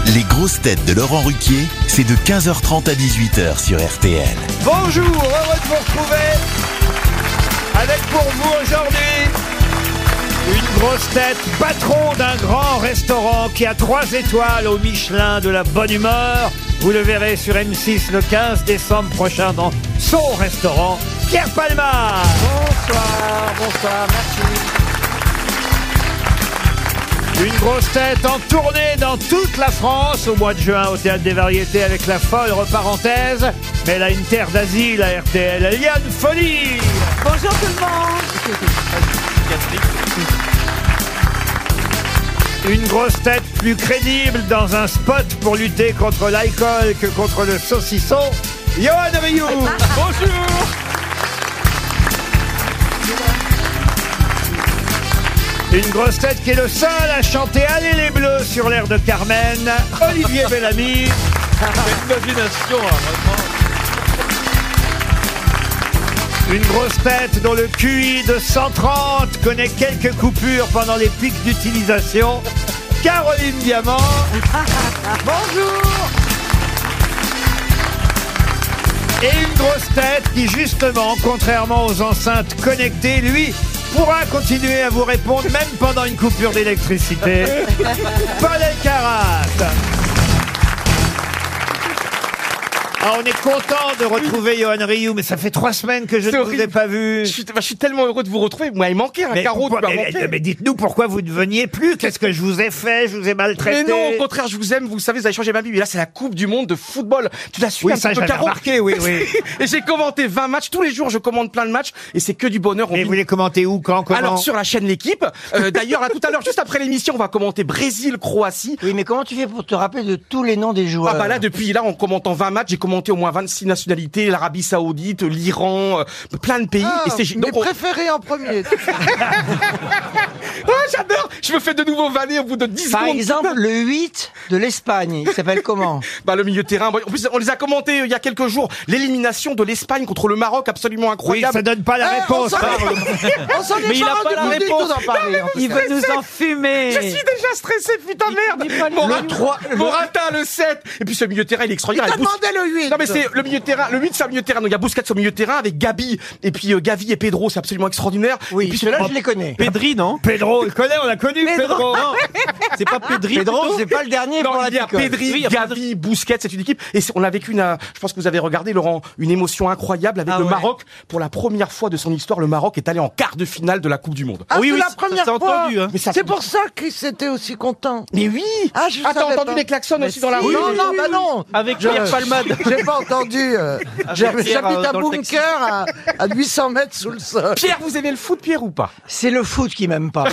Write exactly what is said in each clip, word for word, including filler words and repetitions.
Les grosses têtes de Laurent Ruquier, c'est de quinze heures trente à dix-huit heures sur R T L. Bonjour, heureux de vous retrouver avec pour vous aujourd'hui une grosse tête, patron d'un grand restaurant qui a trois étoiles au Michelin de la bonne humeur. Vous le verrez sur M six le quinze décembre prochain dans son restaurant, Pierre Palmade. Bonsoir, bonsoir, merci. Une grosse tête en tournée dans toute la France au mois de juin au Théâtre des Variétés avec la folle reparenthèse. Mais elle a une terre d'asile à R T L, Liane Folie. Bonjour tout le monde. Une grosse tête plus crédible dans un spot pour lutter contre l'alcool que contre le saucisson, Yoann Rioux. Bonjour. Une grosse tête qui est le seul à chanter Allez les Bleus sur l'air de Carmen, Olivier Bellamy. C'est une imagination, hein, vraiment. Une grosse tête dont le Q I de cent trente connaît quelques coupures pendant les pics d'utilisation, Caroline Diamant. Bonjour. Et une grosse tête qui, justement, contrairement aux enceintes connectées, lui, pourra continuer à vous répondre même pendant une coupure d'électricité. Paul Elkarat. Ah, on est content de retrouver Yoann Rioux, mais ça fait trois semaines que je ne vous ai pas vu. Je suis, bah, je suis tellement heureux de vous retrouver. Moi, il manquait un Mais, carreau. pourquoi- tu m'as mais- manqué. mais dites-nous pourquoi vous ne veniez plus. Qu'est-ce que je vous ai fait? Je vous ai maltraité. Mais non, au contraire, je vous aime. Vous savez, vous avez changé ma vie. Et là, c'est la Coupe du Monde de football. Tu l'as su Oui, un ça, petit peu, j'avais Caro. remarqué, oui, oui. Et j'ai commenté vingt matchs. Tous les jours, je commande plein de matchs. Et c'est que du bonheur. On Et vit- vous les commentez où, quand, comment? Alors, sur la chaîne L'équipe. Euh, d'ailleurs, là, tout à l'heure, juste après l'émission, on va commenter Brésil-Croatie. Oui, mais comment tu fais pour te rappeler de tous les noms des joueurs? Ah bah là, depuis là, en commentant vingt matchs, j'ai commenté au moins vingt-six nationalités, l'Arabie Saoudite, l'Iran, euh, plein de pays. Ah, et c'est mes donc on- préférés en premier. Ah, j'adore. Je me fais de nouveau vanner au bout de dix Par secondes. exemple, le huit de l'Espagne, il s'appelle comment? Bah, le milieu de terrain. En plus, on les a commentés euh, il y a quelques jours. L'élimination de l'Espagne contre le Maroc, absolument Oui, incroyable. ça donne pas la Eh, réponse. on s'en- hein. On s'en est Mais il pas a rendu pas la compte réponse. d'en parler. en Il fait. veut nous enfumer. Je suis déjà stressé, putain merde. Morata, Le trois- le- Morata, le sept. Et puis ce milieu de terrain, il est Il extraordinaire. t'a Bous- demandé le huit. Non mais c'est le milieu de terrain, le huit c'est un milieu de terrain. Donc il y a Busquets au milieu de terrain avec Gabi et puis euh, Gavi et Pedro, c'est absolument extraordinaire. Oui, et puis ceux-là, ce- je les connais. Pedri, non? Pedro, on le connaît, on l'a connu, Pedro. Non, c'est pas Pedri. Pedro, plutôt c'est pas le dernier Non, pour la il y a picole. Pedri, Oui, il y a Gavi, Busquets, c'est une équipe. Et c'est- on a vécu une, euh, je pense que vous avez regardé, Laurent, une émotion incroyable avec Ah le ouais. Maroc. Pour la première fois de son histoire, le Maroc est allé en quart de finale de la Coupe du Monde. Ah, Oui, c'est oui, la ça- première ça, c'est fois. entendu, hein. Mais ça- C'est pour ça Chris était aussi content. Mais oui! Ah, je Ah, t'as savais entendu pas. les klaxons aussi dans la rue? Non, non, bah non. Avec Je- Pierre Palmade. J'ai pas entendu. euh, j'hab- Pierre, J'habite euh, un dans le taxi. bunker à, à huit cents mètres sous le sol. Pierre, vous aimez le foot, Pierre, ou pas? C'est le foot qui m'aime pas.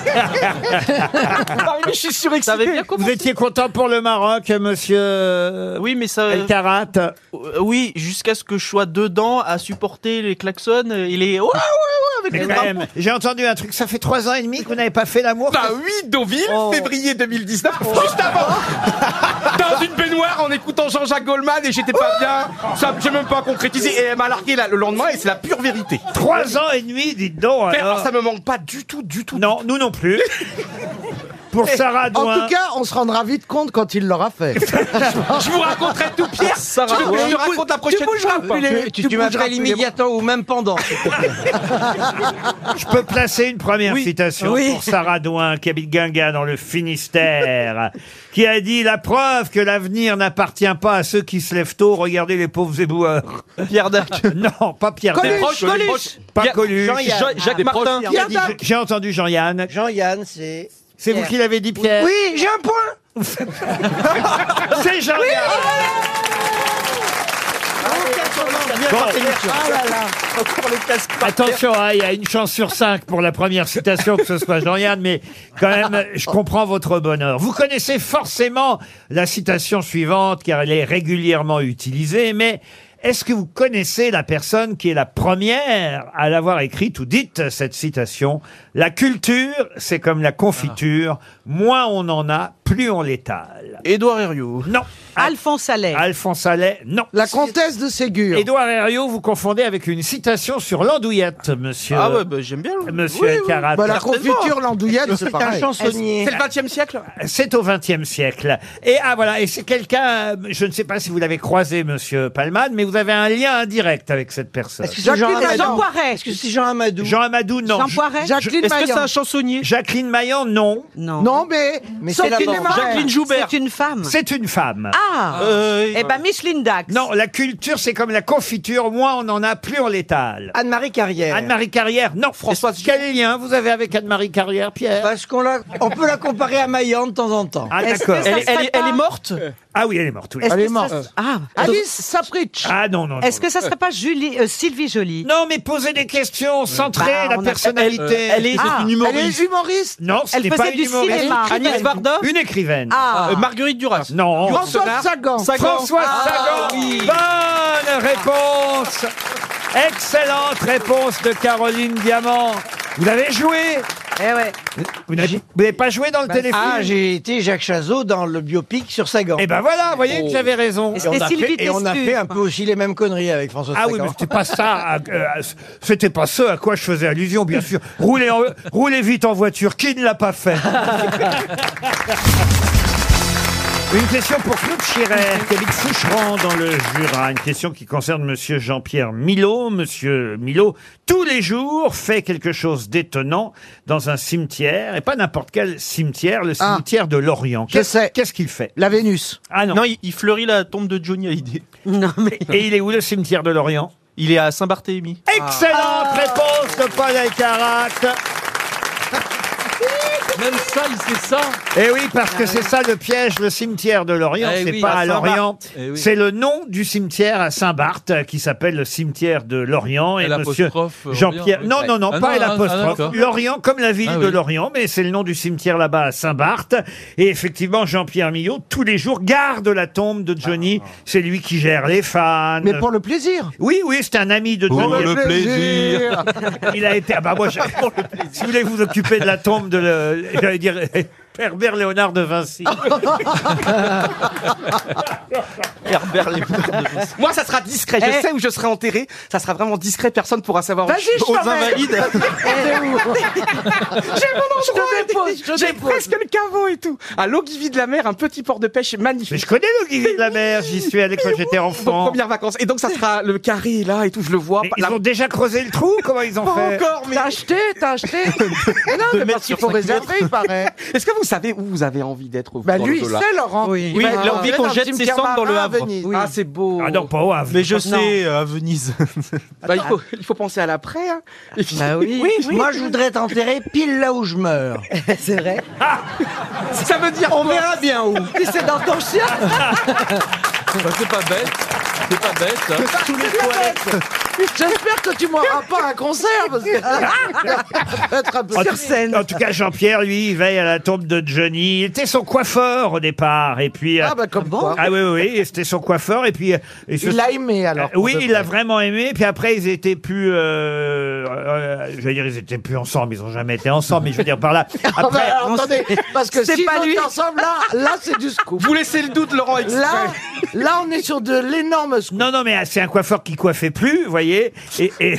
Ah, mais je suis Ça avait surexcité. bien commencé. Vous étiez content pour le Maroc, monsieur euh, Oui, mais ça. Elkarat. Euh, oui, jusqu'à ce que je sois dedans à supporter les klaxons. euh, Il est. Ouais, ouais, ouais, avec Mais les quand drapeaux. même, j'ai entendu un truc, ça fait trois ans et demi que vous n'avez pas fait l'amour. Bah oui, Deauville, Oh. février deux mille dix-neuf, juste avant. Dans une baignoire en écoutant Jean-Jacques Goldman et j'étais pas bien. Ça, j'ai même pas concrétisé et elle m'a largué là, le lendemain et c'est la pure vérité. Trois ans et demi, dites donc. Mais alors, alors. ça me manque pas du tout, du tout. Non, nous non plus. Pour Sarah En Douin. tout cas, on se rendra vite compte quand il l'aura fait. Je vous raconterai tout, Pierre. Sarah Tu veux que je Douin. te raconte la prochaine fois ou pas? plus les- Tu, tu tu bougeras m'appelles plus les immédiatement ou même pendant. Je peux placer une première Oui. citation Oui. pour Sarah Douin, qui habite Guingamp dans le Finistère, qui a dit « La preuve que l'avenir n'appartient pas à ceux qui se lèvent tôt, regardez les pauvres éboueurs. Pierre Dac. » Non, pas Pierre Coluche, Dac. Proche, Coluche. proche. Pas Pierre- Coluche. Jean-Yann. Ja- Jacques Ah, Martin. proche, Pierre Pierre. Dac. J'ai entendu Jean-Yann. Jean-Yann, c'est... C'est vous qui l'avez dit, Pierre? Oui, j'ai un point. C'est Jean-Yann. Bon, Ah là là. Encore les casques. attention, hein, il y a une chance sur cinq pour la première citation que ce soit Jean-Yann, mais quand même, je comprends votre bonheur. Vous connaissez forcément la citation suivante, car elle est régulièrement utilisée, mais est-ce que vous connaissez la personne qui est la première à l'avoir écrite ou dite cette citation? La culture, c'est comme la confiture. Moins on en a, plus on l'étale. Édouard Herriot. Non. Alphonse Allais. Alphonse Allais, non. La comtesse de Ségur. Édouard Herriot, vous confondez avec une citation sur l'andouillette, monsieur. Ah ouais, bah, j'aime bien. le- Monsieur Oui, oui. Elkarat. Bah, la Certainement. confiture, l'andouillette, c'est C'est un pareil. chansonnier. C'est le vingtième siècle. C'est au vingtième siècle. Et ah voilà, et c'est quelqu'un, euh, je ne sais pas si vous l'avez croisé, monsieur Palman, mais vous avez un lien indirect avec cette personne. Est-ce que c'est Jean Jacqueline Amadou Jean Poiret. Est-ce que c'est Jean Amadou Jean Amadou, non. Jean Poiret. Jacqueline Est-ce que c'est Maillan. un chansonnier? Jacqueline Maillan, non. Non. Non, mais. Mais sauf c'est la qu'il est bande. mort. Jacqueline Joubert. C'est une femme. C'est une femme. Ah. Euh, Eh ben, Micheline Dax. Non, la culture, c'est comme la confiture. Moins on en a, plus on l'étale. Anne-Marie Carrière. Anne-Marie Carrière, non. Françoise Quel lien vous avez avec Anne-Marie Carrière, Pierre? Parce qu'on la, on peut la comparer à Maillan de temps en temps. Ah, Est-ce d'accord. que ça Elle, est- elle serait est- elle pas- est morte. Ah oui, elle est morte, oui. Est-ce Elle est que morte. ça- Ah. Alice Sapritch. Ah non, non, non. Est-ce que ça serait pas Julie, euh, Sylvie Joly? Non, mais posez des questions, centrez Bah, la on a- personnalité. Elle est Ah, une Elle humoriste. est humoriste. Non, ce Elle n'est faisait pas une du humoriste. cinéma. Agnès Varda. Une écrivaine. Ah. Euh, Marguerite Duras. Non. François Sagan. François Ah, Sagan. Bonne réponse. Excellente réponse de Caroline Diamant. Vous avez joué. Eh ouais. Vous n'avez vous n'avez pas joué dans le téléfilm. Ah, j'ai été Jacques Chazot dans le biopic sur Sagan. Eh ben voilà, vous voyez que j'avais raison. Et Et on, c'était a Sylvie fait, et on a Testu. fait un peu aussi les mêmes conneries avec François Ah Sagan. oui, mais c'était pas ça. euh, c'était pas ce à quoi je faisais allusion, bien sûr. Roulez, en- roulez vite en voiture. Qui ne l'a pas fait? Une question pour Claude Chirer, qui habite Foucheron dans le Jura. Une question qui concerne monsieur Jean-Pierre Milot. Monsieur Milot, tous les jours, fait quelque chose d'étonnant dans un cimetière, et pas n'importe quel cimetière, le Ah. cimetière de Lorient. Je Qu'est-ce sais. qu'est-ce qu'il fait? La Vénus. Ah non. Non, il, il fleurit la tombe de Johnny Hallyday. Non, mais. Et il est où le cimetière de Lorient? Il est à Saint-Barthélemy. Excellente réponse de Paul Elkarat. Même ça, il sait ça. Eh oui, parce que c'est ça le piège, le cimetière de Lorient. Eh c'est oui, pas à à Lorient. Saint-Barth. Eh oui. C'est le nom du cimetière à Saint-Barth euh, qui s'appelle le cimetière de Lorient. Et Et monsieur l'apostrophe, euh, Jean-Pierre. Orient, Non, oui. non, non, Ah pas non, ah, l'apostrophe. d'accord. Lorient, comme la ville Ah de oui. Lorient, mais c'est le nom du cimetière là-bas à Saint-Barth. Et effectivement, Jean-Pierre Millot, tous les jours, garde la tombe de Johnny. C'est lui qui gère les fans. Mais pour le plaisir. Oui, oui, c'est un ami de Pour Johnny. le plaisir. Il a été. Ah bah moi, je- si vous voulez vous occuper de la tombe de, le... j'allais dire, Herbert Léonard de Vinci. Herbert Léonard de Vinci. Moi, ça sera discret. Je Eh. sais où je serai enterré. Ça sera vraiment discret. Personne pourra savoir. où Vas-y, je Aux t'emmène. Invalides. J'ai mon endroit. Je te dépose, je te J'ai dépose. presque le caveau et tout. À l'Ogivie de la mer, un petit port de pêche Mais magnifique. je connais le Guy de la mer, j'y suis allé quand j'étais Vos enfant. premières vacances. Et donc, ça sera le carré là et tout. Je le vois. Mais Pas- ils la- ont déjà creusé le trou? Comment ils ont pas fait? encore, mais T'as acheté, t'as acheté. Mais non, mais parce qu'il faut réserver, il paraît. est-ce que vous savez où vous avez envie d'être au Bah dans lui, il l'au-delà sait, Laurent. Oui. Oui, va il a envie rentrer qu'on dans le jette ses cimetière cendres dans le marin à Havre. Venise. Ah, c'est beau. Ah non, pas au Havre. Mais je sais, euh, à Venise. Bah, il, faut, il faut penser à l'après. Hein. Et puis- Bah oui. Moi, je voudrais t'enterrer pile là où je meurs. C'est vrai. Ça veut dire On verra bien où. Si c'est dans ton chien. Bah, c'est pas bête. C'est pas bête. hein. Tous les toilettes. J'espère que tu m'auras pas un concert parce que ça va être un peu En, Sur tout- scène. en tout cas, Jean-Pierre, lui, il veille à la tombe de Johnny. Il était son coiffeur au départ. Et puis. euh, Ah bah comme quoi. ah oui, oui, oui, c'était son coiffeur. Et puis. euh, et ce- Il l'a aimé alors. Euh, oui, pour de il l'a vrai. vraiment aimé. Puis après, ils étaient plus. Euh, euh, je vais dire, ils étaient plus ensemble. Ils ont jamais été ensemble. Mais je veux dire par là. Ah bah, Après, alors, attendez, parce que C'est si pas on lui. est ensemble, là, là c'est du scoop. Vous laissez le doute, Laurent. exprès. Là, là, on est sur de l'énorme scoop. non, non, mais c'est un coiffeur qui coiffait plus, vous voyez. Et, et,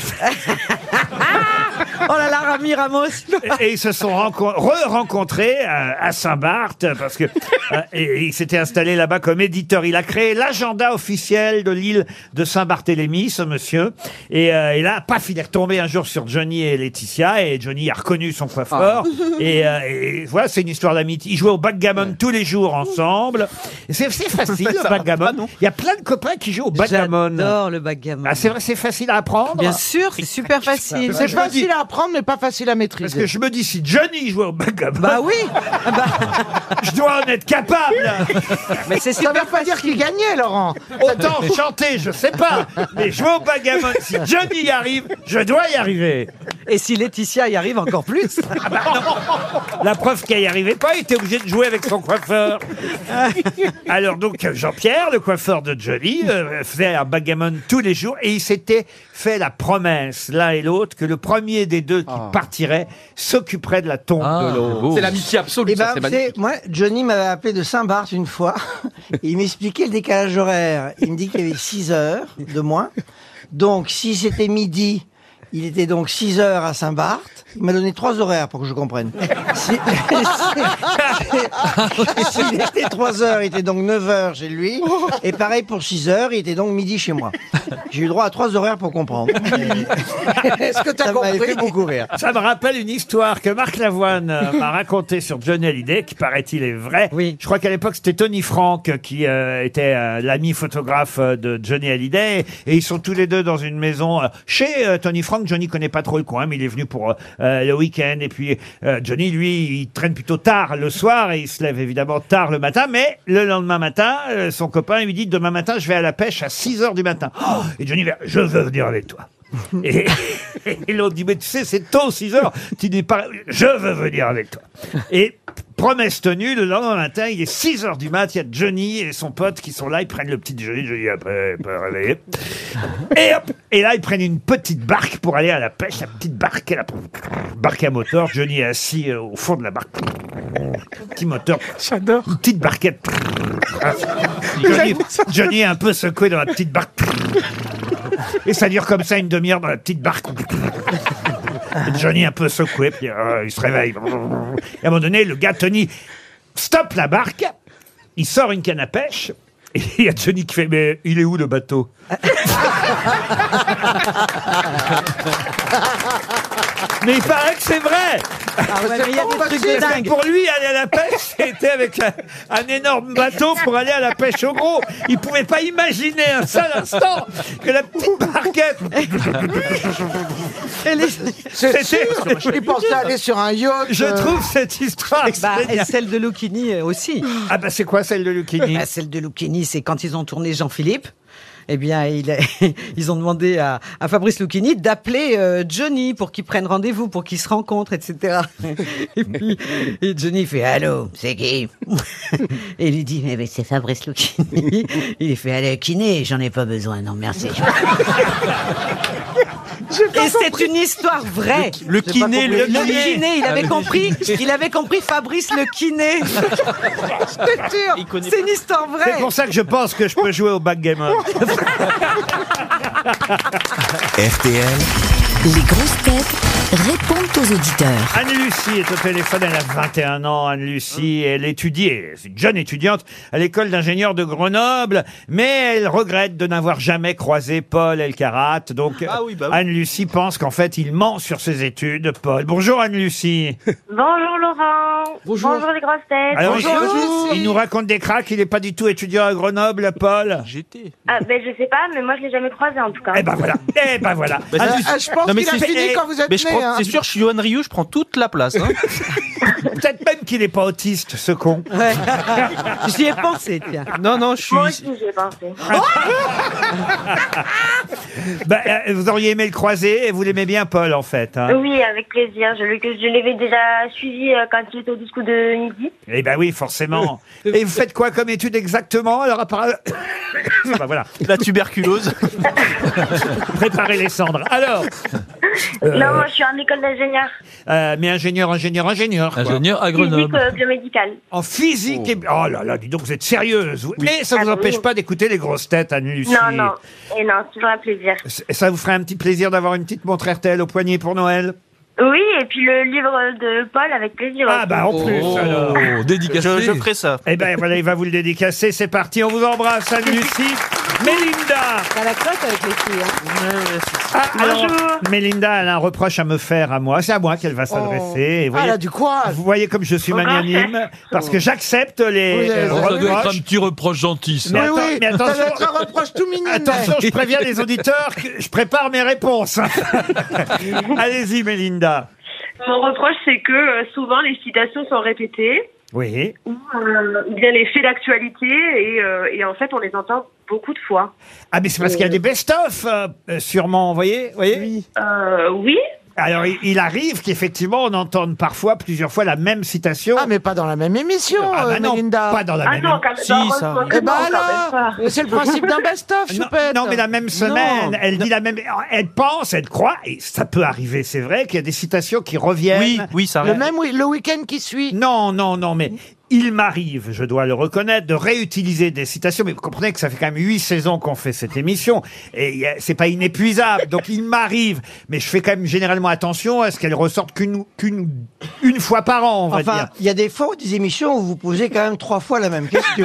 Oh là là, Rami Ramos. et ils se sont renco- re-rencontrés à, à Saint-Barth parce que euh, et, et il s'était installé là-bas comme éditeur. Il a créé l'agenda officiel de l'île de Saint-Barthélemy, ce monsieur. Et, euh, et là, paf, il est retombé un jour sur Johnny et Laetitia et Johnny a reconnu son coiffeur. Et, euh, et voilà, c'est une histoire d'amitié. Ils jouaient au backgammon tous les jours ensemble. Et C'est c'est facile le backgammon. Il y a plein de copains qui jouent au backgammon. J'adore le backgammon. Ah, c'est vrai, c'est facile à apprendre. Bien sûr, c'est super facile. C'est je me facile dis- à apprendre, mais pas facile à Parce maîtriser. que je me dis, si Johnny jouait au backgammon, Bah oui. Ah bah, je dois en être capable. mais c'est Ça super veut pas dire qu'il gagnait, Laurent. Autant chanter, je sais pas. Mais jouer au backgammon, si Johnny y arrive, je dois y arriver. Et si Laetitia y arrive encore plus. La preuve qu'elle n'y arrivait pas, il était obligé de jouer avec son coiffeur. Alors donc Jean-Pierre, le coiffeur de Johnny, euh, faisait un backgammon tous les jours et il s'était fait la promesse, l'un et l'autre, que le premier des deux qui partirait s'occuperait de la tombe Ah, de l'autre. beau. C'est l'amitié absolue, Et ça, ben, c'est vous savez, magnifique. moi, Johnny m'avait appelé de Saint-Barth une fois. Et il m'expliquait le décalage horaire. Il me dit qu'il y avait six heures de moins. Donc, si c'était midi, il était donc six heures à Saint-Barth. Il m'a donné trois horaires pour que je comprenne. Si, s'il était trois heures, il était donc neuf heures chez lui. Et pareil pour six heures, il était donc midi chez moi. J'ai eu droit à trois horaires pour comprendre. Est-ce que t'as Ça m'avait compris? fait beaucoup rire. Ça me rappelle une histoire que Marc Lavoine euh, m'a racontée sur Johnny Hallyday, qui paraît-il est vraie. Oui. Je crois qu'à l'époque, c'était Tony Frank qui euh, était euh, l'ami photographe euh, de Johnny Hallyday. Et ils sont tous les deux dans une maison euh, chez euh, Tony Frank. Johnny connaît pas trop le coin, mais il est venu pour euh, le week-end. Et puis euh, Johnny, lui, il traîne plutôt tard le soir et il se lève évidemment tard le matin. Mais le lendemain matin, euh, son copain lui dit, demain matin, je vais à la pêche à six heures du matin. Oh, et Johnny va, je veux venir avec toi. Et, et l'autre dit, mais tu sais, c'est tôt, six heures. Tu dis pas, je veux venir avec toi. Et promesse tenue, le lendemain matin, il est six heures du mat, il y a Johnny et son pote qui sont là, ils prennent le petit déjeuner, Johnny après, pas réveillé. Et hop, et là, ils prennent une petite barque pour aller à la pêche, la petite barque, la barque à moteur. Johnny est assis euh, au fond de la barque. Petit moteur. J'adore. Une petite barquette. Johnny, Johnny est un peu secoué dans la petite barque. Et ça dure comme ça une demi-heure dans la petite barque. Et Johnny un peu secoué, puis euh, il se réveille. Et à un moment donné, le gars, Tony, stoppe la barque, il sort une canne à pêche, et il y a Johnny qui fait, mais il est où le bateau? Mais il paraît que c'est vrai. Ah ouais, mais il y a des trucs de Parce que dingue. pour lui, aller à la pêche, c'était avec un, un énorme bateau pour aller à la pêche au gros. Il pouvait pas imaginer un seul instant que la petite barquette... C'est C'était- sûr. Il pensait aller sur un yacht. Je euh, trouve cette histoire Bah, et géniale. celle de Lucchini euh, aussi. Ah bah c'est quoi celle de Lucchini? Bah, celle de Lucchini, c'est quand ils ont tourné Jean-Philippe. Eh bien, il a- ils ont demandé à, à Fabrice Lucchini d'appeler euh, Johnny pour qu'il prenne rendez-vous, pour qu'ils se rencontrent, et cetera. Et puis, et Johnny il fait « Allô, c'est qui ?» Et il lui dit « Mais, mais c'est Fabrice Lucchini. » Il fait « Allez, kiné, j'en ai pas besoin, non merci. » Et c'est une histoire vraie. Le kiné, le Le kiné. kiné, il avait compris, il avait compris Fabrice le kiné. C'est sûr, Il connaît c'est une histoire C'est vraie. pour ça que je pense que je peux jouer au backgammon. R T L, Les grosses têtes répondent aux auditeurs. Anne-Lucie est au téléphone, elle a vingt et un ans, Anne-Lucie, elle étudie, c'est une jeune étudiante à l'école d'ingénieurs de Grenoble, mais elle regrette de n'avoir jamais croisé Paul Elkarat. Donc Ah oui, bah oui. Anne-Lucie pense qu'en fait il ment sur ses études, Paul. Bonjour Anne-Lucie. Bonjour Laurent. Bonjour. les grosses têtes. Alors Bonjour, il, Anne-Lucie. il nous raconte des cracks, il n'est pas du tout étudiant à Grenoble, Paul. J'étais. Ah, ben je sais pas, mais moi je l'ai jamais croisé en tout cas. Eh ben voilà, eh ben voilà. Bah, euh, c'est- euh, je pense Non, mais qu'il a c'est- fini eh, quand vous êtes Mais je né. prends- hein. c'est sûr, je suis Johan Rioux, je prends toute la place. Hein. Peut-être même qu'il n'est pas autiste, ce con. Ouais. J'y ai pensé, tiens. Non, non, je suis. Moi aussi j'y ai pensé. Ben, euh, vous auriez aimé le croiser et vous l'aimez bien, Paul, en fait. Hein. Oui, avec plaisir. Je, le- que je l'avais déjà suivi euh, quand il était au discours de midi. Eh ben oui, forcément. Et vous faites quoi comme étude exactement? Alors, apparemment... ben voilà, La tuberculose. préparez les cendres. Alors, euh, Non, moi je suis en école d'ingénieur. euh, mais ingénieur, ingénieur, ingénieur. quoi. Ingénieur à Physique Grenoble. euh, biomédicale. En physique et... Oh là là, dis donc, vous êtes sérieuse. vous- Mais ça vous Ah, empêche oui. pas d'écouter les grosses têtes, Anne-Lucie. Non, non. Et non, c'est toujours un plaisir. C- Ça vous ferait un petit plaisir d'avoir une petite montre R T L au poignet pour Noël? Oui, et puis le livre de Paul avec plaisir. Ah aussi. bah en plus, alors. Oh, dédicacé. Je, je ferai ça. Eh ben voilà, il va vous le dédicacer. C'est parti, on vous embrasse, Anne-Lucie. Mélinda. T'as la cote avec les filles, hein. Ah, alors, Bonjour. Mélinda, elle a un reproche à me faire à moi. C'est à moi qu'elle va s'adresser. Et vous Ah, voyez- elle a du courage. Vous voyez comme je suis magnanime, parce que j'accepte les Oui, euh, ça Ça doit être un reproches. petit reproche gentil, ça. Mais Oui, attends- oui, mais attention- ça doit être un reproche tout mignon. Attention, je préviens les auditeurs que je prépare mes réponses. Allez-y, Mélinda. Mon reproche, c'est que euh, souvent les citations sont répétées. Oui. Ou euh, bien les faits d'actualité et, euh, et en fait on les entend beaucoup de fois. Ah, mais c'est parce qu'il y a des best-of, euh, euh, sûrement, vous voyez, vous voyez Euh, oui, Alors, il, il arrive qu'effectivement, on entende parfois, plusieurs fois, la même citation. Ah, mais pas dans la même émission, Ah, bah euh, non, Melinda. pas dans la Ah même non, quand Si, non, ça heureusement arrive. que Eh ben non, quand alors, même pas. c'est le principe d'un best-of, Non, choupette. non, mais la même semaine, Non. elle dit la même. Elle pense, elle croit, et ça peut arriver, c'est vrai, qu'il y a des citations qui reviennent. Oui, oui, ça Le arrive. même, oui, le week-end qui suit. Non, non, non, mais il m'arrive, je dois le reconnaître, de réutiliser des citations. Mais vous comprenez que ça fait quand même huit saisons qu'on fait cette émission, et y a- c'est pas inépuisable. Donc il m'arrive, mais je fais quand même généralement attention à ce qu'elles ressortent qu'une qu'une une fois par an, on va Enfin, dire. il y a des fois ou des émissions où vous posez quand même trois fois la même question.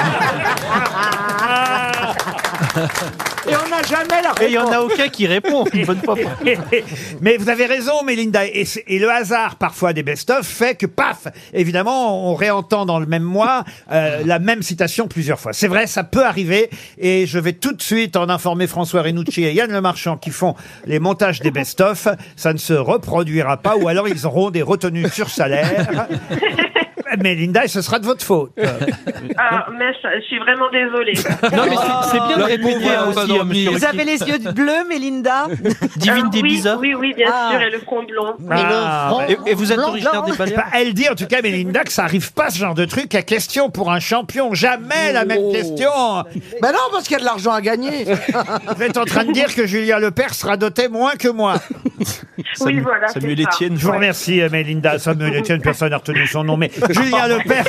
hein. Et on n'a jamais la réponse. Et il y en a aucun qui répond une bonne fois. Mais vous avez raison, Mélinda. Et, c'est- et le hasard, parfois, des best-of fait que, paf, évidemment, on réentend dans le même mois euh, la même citation plusieurs fois. C'est vrai, ça peut arriver. Et je vais tout de suite en informer François Renucci et Yann Lemarchand qui font les montages des best-of. Ça ne se reproduira pas, ou alors ils auront des retenues sur salaire. Mélinda, et ce sera de votre faute. Ah, mais je, je suis vraiment désolée. Non, mais c'est c'est bien de La répéter pauvre, elle a aussi, pas euh, dormi. monsieur Vous avez Ruquier. les yeux bleus, Mélinda? Divine Euh, des oui, bizarres. oui, oui, bien Ah. sûr, et le front blond. Ah, Et, et vous êtes originaire des Eh Baléares? ben, elle dit en tout cas, Mélinda, que ça arrive pas ce genre de truc. À question pour un champion, jamais la même question. Ben non, parce qu'il y a de l'argent à gagner. Vous êtes en train de dire que Julien Lepers sera doté moins que moi. Oui, Samuel- voilà, Samuel c'est ça. Etienne. Je vous remercie, euh, Mélinda. Samuel Etienne, personne n'a retenu son nom, mais Julien Lepers.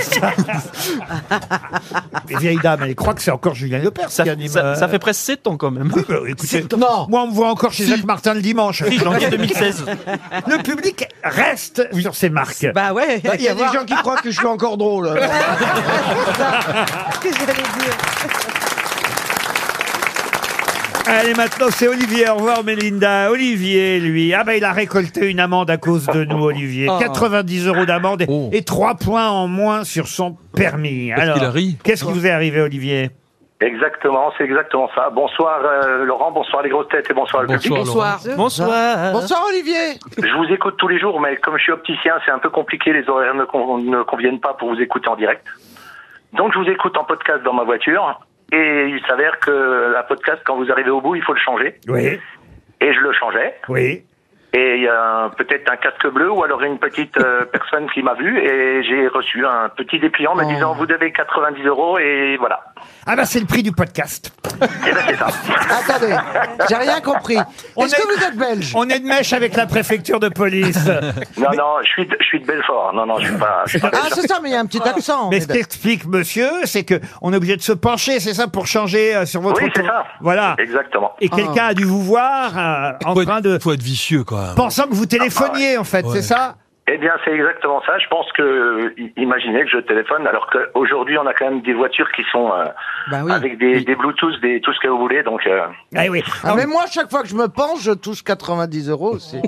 Les vieilles dames, elles croient que c'est encore Julien Lepers Ça, qui anime. ça- euh, ça fait presque sept ans quand même. oui, bah, écoutez, Non. moi, on me voit encore chez Jacques Martin le dimanche. Oui, janvier deux mille seize. Le public reste sur ses marques. Bah ouais. Il y a des gens qui croient que je suis encore drôle. Qu'est-ce que j'allais dire? Allez, maintenant, c'est Olivier. Au revoir, Mélinda. Olivier, lui, ah ben, il a récolté une amende à cause de nous, Olivier. quatre-vingt-dix euros d'amende et, Oh. et trois points en moins sur son permis. Parce qu'il a ri. Qu'est-ce qui vous est arrivé, Olivier? Exactement, c'est exactement ça. Bonsoir euh, Laurent, bonsoir les grosses têtes et bonsoir le public. Bonsoir, Laurent. Bonsoir. Bonsoir. Bonsoir, Olivier. Je vous écoute tous les jours, mais comme je suis opticien, c'est un peu compliqué, les horaires ne, con- ne conviennent pas pour vous écouter en direct. Donc je vous écoute en podcast dans ma voiture, et il s'avère que la podcast, quand vous arrivez au bout, il faut le changer. Oui, Et je le changeais. oui. Et il y a un- peut-être un casque bleu ou alors une petite euh, personne qui m'a vu et j'ai reçu un petit dépliant me disant vous devez quatre-vingt-dix euros et voilà. Ah ben, c'est le prix du podcast. Et ben c'est ça. Attendez, j'ai rien compris. On Est-ce est- que vous êtes belge? On est de mèche avec la préfecture de police. Non, non, je suis de, je suis de Belfort. Non, non, je suis pas... Je suis pas Ah, belge. c'est ça, mais il y a un petit accent. Mais ce qu'explique monsieur, c'est que on est obligé de se pencher, c'est ça, pour changer euh, sur votre Oui, c'est auto- ça. Voilà. Exactement. Et quelqu'un a dû vous voir euh, en Faut train être, de... faut être vicieux quand même. pensant que vous téléphoniez, en fait, Ouais. c'est ça? Eh bien, c'est exactement ça. Je pense que, i- imaginez que je téléphone, alors qu'aujourd'hui, on a quand même des voitures qui sont euh, Bah oui. avec des, des Bluetooth, des, tout ce que vous voulez. Donc, euh, Ah oui. Ah, mais moi, chaque fois que je me penche, je touche quatre-vingt-dix euros aussi.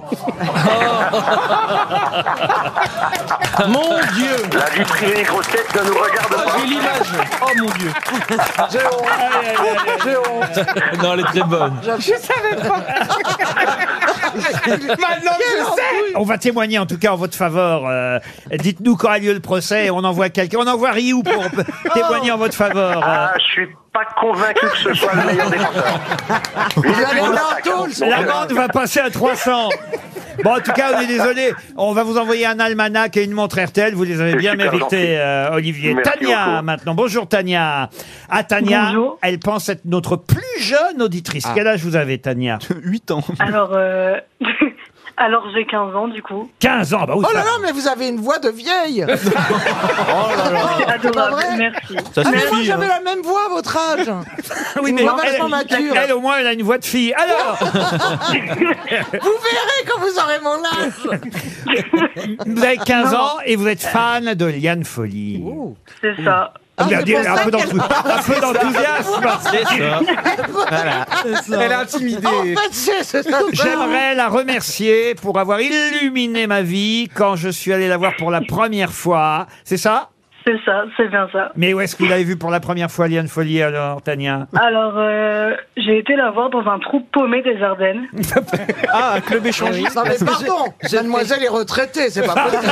Mon Dieu. la vie privée grosse tête ne nous regarde Oh, pas. j'ai l'image. Oh mon Dieu. J'ai honte. J'ai honte. Non, elle est très bonne. Je savais pas. Maintenant que je sais, on va témoigner en tout cas en votre faveur. Euh, dites-nous quand a lieu le procès. On envoie quelqu'un. On envoie Ryu pour p- témoigner en votre faveur. Euh, Ah, je suis pas convaincu que ce soit le meilleur défenseur. Vous allez aller en tôle. L'amende va passer à trois cents. Bon, en tout cas, on est désolé. On va vous envoyer un almanach et une montre R T L. Vous les avez C'est bien super mérités, gentil. euh, Olivier. Merci Tania, beaucoup. maintenant. Bonjour, Tania. Ah, Tania, Bonjour. elle pense être notre plus jeune auditrice. Quel âge vous avez, Tania? huit ans. Alors, euh... Alors j'ai quinze ans du coup. quinze ans. Bah oui, Oh là ça- là, mais vous avez une voix de vieille. C'est adorable, vrai merci. Ça Ah, mais moi, suffit. j'avais hein. la même voix à votre âge. oui, Une mais voix elle, vachement mature. elle, au moins, elle a une voix de fille. Alors, Vous verrez quand vous aurez mon âge. vous avez quinze ans et vous êtes fan de Liane Folly. C'est ça. Ah, Vous c'est avez pour un ça peu qu'elle- d'enthou- un peu d'enthousiasme. C'est ça. Voilà. Elle est intimidée. En fait, c'est c'est ça. J'aimerais la remercier pour avoir illuminé ma vie quand je suis allé la voir pour la première fois. C'est ça? C'est ça, c'est bien ça. Mais où est-ce que vous l'avez vu pour la première fois, Liane Folly, alors, Tania? Alors, euh, j'ai été la voir dans un trou paumé des Ardennes. Ah, un club échangiste. Non mais pardon, mademoiselle est retraitée, c'est pas possible.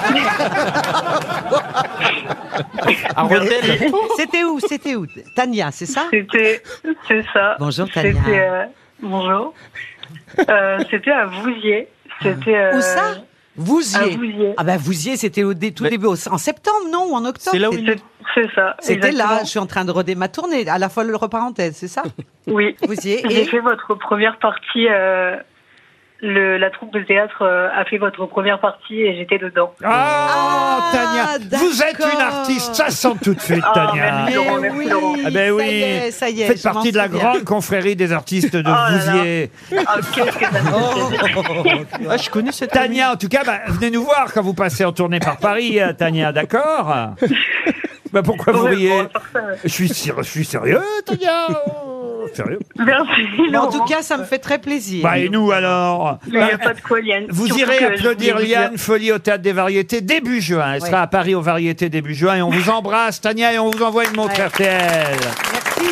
À Rondel. C'était où? C'était où? Tania, c'est ça? C'était, c'est ça. Bonjour, Tania. C'était, euh, bonjour. Euh, c'était à Vouziers. C'était. Euh... Où ça Vouziers. À Vouziers. Ah ben Vouziers, c'était au dé- tout Mais- début, au- en septembre, non, ou en octobre. C'est là où C'était- il- C'est ça. C'était là, exactement. je suis en train de redémarrer ma tournée, à la fois le reparenthèse, c'est ça? Oui. Vouziers J'ai et... fait votre première partie. Euh... Le, la troupe de théâtre euh, a fait votre première partie et j'étais dedans. Ah, Ah, Tania, vous êtes une d'accord. artiste, ça sent tout de suite, Ah, Tania. merci, Laurent, Mais merci, Laurent. Ah ben ça oui, y est, ça y est, faites je m'en partie de la souviens. grande confrérie des artistes de Oh là là. Vouziers. Ah, qu'est-ce que ça me fait plaisir. Ah, je connais cette Tania, en tout cas, bah, venez nous voir quand vous passez en tournée par Paris, euh, Tania, d'accord? Bah pourquoi vous Ouais, riez? bon, sur ça, ouais. Je suis, ser- je suis sérieux, Tania. Oh, sérieux. Merci, Mais en Laurent. tout cas, ça me fait très plaisir. Bah et nous alors? Il n'y a pas de quoi, Liane. Vous Surtout irez que je applaudir voulais vous dire- Liane Folly au Théâtre des Variétés début juin. Elle Ouais. sera à Paris aux Variétés début juin et on vous embrasse, Tania, et on vous envoie une montre Ouais. R T L. Merci.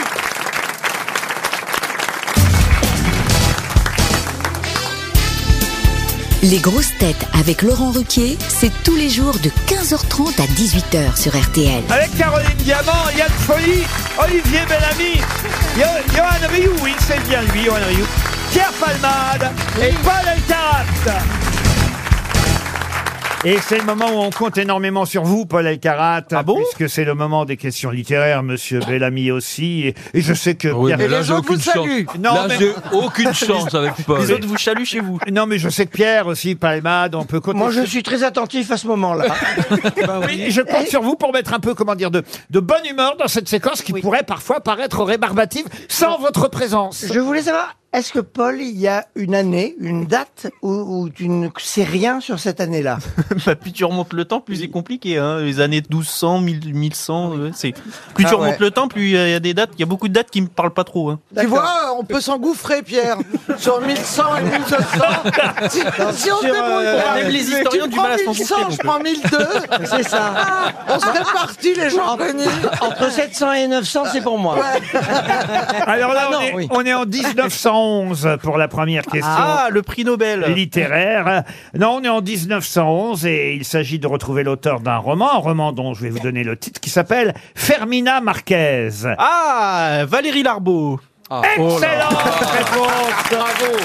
Les grosses têtes avec Laurent Ruquier, c'est tous les jours de quinze heures trente à dix-huit heures sur R T L. Avec Caroline Diamant, Liane Folly, Olivier Bellamy, Yo- Johan Rioux, oui, c'est bien lui, Johan Rioux, Pierre Palmade et Paul Elkarat. Et c'est le moment où on compte énormément sur vous, Paul Elkarat, Ah bon puisque c'est le moment des questions littéraires, Monsieur Bellamy aussi, et, et je sais que Oui, Pierre... mais là, les j'ai autres aucune vous chance. saluent. Non, Là, mais- j'ai aucune chance avec Paul. Les autres vous chaluent chez vous. Non, mais je sais que Pierre aussi, Palmade, on peut compter. Moi, je suis très attentif à ce moment-là. Oui, je compte sur vous pour mettre un peu, comment dire, de, de bonne humeur dans cette séquence qui pourrait parfois paraître rébarbative sans votre présence. Je voulais savoir, est-ce que Paul, il y a une année, une date où, où tu ne sais rien sur cette année-là? Bah, plus tu remontes le temps, plus c'est compliqué. Hein. Les années douze cents, mille, mille cent, ouais, c'est plus Ah tu ouais. remontes le temps, plus il y a des dates. Il y a beaucoup de dates qui me parlent pas trop. Hein. Tu vois, on peut s'engouffrer, Pierre, sur mille cent et mille deux cents. Si, si on se Sur, débrouille euh, pas, même les tu historiens ont du prends mal à mille s'engouffrer, cent, donc, je prends mille deux. C'est ça. On se répartit les gens connus. Entre sept cents et neuf cents, c'est pour moi. Alors là, Ah on, non, est, oui. on est en dix-neuf cent onze pour la première question. Ah, le prix Nobel. Littéraire. Non, on est en dix-neuf cent onze et il s'agit de retrouver l'auteur d'un roman, un roman dont je vais vous donner le titre, qui s'appelle Fermina Marquez. Ah, Valérie Larbaud. Ah, Excellente réponse. Bravo.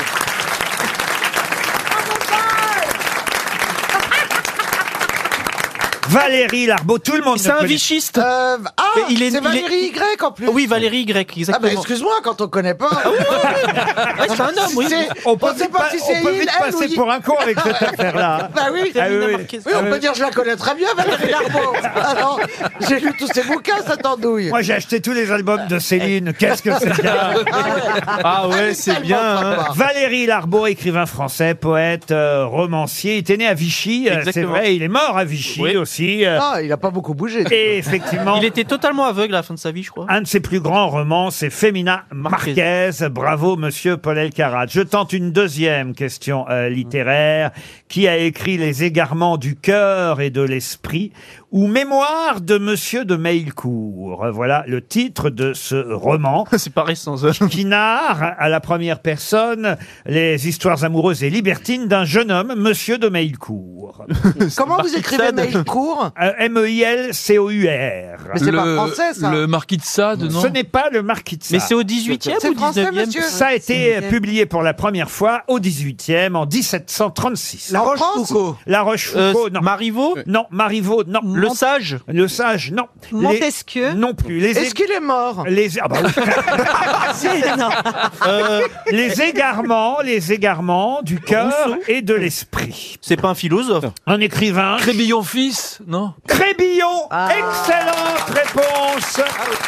Valérie Larbaud, tout le monde C'est ne un connaît- vichiste. Euh, ah, Mais il est- c'est il est- Valérie Y en plus. Oui, Valérie Y, Ah bah exactement. excuse-moi, quand on connaît pas. Ouais, c'est un homme, oui. C'est- On peut on sait vite, pas pas- si c'est on peut il, vite elle ou passer il. pour un con avec cette affaire-là. Bah oui. Ah oui, Fermina oui. Marquez. Oui, on peut dire je la connais très bien, Valérie Larbaud. Alors, j'ai lu tous ses bouquins, ça t'andouille. Moi, j'ai acheté tous les albums de Céline. Qu'est-ce que c'est bien. Ah ouais, c'est bien. hein. Valérie Larbaud, écrivain français, poète, euh, romancier. Il était né à Vichy, euh, c'est Exactement. vrai. Il est mort à Vichy Oui. aussi. euh, Ah, il a pas beaucoup bougé. et effectivement, Il était totalement aveugle à la fin de sa vie, je crois. un de ses plus grands romans, c'est Femina Marquez. Bravo, monsieur Paul Elkarat. Je tente une deuxième question euh, littéraire. Qui a écrit Les égarements du cœur et de l'esprit ou Mémoire de monsieur de Mailcourt? Voilà le titre de ce roman. C'est pas récent, ça. Qui narre à la première personne les histoires amoureuses et libertines d'un jeune homme, monsieur de Mailcourt. Comment vous écrivez Sade. mail court? Euh, M E I L C O U R. Mais c'est pas Le- français, ça. Le marquis de Sade, non? Ce n'est pas le marquis de Sade. Mais c'est au dix-huitième C'est ou français, dix-neuvième? monsieur? Ça a été publié pour la première fois au dix-huitième, en dix-sept cent trente-six. La En France Rochefoucauld. La Rochefoucauld, Euh, non. Marivaux? Non, Marivaux, non. Le Sage? Le Sage, non. Les- Montesquieu. Non plus. Les, Est-ce qu'il est mort? les, ah bah oui. C'est- non. Euh, les égarements, les égarements du cœur et de l'esprit. c'est pas un philosophe. Un écrivain. Crébillon fils, non? Crébillon. Ah. Excellente réponse.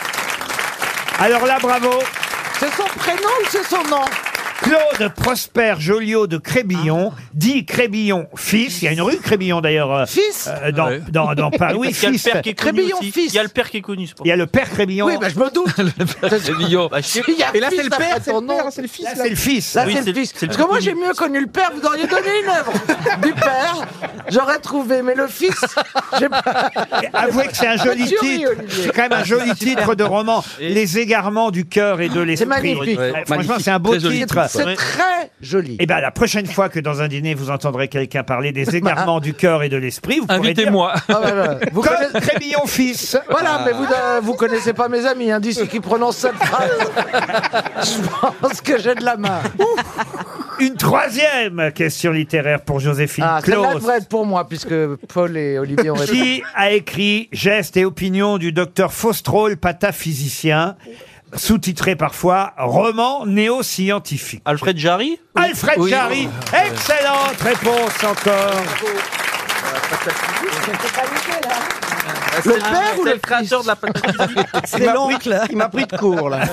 Alors là, bravo. C'est son prénom ou c'est son nom? Claude Prosper Joliot de Crébillon, dit Crébillon fils. Il y a une rue Crébillon d'ailleurs. euh, Fils? euh, dans, Ouais. dans, dans Paris. Oui, Parce qu'il y a le fils. père qui est connu Crébillon aussi. fils. Il y a le père qui est connu, c'est pour Il y a le père Crébillon. Oui, bah je me doute. Crébillon. Bah, je sais Il y a Et là, c'est fils le père, après c'est ton le nom. père, c'est le fils. Là, là. c'est le fils. Là, Oui, c'est c'est le le- fils. c'est le Parce que moi, connu. j'ai mieux connu le père. Vous auriez donné une œuvre du père. J'aurais trouvé. Mais le fils, j'ai pas. Avouez que c'est un joli Tu ris, titre. Olivier. C'est quand même un joli titre de roman. Les égarements du cœur et de l'esprit. magnifique. Euh, Ouais, Franchement, c'est un beau Très joli titre. C'est Ouais. très joli. Et ben la prochaine fois que dans un dîner vous entendrez quelqu'un parler des égarements du cœur et de l'esprit, vous pourrez dire Invitez-moi. Ah, ouais, ouais. Vous comme connaissez... Crébillon fils. Voilà, mais vous euh, vous connaissez pas mes amis hein, d'ici qui prononcent cette phrase. Je pense que j'ai de la main. Une troisième question littéraire pour Joséphine Ah, celle-là Claus. devrait être pour moi, puisque Paul et Olivier ont répondu. Qui a écrit Gestes et opinions du docteur Faustrol, pataphysicien, sous-titré parfois Roman néo-scientifique. Alfred Jarry Alfred Oui. Jarry. Excellente réponse encore. Le père ou c'est le le créateur de la pataphysicique. C'est l'oncle. Il m'a pris de cours, là.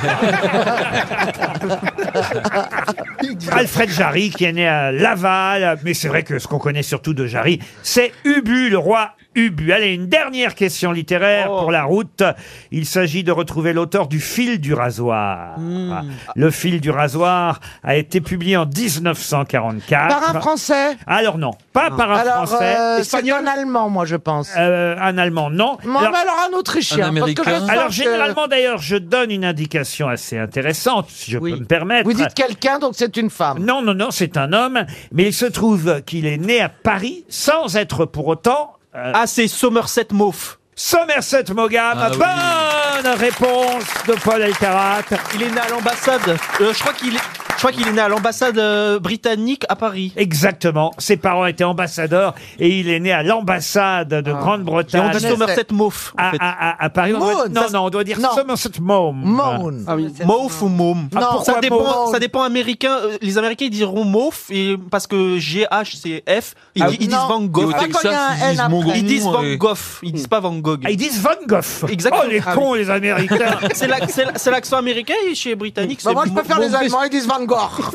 Alfred Jarry, qui est né à Laval, mais c'est vrai que ce qu'on connaît surtout de Jarry, c'est Ubu, le roi Ubu. Allez, une dernière question littéraire Oh. pour la route. Il s'agit de retrouver l'auteur du Fil du rasoir. Le Fil du rasoir a été publié en dix-neuf cent quarante-quatre. Par un Français. Alors non, pas par un Alors, Français. euh, c'est un Allemand, moi, je pense. Euh, un Allemand, non. Non, Alors- mais alors un Autrichien. Un parce que je Américain. sens alors que- généralement d'ailleurs, je donne une indication assez intéressante, si je Oui. peux me permettre. Vous dites quelqu'un, donc c'est une femme. Non, non, non, c'est un homme, mais il se trouve qu'il est né à Paris sans être pour autant... euh, Ah, c'est Somerset Maugham. Somerset Maugham, Ah oui. bonne réponse de Paul Elkarat. Il est né à l'ambassade. Euh, je crois qu'il est... Je crois qu'il est né à l'ambassade euh, britannique à Paris. Exactement, ses parents étaient ambassadeurs et il est né à l'ambassade de Et on Grande-Bretagne. dit Somerset Maugham. en À, fait. à- à- à Paris, on doit- Maughan, non, ça, non, on doit dire non. Somerset Maugham. Moan. Ah oui. Maugham ou Maugham. Ah, pourquoi ça dépend, Maugham ça dépend américain. Euh, Les Américains ils diront Maugham et parce que G H c'est F. Ils, Ah, ils disent non. Van Et Gogh. au Ah, quand il y Texas, a un ils N disent après. Mongon. Ils disent Van et- Gogh. Ils disent pas Van Gogh. Ah, ils disent Van Gogh. Exactement. Oh, les Ah cons, les Américains. C'est la- c'est la- c'est l'accent américain et chez les Britanniques. Bah, c'est moi, je préfère les Mo- Allemands, ils disent Van Gogh.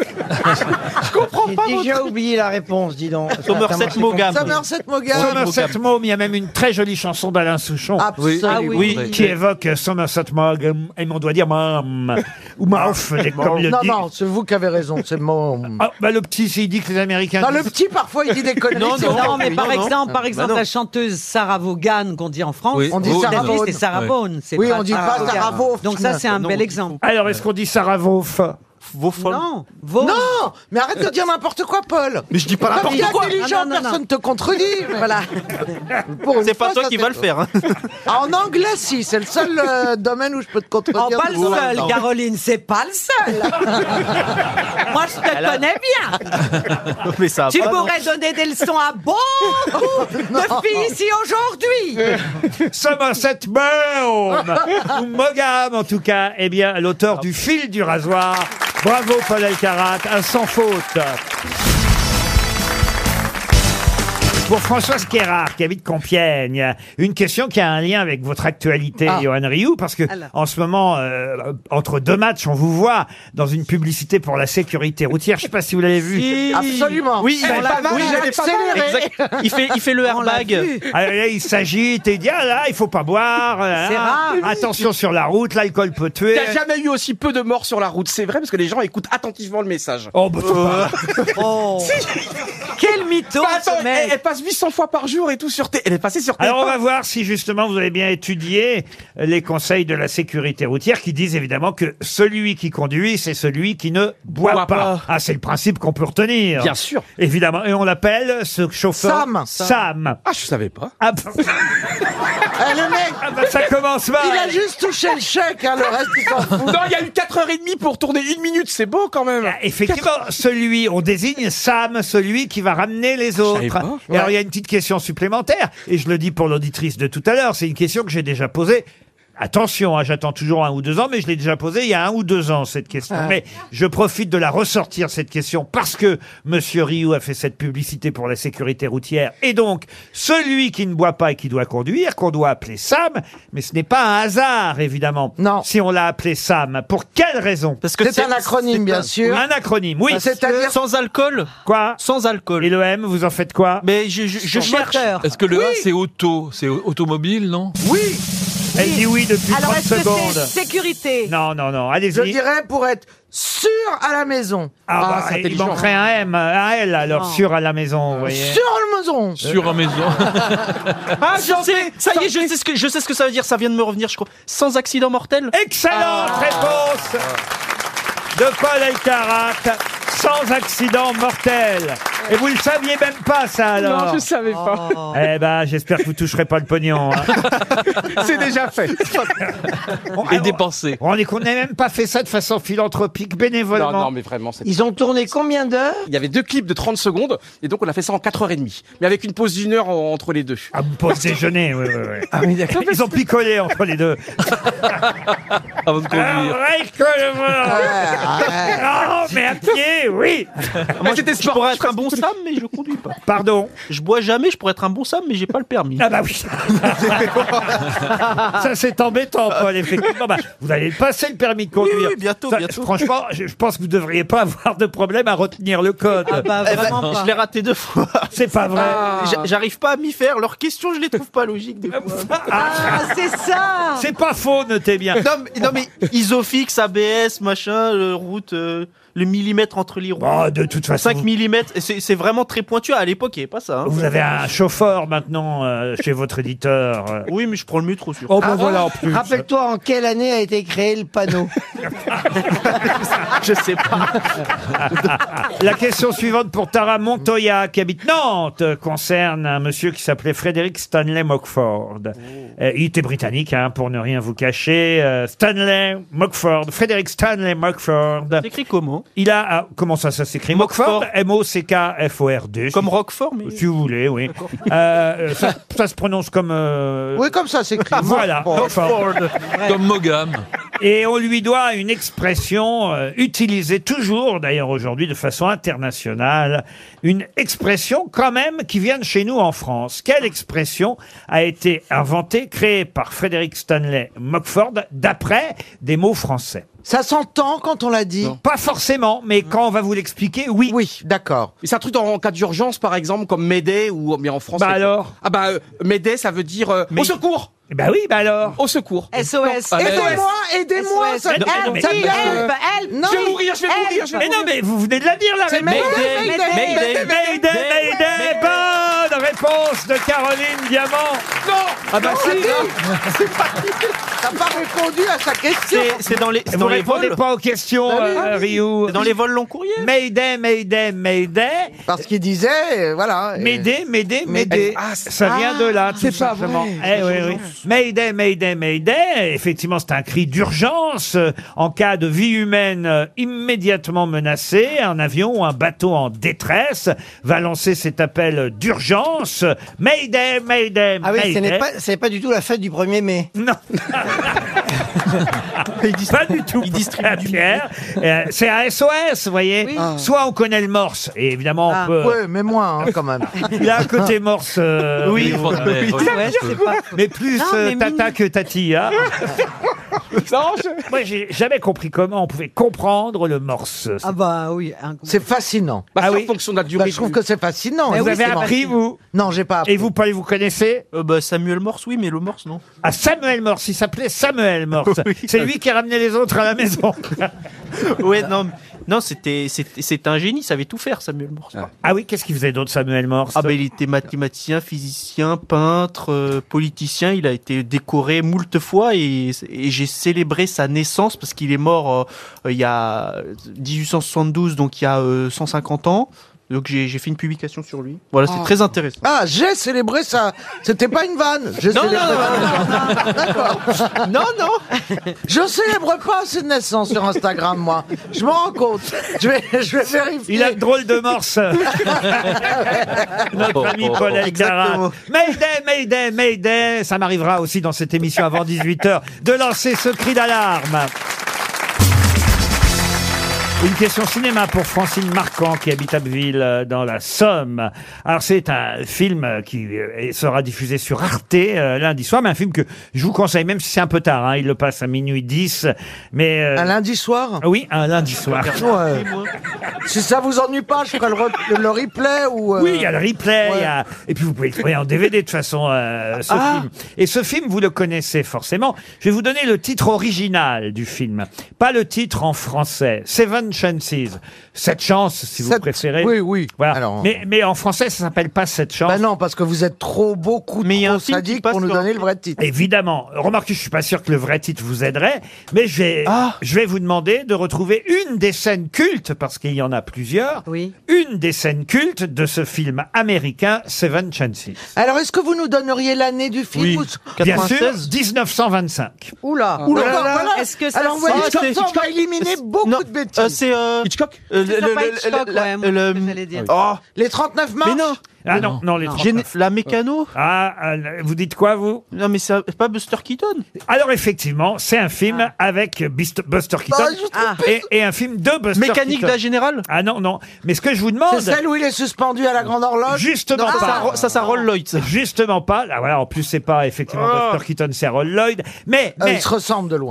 J'ai déjà oublié la réponse, dis donc. Somerset Maugham. Somerset Maugham. Somerset Maugham, il y a même une très jolie chanson d'Alain Souchon. Absolument. Ah oui. qui évoque Somerset Maugham, et on doit dire Maugham, ou Maugham, comme le Non, dit. non, c'est vous qui avez raison, c'est Moan. Ah, bah, le petit, il dit que les Américains... Non, le disent- petit, parfois, il dit des conneries. Non, c'est non, vrai. Non, mais oui, par non, non. exemple, par Bah exemple, non. la chanteuse Sarah Vaughan qu'on dit en France, Oui. On dit Oh, Sarah Sarah Vaughan. c'est Sarah Ouais. Vaughan. c'est Oui, on dit pas Vaughan. Sarah Vaughan. Donc ça, c'est un Non. bel exemple. Alors, est-ce qu'on dit Sarah Vaughan? Vaughan. Non, Vaughan. Non, mais arrête de dire n'importe quoi, Paul. Mais je dis pas Comme n'importe il est quoi. intelligent, Non, non, non, personne ne te contredit. mais- Voilà. Pour une C'est pas fois, toi ça, qui c'est vas le toi. faire. hein. Ah, en anglais, si, c'est le seul euh, domaine où je peux te Oh, contredire. pas le tout seul, temps. Caroline, c'est pas le seul. Moi, je te Elle a- connais bien. Mais ça va Tu pas, non. pourrais donner des leçons à beaucoup de filles ici aujourd'hui. Somerset Maugham, ou Maugham en tout cas, eh bien, l'auteur du Fil du rasoir. Bravo Paul Elkarat, un sans faute. Pour Françoise Kérard, qui habite Compiègne, une question qui a un lien avec votre actualité, Ah. Johan Rioux, parce que Alors. en ce moment, euh, entre deux matchs, on vous voit dans une publicité pour la sécurité routière. Je sais pas si vous l'avez vu. Absolument. Oui, Elle on est l'a- pas mal, oui, elle elle est accélérée. Exact. Il fait, il fait le On l'a airbag. vu. Ah, là, il s'agite et il dit ah là, il faut pas boire. là, C'est là. rare. Attention sur la route, l'alcool peut tuer. Il n'y a jamais eu aussi peu de morts sur la route. C'est vrai parce que les gens écoutent attentivement le message. Oh, bah, faut pas. Oh. Quel mytho, Bah, attends, ce mec. elle, elle passe huit cents fois par jour et tout sur T. Elle est passée sur T. Alors on va voir si justement vous avez bien étudié les conseils de la sécurité routière qui disent évidemment que celui qui conduit, c'est celui qui ne boit, Boit pas. pas. Ah, c'est le principe qu'on peut retenir. Bien sûr. Évidemment. Et on l'appelle, ce chauffeur... Sam. Sam. Ah, je savais pas. Ah, bah, Eh, le mec, ah bah, ça commence mal. il a juste touché le chèque, hein, le reste, il s'en fout. Non, il y a eu quatre heures trente pour tourner une minute. C'est beau quand même. Ah, effectivement, celui, on désigne Sam, celui qui va ramener les autres. savais pas. Et alors, il y a une petite question supplémentaire, et je le dis pour l'auditrice de tout à l'heure, c'est une question que j'ai déjà posée. Attention, hein, j'attends toujours un ou deux ans, mais je l'ai déjà posée il y a un ou deux ans, cette question. Mais je profite de la ressortir, cette question, parce que Monsieur Rioux a fait cette publicité pour la sécurité routière. Et donc, celui qui ne boit pas et qui doit conduire, qu'on doit appeler Sam, mais ce n'est pas un hasard, évidemment. Non. Si on l'a appelé Sam. Pour quelle raison? Parce que C'est un acronyme, bien sûr. Un acronyme, oui. C'est-à-dire- Sans alcool. Quoi? Sans alcool. Et le M, vous en faites quoi? Mais je, je, je Son cherche. moteur. Est-ce que le A, c'est auto? C'est au- automobile, non? Oui, Elle dit oui depuis Alors, trente est-ce que secondes. c'est sécurité? Non, non, non, je allez-y. dirais pour être sûr à la maison. Ah, bah, c'est il intelligent. manquerait un M, un L, alors Non. sûr à la maison, vous voyez. Sur le maison. Sur un maison. Ah, je sais. Ça y est, je sais ce que je sais ce que ça veut dire. Ça vient de me revenir, je crois. Sans accident mortel. Excellente réponse de Paul Elkarat. sans accident mortel. Et vous le saviez même pas, ça, alors? Non, je savais pas. Oh. Eh ben, j'espère que vous toucherez pas le pognon. Hein. C'est déjà fait. Et dépensé. On qu'on n'ait même pas fait ça de façon philanthropique, bénévolement. Non, non, mais vraiment, c'est... Ils ont tourné combien d'heures? Il y avait deux clips de trente secondes, et donc on a fait ça en quatre heures trente. Mais avec une pause d'une heure en- entre les deux. Ah, pause déjeuner, oui, oui, oui. Ah, oui, d'accord. Ils ont picolé entre les deux. Avant de conduire. Arrête que le volant. Non, mais à pied, oui. Moi, je, je pourrais être un bon Sam, mais je conduis pas. Pardon? Je bois jamais, je pourrais être un bon Sam, mais j'ai pas le permis. Ah bah oui. Ça, c'est embêtant, Paul, effectivement. Bah, vous allez passer le permis de conduire. Oui, oui, bientôt, Ça, bientôt. Franchement, je, je pense que vous devriez pas avoir de problème à retenir le code. Ah bah, vraiment pas. Je l'ai raté deux fois. C'est pas vrai. J'a- J'arrive pas à m'y faire. Leurs questions, je les trouve pas logiques des fois. Ah, c'est ça. C'est pas faux, notez bien. Non, mais, non, mais Isofix, A B S, machin, le route, euh, le millimètre entre les roues. Oh, de toute façon, cinq millimètres, c'est c'est vraiment très pointu. À l'époque, il n'y avait pas ça. Hein. vous avez un chauffeur maintenant euh, chez votre éditeur. euh. Oui, mais je prends le métro sur. Oh, ben voilà, en plus. Rappelle-toi en quelle année a été créé le panneau. Je sais pas. La question suivante pour Tara Montoya, qui habite Nantes, euh, concerne un monsieur qui s'appelait Frederick Stanley Mockford. Euh, il était britannique, hein, pour ne rien vous cacher. Euh, Stanley Mockford, Frederick Stanley Mockford. C'est écrit comment? Il a... ah, comment ça, ça s'écrit? Mockford. Mockford, M O C K F O R D. Comme Roquefort, mais. Si vous voulez, oui. Euh, ça, ça se prononce comme... euh, Oui, comme ça, c'est écrit. Voilà, Mockford. Comme Mogam. Et on lui doit une expression euh, utilisée toujours, d'ailleurs aujourd'hui, de façon internationale. Une expression quand même qui vient de chez nous en France. Quelle expression a été inventée, créée par Frederick Stanley Mockford, d'après des mots français? Ça s'entend quand on l'a dit? Pas forcément, mais quand on va vous l'expliquer, oui. Oui, d'accord. Et c'est un truc en, en cas d'urgence, par exemple, comme Mayday, ou mais en France. Bah c'est- alors Ah bah, euh, Mayday, ça veut dire euh, Mais- au secours. Eh ben oui, bah alors. Au secours. S O S. Ah, mais- Aidez-moi, aidez-moi, S O S. ça Mais non, help, mais- ça Help, me- help, help. Non, Je vais mourir, je vais mourir, je vais Mais non, mais vous venez de la dire, la C'est réponse. Mayday, Mayday, Mayday. Mayday, Mayday, Mayday. Bonne réponse de Caroline Diamant. Non. Ah bah si. T'as pas répondu à sa question. C'est c'est dans les, c'est Vous dans les répondez vols. pas aux questions, euh, Ryu. C'est dans les vols long courrier. Mayday, Mayday, Mayday. Parce qu'il disait, euh, voilà. euh, Mayday, Mayday, Mayday. Ah, Ça vient de là, tout c'est pas simplement. vrai. Eh oui, oui. Mayday, Mayday, Mayday. Effectivement, c'est un cri d'urgence euh, en cas de vie humaine euh, immédiatement menacée. Un avion ou un bateau en détresse va lancer cet appel d'urgence. Mayday, Mayday, Ah oui, ce Mayday. n'est pas, c'est pas du tout la fête du premier mai. Non. Pas du tout. Il distribue à Pierre. Euh, c'est un S O S, vous voyez. Ah. Soit on connaît le morse, et évidemment on Ah. peut. Ouais, mais moins, hein, quand même. Il a un côté morse. euh, Oui, oui, Fontenay, oui. Ouais, c'est pas. mais plus Non, euh, mais tata Mimi. que tati. Hein. Non, je- Moi, j'ai jamais compris comment on pouvait comprendre le morse. Ah bah oui. un- C'est fascinant. Bah, Ah c'est oui. en fonction de la Bah, durée. je trouve du- que c'est fascinant. vous Oui, avez c'est appris, fascinant. vous? Non, j'ai pas appris. Et vous, Paul, vous connaissez? Euh, bah, Samuel Morse, oui, mais le Morse, non. Ah, Samuel Morse. Il s'appelait Samuel Morse. Oui. C'est lui qui a ramené les autres à la maison. Ouais, non, non, c'était, c'était, c'était un génie, il savait tout faire, Samuel Morse. Ah oui, qu'est-ce qu'il faisait d'autre, Samuel Morse? Ah bah il était mathématicien, physicien, peintre, euh, politicien, il a été décoré moult fois et, et j'ai célébré sa naissance parce qu'il est mort euh, il y a dix-huit cent soixante-douze, donc il y a euh, cent cinquante ans. Donc j'ai, j'ai fait une publication sur lui. Voilà, c'est Ah. très intéressant. Ah, j'ai célébré ça. C'était pas une vanne. J'ai Non, célébré non, ça. D'accord. Non, non. Je célèbre pas ces naissances sur Instagram, moi. Je m'en rends compte. Je vais, je vais vérifier. Il a le drôle de morse. Notre ami Paul Elkarat. Mayday, Mayday, Mayday. Ça m'arrivera aussi dans cette émission avant dix-huit heures de lancer ce cri d'alarme. Une question cinéma pour Francine Marquand qui habite Abbeville euh, dans la Somme. Alors c'est un film euh, qui euh, sera diffusé sur Arte euh, lundi soir, mais un film que je vous conseille, même si c'est un peu tard, hein, il le passe à minuit dix. Mais euh, Un lundi soir. oui, un lundi soir. Ouais. Si ça vous ennuie pas, je ferai le, re- le replay ou. euh, Oui, il y a le replay, ouais. il y a... et puis vous pouvez le trouver en D V D de toute façon, euh, ce Ah. film. Et ce film, vous le connaissez forcément. Je vais vous donner le titre original du film, pas le titre en français. Seven Chances. Sept chances, si vous Sept- préférez. Oui, oui. Voilà. Alors- mais, mais en français, ça s'appelle pas Sept chances. Bah non, parce que vous êtes trop, beaucoup Mais il y a trop un film qui sadique passe pour nous sur- donner le vrai titre. Évidemment. Remarquez, je suis pas sûr que le vrai titre vous aiderait, mais je vais, Ah. je vais vous demander de retrouver une des scènes cultes, parce qu'il y en a plusieurs, Oui. une des scènes cultes de ce film américain, Seven Chances. Alors, est-ce que vous nous donneriez l'année du film Oui. ou... Bien sûr, quatre-vingt-seize. dix-neuf cent vingt-cinq. Oula. Oula, Oula. voilà. Est-ce que ça Alors, vous voyez, Ah, comme c'est ça, on Hitchcock. va éliminer beaucoup Non, de bêtises. euh, c'est euh, Hitchcock euh, C'est le- pas le- Hitchcock, le- la- ouais, moi, le- c'est ce que j'allais dire. Oh, Les trente-neuf marches. mais non. Ah non, non, les Non. Géné- trente-neuf. la mécano. Ah, ah, vous dites quoi, vous? Non, mais c'est pas Buster Keaton. Alors, effectivement, c'est un film avec Bist- Buster Keaton Ah, je Ah. et, et un film de Buster Mécanique de Keaton. la Générale. Ah non, non. Mais ce que je vous demande... C'est celle où il est suspendu à la grande horloge. Justement Ça, pas. ça, ça, ça Roll Lloyd. ça. Justement pas. Là, voilà, en plus, c'est pas effectivement Oh. Buster Keaton, c'est Harold Lloyd. Mais, Euh, mais... ils se ressemblent de loin.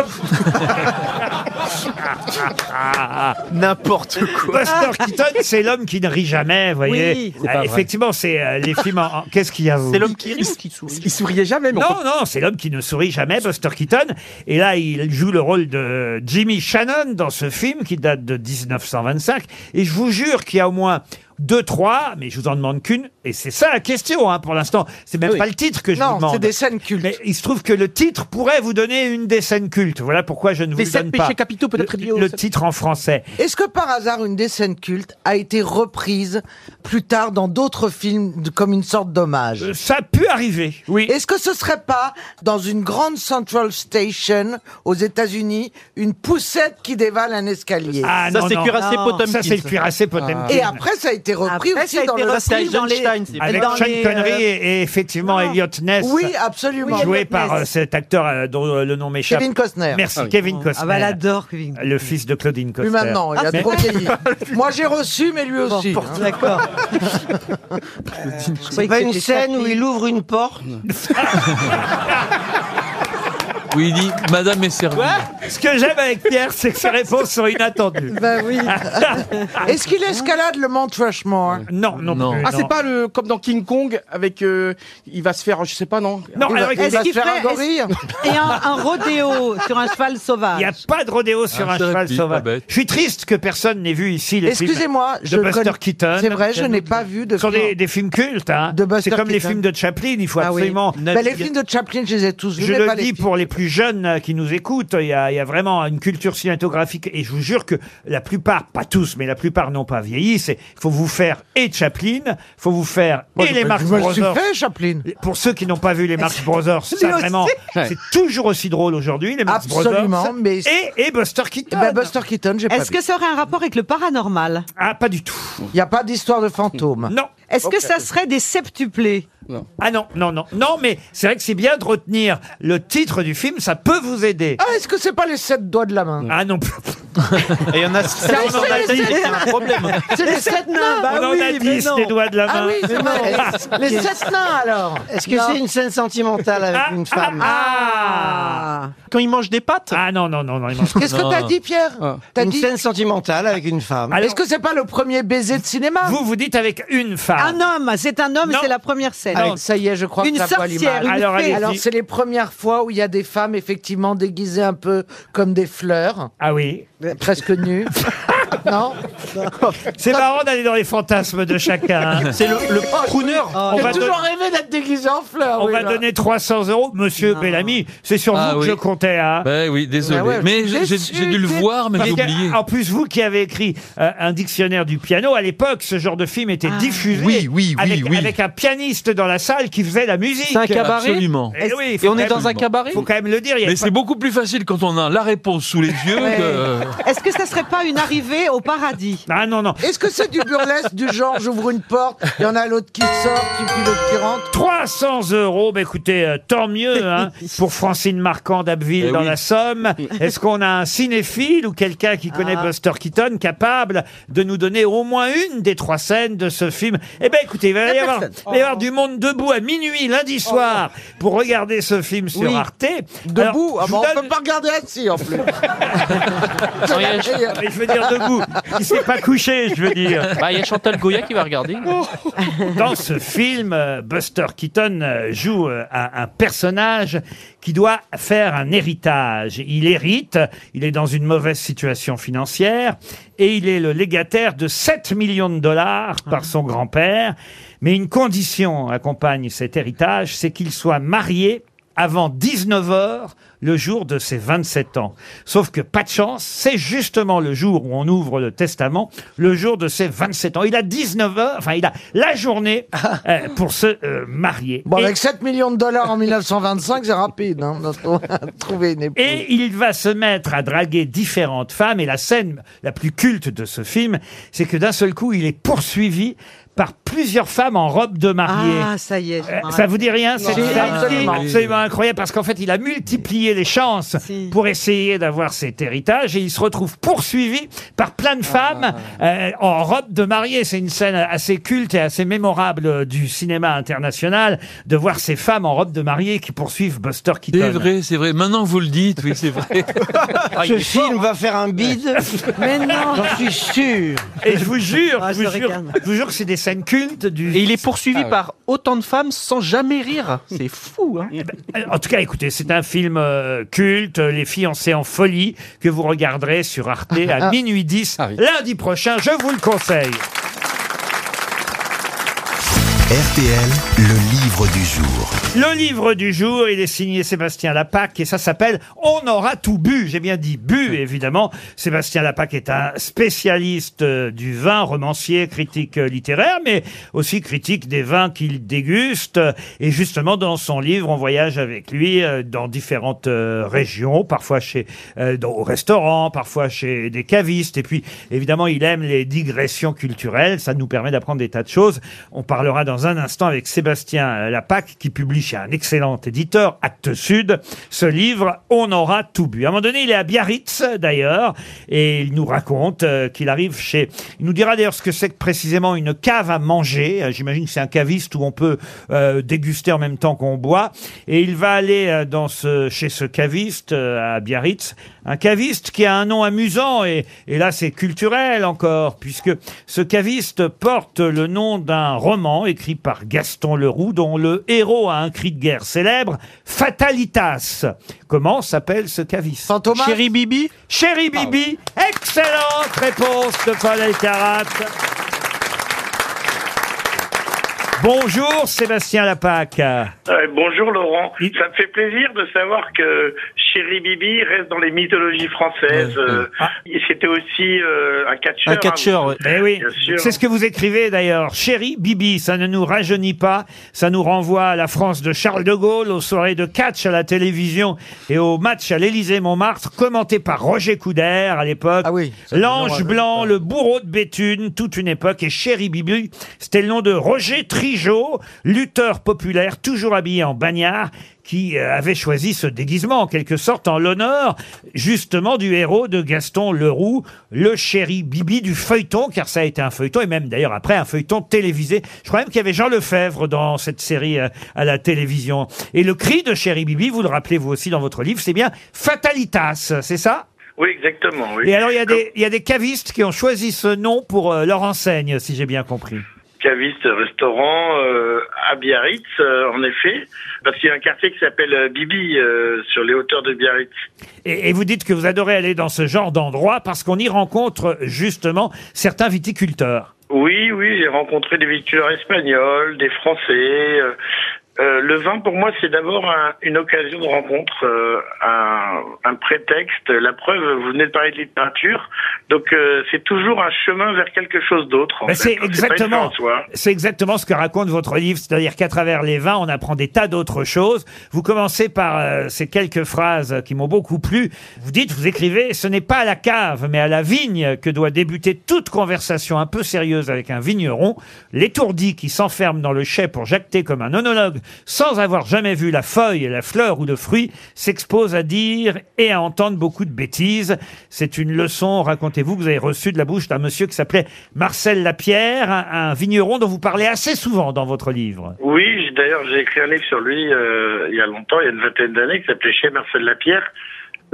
N'importe quoi. Buster Keaton, c'est l'homme qui ne rit jamais, vous voyez. Oui. C'est pas Euh, vrai. effectivement, c'est euh, les films en... en- Qu'est-ce qu'il y a, vous? C'est l'homme qui rit ou qui sourit? Il souriait jamais, mais on Non, non, c'est l'homme qui ne sourit jamais, Buster Keaton. Et là, il joue le rôle de Jimmy Shannon dans ce film qui date de dix-neuf cent vingt-cinq. Et je vous jure qu'il y a au moins deux, trois, mais je vous en demande qu'une. Et c'est ça la question, hein, pour l'instant. C'est même Oui. pas le titre que je vous Non, demande. c'est des scènes cultes. Mais il se trouve que le titre pourrait vous donner une des scènes cultes. Voilà pourquoi je ne vous Les le sept donne péchés pas. capitaux, peut-être le, liés aux le sept- titre en français. Est-ce que par hasard une des scènes cultes a été reprise plus tard dans d'autres films de- comme une sorte d'hommage? Euh, Ça a pu arriver, oui. Est-ce que ce serait pas dans une grande Central Station aux États-Unis une poussette qui dévale un escalier? Ah, Ça, non, c'est non. Cuirassé Non. Potemkin. Ça, c'est le cuirassé Potemkin. Et après, ça a été repris Après, aussi ça a dans été le repris C'est dans les- Eisenstein, c'est- Avec dans Sean les, Connery euh, et, et effectivement non. Elliot Ness. Oui, absolument. Oui, joué Elliot par Ness. euh, cet acteur euh, dont euh, le nom m'échappe. Kevin Costner. Merci, Ah oui. Kevin Costner. Ah bah, elle adore Kevin. Le fils de Claudine Costner. Plus maintenant, il a Mais- trop vieilli. Moi, j'ai reçu, mais lui aussi. Bon, hein. d'accord. C'est pas une scène où il ouvre une porte. Où il dit Madame est servie. Ce que j'aime avec Pierre, c'est que ses réponses sont inattendues. Bah oui. Est-ce qu'il escalade le mont Rushmore? Non, non, Non. plus, Ah, non. c'est pas le comme dans King Kong avec euh, il va se faire, je sais pas, non. Non, Il alors, va, il est-ce va qu'il se faire ferait- un gorille? Et un, un rodéo sur un cheval il sauvage. n'y a pas de rodéo sur Ah, un ça cheval réplique, sauvage. pas bête. Je suis triste que personne n'ait vu ici les films Excusez-moi, de je Buster connais- Keaton. C'est vrai, je n'ai pas vu de Ce sont film. des, des films cultes. Hein. De Buster c'est comme les Keaton. films de Chaplin. Il faut Ah oui. absolument... Bah, les films de Chaplin, je les ai tous vus. Je mais le pas les dis films. pour les plus jeunes euh, qui nous écoutent, il y, a, il y a vraiment une culture cinématographique et je vous jure que la plupart, pas tous, mais la plupart n'ont pas vieilli. C'est faut vous faire et Chaplin, faut vous faire Moi, et je- les Marx je me le suis Brothers. fait, Chaplin. Pour ceux qui n'ont pas vu les Marx Brothers, ça Lui aussi. vraiment, c'est toujours aussi drôle aujourd'hui, les Marx Absolument, Brothers. mais- Et, et Buster Keaton. Bah, Buster Keaton, j'ai pas Est-ce vu. que ça aurait un rapport avec le paranormal? Ah, pas du tout. Il n'y a pas d'histoire de fantôme. Non. Est-ce que ça serait des septuplés? Ah non, non, non. Non, mais c'est vrai que c'est bien de retenir le titre du film, ça peut vous aider. Ah, est-ce que c'est pas les sept doigts de la main? Ah non. Et il y en a sept c'est dans la les tête, sept- c'est un problème. C'est les sept nains. Bah On en oui, a mais dix non. des doigts de la main. Ah oui, c'est vrai. Les sept nains, alors. Est-ce que Non. c'est une scène sentimentale avec Ah, une ah, femme ah. Quand il mange des pâtes. Ah non, non, non, non. il mange- Qu'est-ce que Non. t'as dit, Pierre? Ah. T'as Une dit. scène sentimentale avec une femme. Alors, Est-ce que c'est pas le premier baiser de cinéma? vous, vous dites avec une femme. Un homme, c'est un homme, Non. c'est la première scène. Ah, ça y est, je crois Une que ça voit sorcière, l'image. une Alors, fée. allez-y. Alors, c'est les premières fois où il y a des femmes, effectivement, déguisées un peu comme des fleurs, Ah oui. presque nues. Non? C'est marrant d'aller dans les fantasmes de chacun. hein. C'est le, le crooner. On J'ai va, don- toujours rêvé d'être déguisé en fleurs. on oui, va là. donner trois cents euros. Monsieur Bellamy, c'est sur Ah vous que oui. je comptais. Hein. Ben oui, désolé. Ah ouais, mais j'ai j'ai su, j'ai dû le j'ai- voir, mais Parce j'ai que, oublié. en plus, vous qui avez écrit euh, un dictionnaire du piano, à l'époque, ce genre de film était diffusé Oui, oui, oui, avec, oui. avec un pianiste dans la salle qui faisait la musique. C'est un cabaret. Absolument. Et, oui, il Et faut on quand est même- dans un cabaret. faut quand même le dire. il y a Mais pas- c'est beaucoup plus facile quand on a la réponse sous les yeux que... Est-ce que ça serait pas une arrivée au paradis? Ah non, non. Est-ce que c'est du burlesque du genre j'ouvre une porte, il y en a l'autre qui sort, qui puis l'autre qui rentre? trois cents euros, bah écoutez, euh, tant mieux hein, pour Francine Marquand d'Abbeville Eh dans oui. la Somme. Est-ce qu'on a un cinéphile ou quelqu'un qui connaît Ah. Buster Keaton capable de nous donner au moins une des trois scènes de ce film? Eh ben écoutez, il va y avoir, il va y avoir du monde debout à minuit lundi soir pour regarder ce film sur Oui. Arte. Debout? Alors, Ah je bah, vous on donne- peut pas regarder assis en plus. Mais je veux dire debout vous, qui s'est pas couché, je veux dire. Bah, il y a Chantal Goya qui va regarder. Dans ce film, euh, Buster Keaton euh, joue euh, un, un personnage qui doit faire un héritage. Il hérite, il est dans une mauvaise situation financière et il est le légataire de sept millions de dollars par son grand-père. Mais une condition accompagne cet héritage, c'est qu'il soit marié avant dix-neuf heures le jour de ses vingt-sept ans. Sauf que pas de chance, c'est justement le jour où on ouvre le testament, le jour de ses vingt-sept ans. Il a dix-neuf heures, enfin il a la journée euh, pour se euh, marier. Bon, Et- avec sept millions de dollars en mille neuf cent vingt-cinq, c'est rapide, hein, de trouver une épouse. Et il va se mettre à draguer différentes femmes. Et la scène la plus culte de ce film, c'est que d'un seul coup, il est poursuivi par plusieurs femmes en robe de mariée. Ah, ça y est. je Euh, m'en Ça vous dit rien, Non. cette Si, scène absolument. absolument incroyable, parce qu'en fait, il a multiplié les chances pour essayer d'avoir cet héritage, et il se retrouve poursuivi par plein de femmes euh, en robe de mariée. C'est une scène assez culte et assez mémorable euh, du cinéma international, de voir ces femmes en robe de mariée qui poursuivent Buster Keaton. C'est vrai, c'est vrai. Maintenant que vous le dites, oui, c'est vrai. Ce film va faire un bide. Mais non. J'en suis sûr. Et je vous jure, Ah, je, vous je jure ricane. je vous jure que c'est des scènes cultes du... Et il est poursuivi Ah ouais. par autant de femmes sans jamais rire. C'est fou, hein. En tout cas, écoutez, c'est un film euh, culte, Les fiancés en folie, que vous regarderez sur Arte à minuit dix, lundi prochain, je vous le conseille. R T L, le livre du jour. Le livre du jour, il est signé Sébastien Lapaque et ça s'appelle « On aura tout bu ». J'ai bien dit « bu », évidemment. Sébastien Lapaque est un spécialiste euh, du vin, romancier, critique euh, littéraire, mais aussi critique des vins qu'il déguste. Et justement, dans son livre, on voyage avec lui euh, dans différentes euh, régions, parfois chez euh, dans- au restaurant, parfois chez des cavistes. Et puis, évidemment, il aime les digressions culturelles. Ça nous permet d'apprendre des tas de choses. On parlera dans un instant avec Sébastien Lapaque, qui publie chez un excellent éditeur, Actes Sud, ce livre « On aura tout bu ». À un moment donné, il est à Biarritz, d'ailleurs, et il nous raconte euh, qu'il arrive chez... Il nous dira d'ailleurs ce que c'est que précisément une cave à manger. Euh, J'imagine que c'est un caviste où on peut euh, déguster en même temps qu'on boit. Et il va aller euh, dans ce, chez ce caviste euh, à Biarritz, un caviste qui a un nom amusant, et, et là c'est culturel encore, puisque ce caviste porte le nom d'un roman écrit par Gaston Leroux, dont le héros a un cri de guerre célèbre, Fatalitas. Comment s'appelle ce caviste? Fantomas Chéri Bibi. Chéri Bibi. Excellente réponse de Paul Elkarat. Bonjour Sébastien Lapaque. Euh, bonjour Laurent, ça me fait plaisir de savoir que Chéri Bibi reste dans les mythologies françaises. Euh, et c'était aussi euh, un catcheur. Un catcheur, hein, oui. Eh oui, bien sûr. c'est ce que vous écrivez d'ailleurs. Chéri Bibi, ça ne nous rajeunit pas, ça nous renvoie à la France de Charles de Gaulle, aux soirées de catch à la télévision et aux matchs à l'Élysée-Montmartre, commentés par Roger Coudert à l'époque. L'ange blanc, le bourreau de Béthune, toute une époque. Et Chéri Bibi, c'était le nom de Roger Trigeau, lutteur populaire, toujours habillé en bagnard, qui euh, avait choisi ce déguisement, en quelque sorte, en l'honneur, justement, du héros de Gaston Leroux, le Chéri Bibi du feuilleton, car ça a été un feuilleton, et même d'ailleurs après un feuilleton télévisé. Je crois même qu'il y avait Jean Lefebvre dans cette série euh, à la télévision. Et le cri de Chéri Bibi, vous le rappelez vous aussi dans votre livre, c'est bien Fatalitas, c'est ça? Oui, exactement. Oui. Et alors, il y a des, il y a des cavistes qui ont choisi ce nom pour euh, leur enseigne, si j'ai bien compris. Caviste restaurant euh, à Biarritz, euh, en effet, parce qu'il y a un quartier qui s'appelle euh, Bibi euh, sur les hauteurs de Biarritz. Et, et vous dites que vous adorez aller dans ce genre d'endroit parce qu'on y rencontre justement certains viticulteurs. Oui, oui, j'ai rencontré des viticulteurs espagnols, des Français. Euh, euh, le vin, pour moi, c'est d'abord un- une occasion de rencontre, euh, un, un prétexte. La preuve, vous venez de parler de littérature, donc euh, c'est toujours un chemin vers quelque chose d'autre. en Ben, fait. c'est pas une exactement, fin en soi. c'est exactement ce que raconte votre livre, c'est-à-dire qu'à travers les vins, on apprend des tas d'autres choses. Vous commencez par euh, ces quelques phrases qui m'ont beaucoup plu. Vous dites, vous écrivez, ce n'est pas à la cave, mais à la vigne que doit débuter toute conversation un peu sérieuse avec un vigneron. L'étourdi qui s'enferme dans le chai pour jacter comme un onologue, sans avoir jamais vu la feuille, la fleur ou le fruit, s'expose à dire et à entendre beaucoup de bêtises. C'est une leçon, racontez-vous, que vous avez reçue de la bouche d'un monsieur qui s'appelait Marcel Lapierre, un, un vigneron dont vous parlez assez souvent dans votre livre. Oui, j'ai- d'ailleurs, j'ai écrit un livre sur lui euh, il y a longtemps, il y a une vingtaine d'années, qui s'appelait Chez Marcel Lapierre.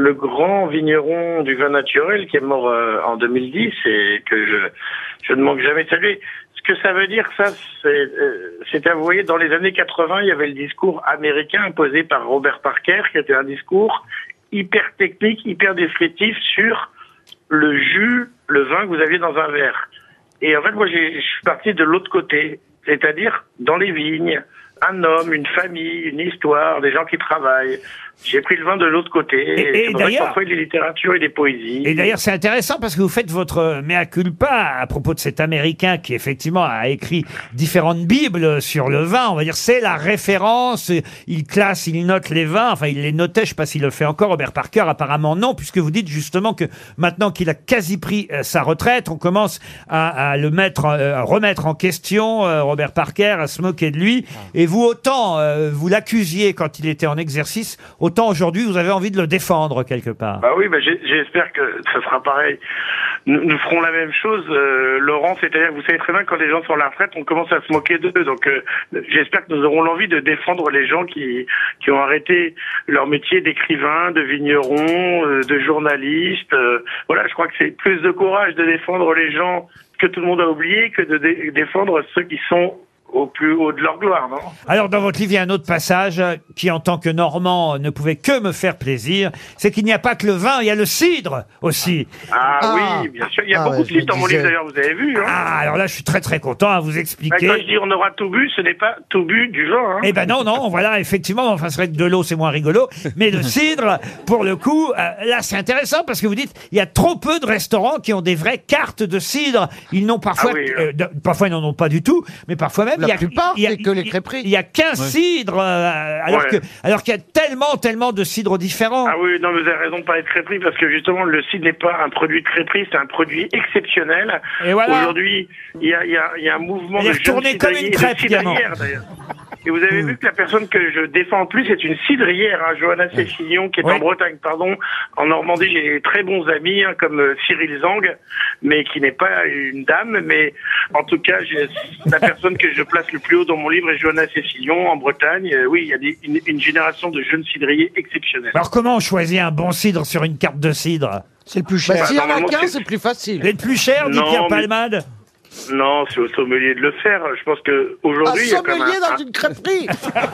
le grand vigneron du vin naturel qui est mort euh, en deux mille dix et que je, je ne manque jamais de saluer. Ce que ça veut dire, ça, c'est, euh, c'était, vous voyez, dans les années quatre-vingts, il y avait le discours américain imposé par Robert Parker, qui était un discours hyper technique, hyper descriptif sur le jus, le vin que vous aviez dans un verre. Et en fait, moi, j'ai, je suis parti de l'autre côté, c'est-à-dire dans les vignes, un homme, une famille, une histoire, des gens qui travaillent. J'ai pris le vin de l'autre côté. Et- Et, et c'est pour ça que d'ailleurs- parfois, il y a des littératures et des poésies. Et d'ailleurs, c'est intéressant parce que vous faites votre mea culpa à propos de cet Américain qui, effectivement, a écrit différentes bibles sur le vin. On va dire, c'est la référence. Il classe, il note les vins. Enfin, il les notait. Je sais pas s'il le fait encore. Robert Parker, apparemment, non, puisque vous dites justement que maintenant qu'il a quasi pris euh, sa retraite, on commence à, à le mettre, euh, à remettre en question, euh, Robert Parker, à se moquer de lui. Et vous, autant euh, vous l'accusiez quand il était en exercice, autant aujourd'hui, vous avez envie de le défendre quelque part. Bah oui, bah j'ai- j'espère que ça sera pareil. Nous, nous ferons la même chose, euh, Laurent, c'est-à-dire que vous savez très bien que quand les gens sont à la retraite, on commence à se moquer d'eux. Donc euh, j'espère que nous aurons l'envie de défendre les gens qui, qui ont arrêté leur métier d'écrivain, de vigneron, euh, de journaliste. Euh, voilà, je crois que c'est plus de courage de défendre les gens que tout le monde a oubliés que de dé- défendre ceux qui sont au plus haut de leur gloire, non? Alors, dans votre livre, il y a un autre passage euh, qui, en tant que Normand, ne pouvait que me faire plaisir. C'est qu'il n'y a pas que le vin, il y a le cidre aussi. Ah, Ah. oui, bien sûr. Il y a Ah beaucoup ouais, de je me sites dans mon disais. livre, d'ailleurs, vous avez vu. Hein. Ah, alors là, je suis très très content à vous Bah, expliquer. quand je dis on aura tout bu, ce n'est pas tout bu du genre. Hein. Eh ben non, non, voilà, effectivement, enfin, c'est vrai que de l'eau, c'est moins rigolo, mais le cidre, pour le coup, euh, là, c'est intéressant parce que vous dites, il y a trop peu de restaurants qui ont des vraies cartes de cidre. Ils n'ont parfois, Ah oui, euh, de- parfois ils n'en ont pas du tout, mais parfois même, La il y a, plupart, il y a- c'est que les il- crêperies. Il y a quinze Ouais. cidres, euh, alors Ouais. que, alors qu'il y a tellement, tellement de cidres différents. Ah oui, non, vous avez raison de parler de crêperie parce que justement, le cidre n'est pas un produit de crêperie, c'est un produit exceptionnel. Et voilà. Aujourd'hui, il y a, il y, a, il y a un mouvement Elle est de jeunes retournée comme cidriers une et de crêpe, Diamant. cidrières, d'ailleurs. Et vous avez vu que la personne que je défends en plus est une cidrière, hein, Johanna Cécilion, qui est Oui. en Bretagne, pardon. En Normandie, j'ai des très bons amis, hein, comme euh, Cyril Zang, mais qui n'est pas une dame. Mais en tout cas, j'ai- la personne que je place le plus haut dans mon livre est Johanna Cécilion, en Bretagne. Euh, oui, il y a des- une, une génération de jeunes cidriers exceptionnels. Alors comment on choisit un bon cidre sur une carte de cidre? C'est le plus Bah, cher. s'il y en a normalement, qu'un, c'est- c'est plus facile. Les plus chers, dit Non, Pierre mais- Palmade. Non, c'est au sommelier de le faire. Je pense que Un aujourd'hui, il y a comme sommelier un, dans une crêperie.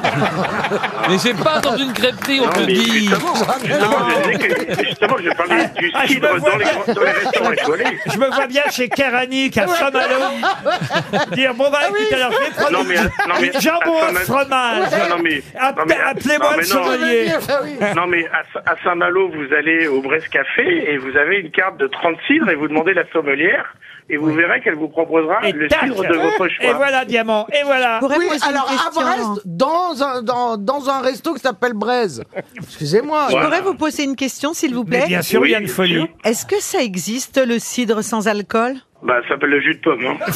Mais c'est pas dans une crêperie, on Non, te mais dit. justement, justement, je disais que- justement, je parlais du Ah, je cidre me vois dans les, bien. dans les restaurants étoilés. Je me vois bien chez Keranic à Saint-Malo dire bon bah écoutez alors je vais prendre Non, mais- non, mais- une jambon à au Saint-Malo- fromage. Non, mais- Appe- non, mais- Appelez-moi non, le mais non. sommelier. Non, mais à, Sa- à Saint-Malo, vous allez au Brest Café et vous avez une carte de trente cidres et vous demandez la sommelière et vous verrez qu'elle vous proposera Et le tac. cidre de votre choix. Et voilà Diamant. Et voilà. Pourrais Oui, poser une alors à question Brest, dans un, dans, dans un resto qui s'appelle Braise. Excusez-moi. Je Voilà. pourrais vous poser une question, s'il vous Mais plaît bien sûr, Oui, il y a une bien folie. sûr. Est-ce que ça existe, le cidre sans alcool? Bah, ça s'appelle le jus de pomme. Hein.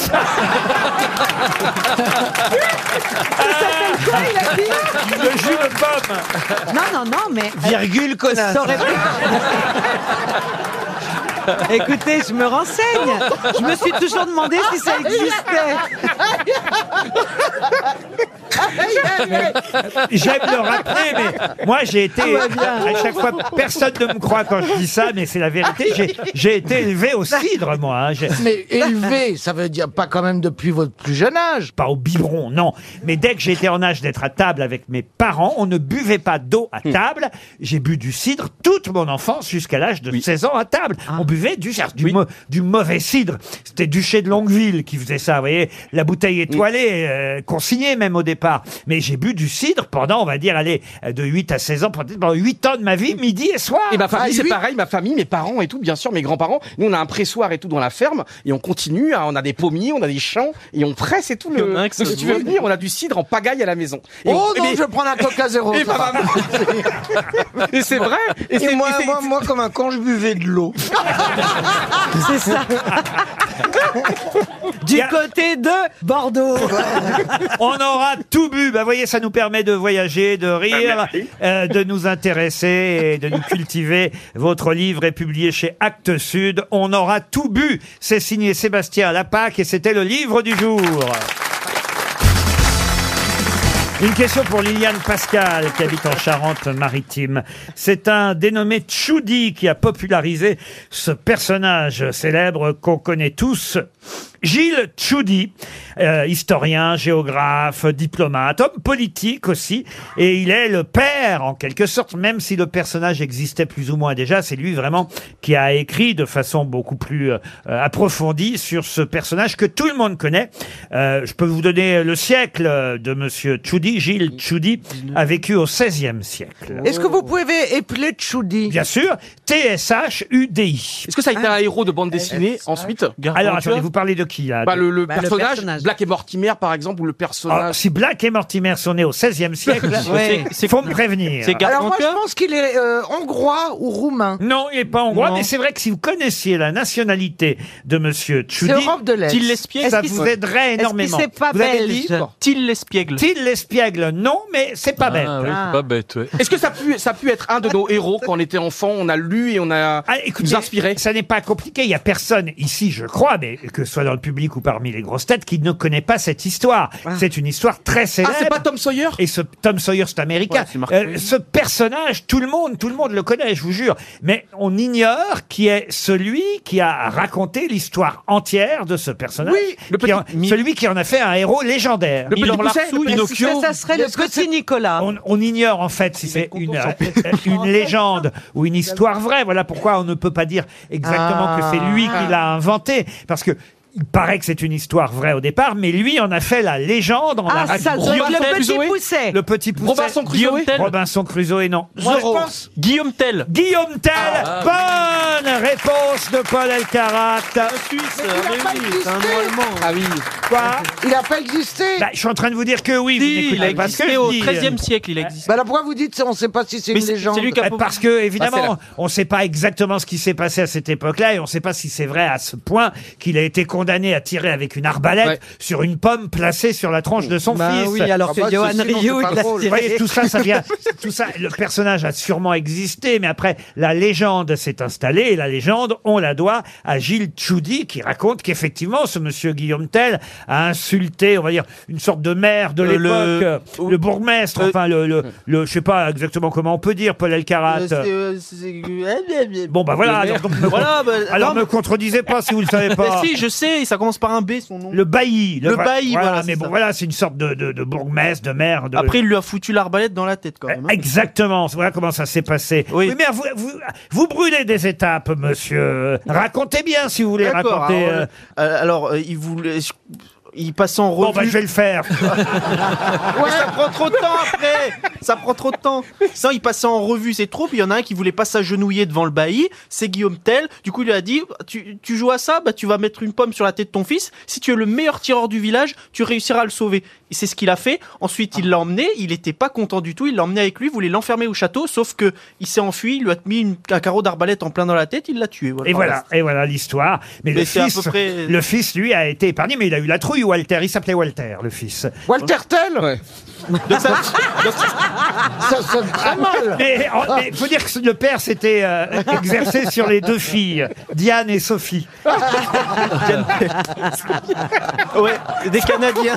Le jus de pomme. Non, non, non, mais... Virgule, connasse. Ça aurait pu- Écoutez, je me renseigne. Je me suis toujours demandé si ça existait. J'aime le rappeler, mais moi j'ai été à chaque fois personne ne me croit quand je dis ça, mais c'est la vérité. J'ai j'ai été élevé au cidre, moi. hein. J'ai- Mais élevé, ça veut dire pas quand même depuis votre plus jeune âge. Pas au biberon, non. Mais dès que j'étais en âge d'être à table avec mes parents, on ne buvait pas d'eau à table. J'ai bu du cidre toute mon enfance jusqu'à l'âge de seize ans à table. On buvait du, du, mo- du mauvais cidre. C'était Duché de Longueville qui faisait ça, vous voyez. La bouteille étoilée, euh, consignée même au départ. Mais j'ai bu du cidre pendant, on va dire, allez, de huit à seize ans, peut-être pendant huit ans de ma vie, midi et soir. Et ma famille, Ah, c'est oui. pareil, ma famille, mes parents et tout, bien sûr, mes grands-parents. Nous, on a un pressoir et tout dans la ferme, et on continue, hein, on a des pommiers, on a des champs, et on presse et tout. Il y Le... en a un qui Donc, se si tu veux voit. venir, on a du cidre en pagaille à la maison. Et Oh on- non, mais- je vais prendre un coca zéro. Et ça ma va. maman- Et c'est vrai. Et, Et c'est- moi, et c'est- moi, moi, comme un con, je buvais de l'eau. C'est ça. Du Y a- côté de Bordeaux. On aura tout bu. Bah, voyez, ça nous permet de voyager, de rire, Bah, merci. euh, de nous intéresser et de nous cultiver. Votre livre est publié chez Actes Sud. On aura tout bu. C'est signé Sébastien Lapac et c'était le livre du jour. Une question pour Liliane Pascal, qui habite en Charente-Maritime. C'est un dénommé Tchoudi qui a popularisé ce personnage célèbre qu'on connaît tous. Gilles Tchoudi, euh, historien, géographe, diplomate, homme politique aussi, et il est le père, en quelque sorte, même si le personnage existait plus ou moins déjà, c'est lui vraiment qui a écrit de façon beaucoup plus euh, approfondie sur ce personnage que tout le monde connaît. Euh, je peux vous donner le siècle de monsieur Tchoudi. Gilles Tchoudi a vécu au seizième siècle. Est-ce que vous pouvez épeler Tchoudi? Bien sûr, T S H U D I. Est-ce que ça a été un héros de bande dessinée ensuite? Alors attendez, vous parlez de qui là? Bah, le, le, Bah, le personnage, personnage. Black et Mortimer par exemple, ou le personnage. Alors, si Black et Mortimer sont nés au seizième siècle, Ouais. c'est faut me prévenir. C'est Alors moi je Gargantua pense qu'il est euh, hongrois ou roumain. Non, il n'est pas hongrois, Non. mais c'est vrai que si vous connaissiez la nationalité de monsieur C'est Tchoudi, Europe de l'Est. Till l'espiègle. ça Est-ce qu'il vous c'est- aiderait énormément. Est-ce que c'est pas vous avez belge dit Till l'espiègle. Till l'espiègle, non, mais c'est pas bête. Ah oui, Ah. c'est pas bête, ouais. Est-ce que ça a, pu, ça a pu être un de nos héros quand on était enfant, on a lu et on a Ah, écoutez, nous inspiré? ça n'est pas compliqué. Il y a personne ici, je crois, mais que ce soit dans le public ou parmi les grosses têtes, qui ne connaît pas cette histoire. C'est une histoire très Ah, célèbre. c'est pas Tom Sawyer? Et ce Tom Sawyer, c'est américain. Ouais, c'est Mark Euh, Twain. ce personnage, tout le monde, tout le monde le connaît, je vous jure. Mais on ignore qui est celui qui a raconté l'histoire entière de ce personnage. Oui, le qui petit- en- celui qui en a fait un héros légendaire. Le petit Milord pousset, Larsouille, le Est-ce Pinocchio. que ça serait le Est-ce que petit Nicolas? On, on ignore en fait si c'est une, euh, une légende ou une histoire vraie. Voilà pourquoi on ne peut pas dire exactement que c'est lui qui l'a inventé. Parce que il paraît que c'est une histoire vraie au départ, mais lui en a fait la légende en la Ah, ça racontant. doit être Guillaume le petit Crusoe pousset. Le petit pousset. Robinson Crusoe. Guillaume Tell. Robinson Crusoe, non. Moi, je Zorro. pense- Guillaume Tell. Guillaume Tell. Bonne réponse de Paul Elkarat. Suisse. il a pas oui, c'est un nom existé. allemand. Ah oui. Quoi? Il n'a pas existé. Bah, je suis en train de vous dire que oui. vous Si, n'écoutez il a pas ce que existé je au dis. treizième siècle, il a existé. Bah alors pourquoi vous dites ça? On ne sait pas si c'est Mais une c'est- légende. c'est lui qui a- Euh, Parce que, évidemment, Ah, c'est on ne sait pas exactement ce qui s'est passé à cette époque-là et on ne sait pas si c'est vrai à ce point qu'il a été condamné à tirer avec une arbalète Ouais. sur une pomme placée sur la tronche de son Bah fils. oui, alors Ah que bah, Johan sinon, c'est Rioux, pas il l'a drôle. Vous tiré. voyez, tout ça, ça vient. Tout ça, le personnage a sûrement existé, mais après, la légende s'est installée et la légende, on la doit à Gilles Tchoudi qui raconte qu'effectivement, ce monsieur Guillaume Tell a insulté, on va dire, une sorte de maire de Euh, l'époque, le- euh, le, bourgmestre, Euh, enfin, le, le, le- je sais pas exactement comment on peut dire, Paul Elkarat. Bon, bah voilà. Le maire. alors, donc, me- Voilà, bah, alors non, me contredisez pas si vous le savez mais pas. si, je sais, ça commence par un B, son nom. Le bailli. Le bailli, voilà, mais c'est bon, ça. voilà, c'est une sorte de, de, de bourgmestre, de maire. De... Après, il lui a foutu l'arbalète dans la tête, quand même. hein. Exactement, voilà comment ça s'est passé. Oui. mais vous, vous, vous brûlez des étapes, monsieur. Racontez bien si vous voulez D'accord, raconter. alors, euh, euh, alors, euh, il voulait... Il passait en revue. Bon, bah, je vais le faire. Ouais, ça prend trop de temps après. Ça prend trop de temps. Ça, il passait en revue ses troupes. Il y en a un qui voulait pas s'agenouiller devant le bailli. C'est Guillaume Tell. Du coup, il lui a dit, tu, tu joues à ça, bah, tu vas mettre une pomme sur la tête de ton fils. Si tu es le meilleur tireur du village, tu réussiras à le sauver. Et c'est ce qu'il a fait. Ensuite, il l'a emmené. Il était pas content du tout. Il l'a emmené avec lui. Il voulait l'enfermer au château. Sauf que il s'est enfui. Il lui a mis une- un carreau d'arbalète en plein dans la tête. Il l'a tué. Voilà. Et voilà, et voilà l'histoire. Mais, Mais le c'est à fils, peu près- le fils, lui, a été épargné, mais il a eu la trouille, Walter. Il s'appelait Walter, le fils. Walter Tell. Ouais. Donc ça- Ça sonne très mal. Mais il faut dire que le père s'était euh, exercé sur les deux filles, Diane et Sophie. Ouais, des Canadiens.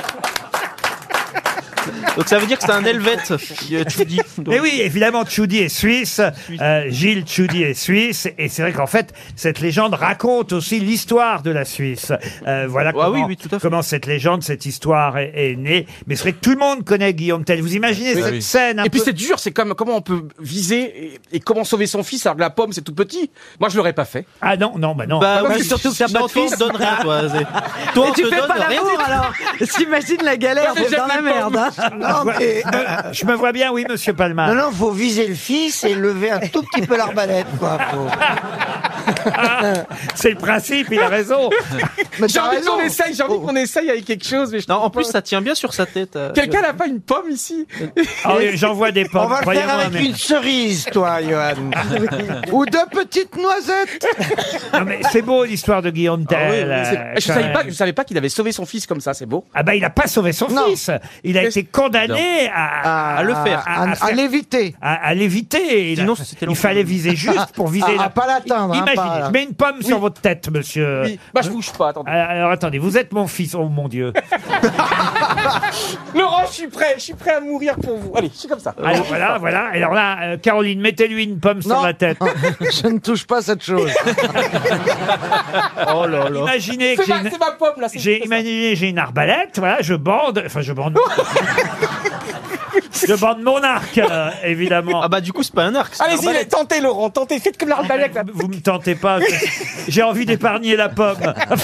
Donc ça veut dire que c'est un Helvète, euh, Tchoudi. Donc- Mais oui, évidemment, Tchoudi est suisse, euh, Gilles Tchoudi est suisse, et c'est vrai qu'en fait, cette légende raconte aussi l'histoire de la Suisse. Euh, voilà Ah comment, oui, oui, tout à fait. comment cette légende, cette histoire est, est née. Mais c'est vrai que tout le monde connaît Guillaume Tell. Vous imaginez Oui. cette Oui. scène un Et puis peu- c'est dur, c'est comme comment on peut viser et, et comment sauver son fils alors que la pomme c'est tout petit. Moi je l'aurais pas fait. Ah non, non, bah non. Bah Parce oui, que surtout que t'as si- pas de sinon, fils, donne rien, toi. C'est- Toi, on Et tu te fais donne pas rien l'amour du tout. alors. T'imagines la galère, Moi, t'es dans la j'aime les merde. pommes. hein. Non, mais, Je me vois bien, oui, monsieur Palma. non, non, faut viser le fils et lever un tout petit peu l'arbalète, quoi. Faut- C'est le principe, il a raison. Mais J'ai t'as envie raison. qu'on essaye, j'ai envie qu'on essaye avec quelque chose. Mais je... Non, en plus, ça tient bien sur sa tête. euh. Quelqu'un n'a pas une pomme ici? Ah oui, j'en vois des On pommes, va le faire croyez-moi. avec Mais... une cerise, toi, Johan. Ou deux petites noisettes. Non, mais c'est beau l'histoire de Guillaume Tell. Ah oui, oui, c'est- euh, je quand savais même. pas, je savais pas qu'il avait sauvé son fils comme ça, c'est beau. Ah bah il a pas sauvé son Non. fils. Il a Qu'est-ce- été condamné condamné à, À le faire. à, À- à l'éviter. À, à l'éviter. Il, Sinon, a- c'était il l'enfer. fallait viser juste pour viser Ah, la... pas l'atteindre, hein, Imaginez, pas- je mets une pomme sur votre tête, monsieur. Oui. Bah, je bouge pas, attendez. Euh, Alors attendez, vous êtes mon fils, oh mon Dieu. Laurent, je suis prêt, je suis prêt à mourir pour vous. Allez, je suis comme ça. Alors voilà, voilà. Alors là, euh, Caroline, mettez-lui une pomme sur Non. la tête. Je ne touche pas cette chose. Oh là là. Imaginez que C'est j'ai ma, une... c'est ma pomme, là. c'est- J'ai c'est ça. imaginé, j'ai une arbalète, voilà, je bande, enfin je bande, je bande mon arc, euh, évidemment. Ah bah du coup c'est pas un arc. c'est une Allez-y, arbalète. allez, tentez, Laurent, tentez, faites comme l'arbalète. là. Vous me tentez pas, j'ai envie d'épargner la pomme.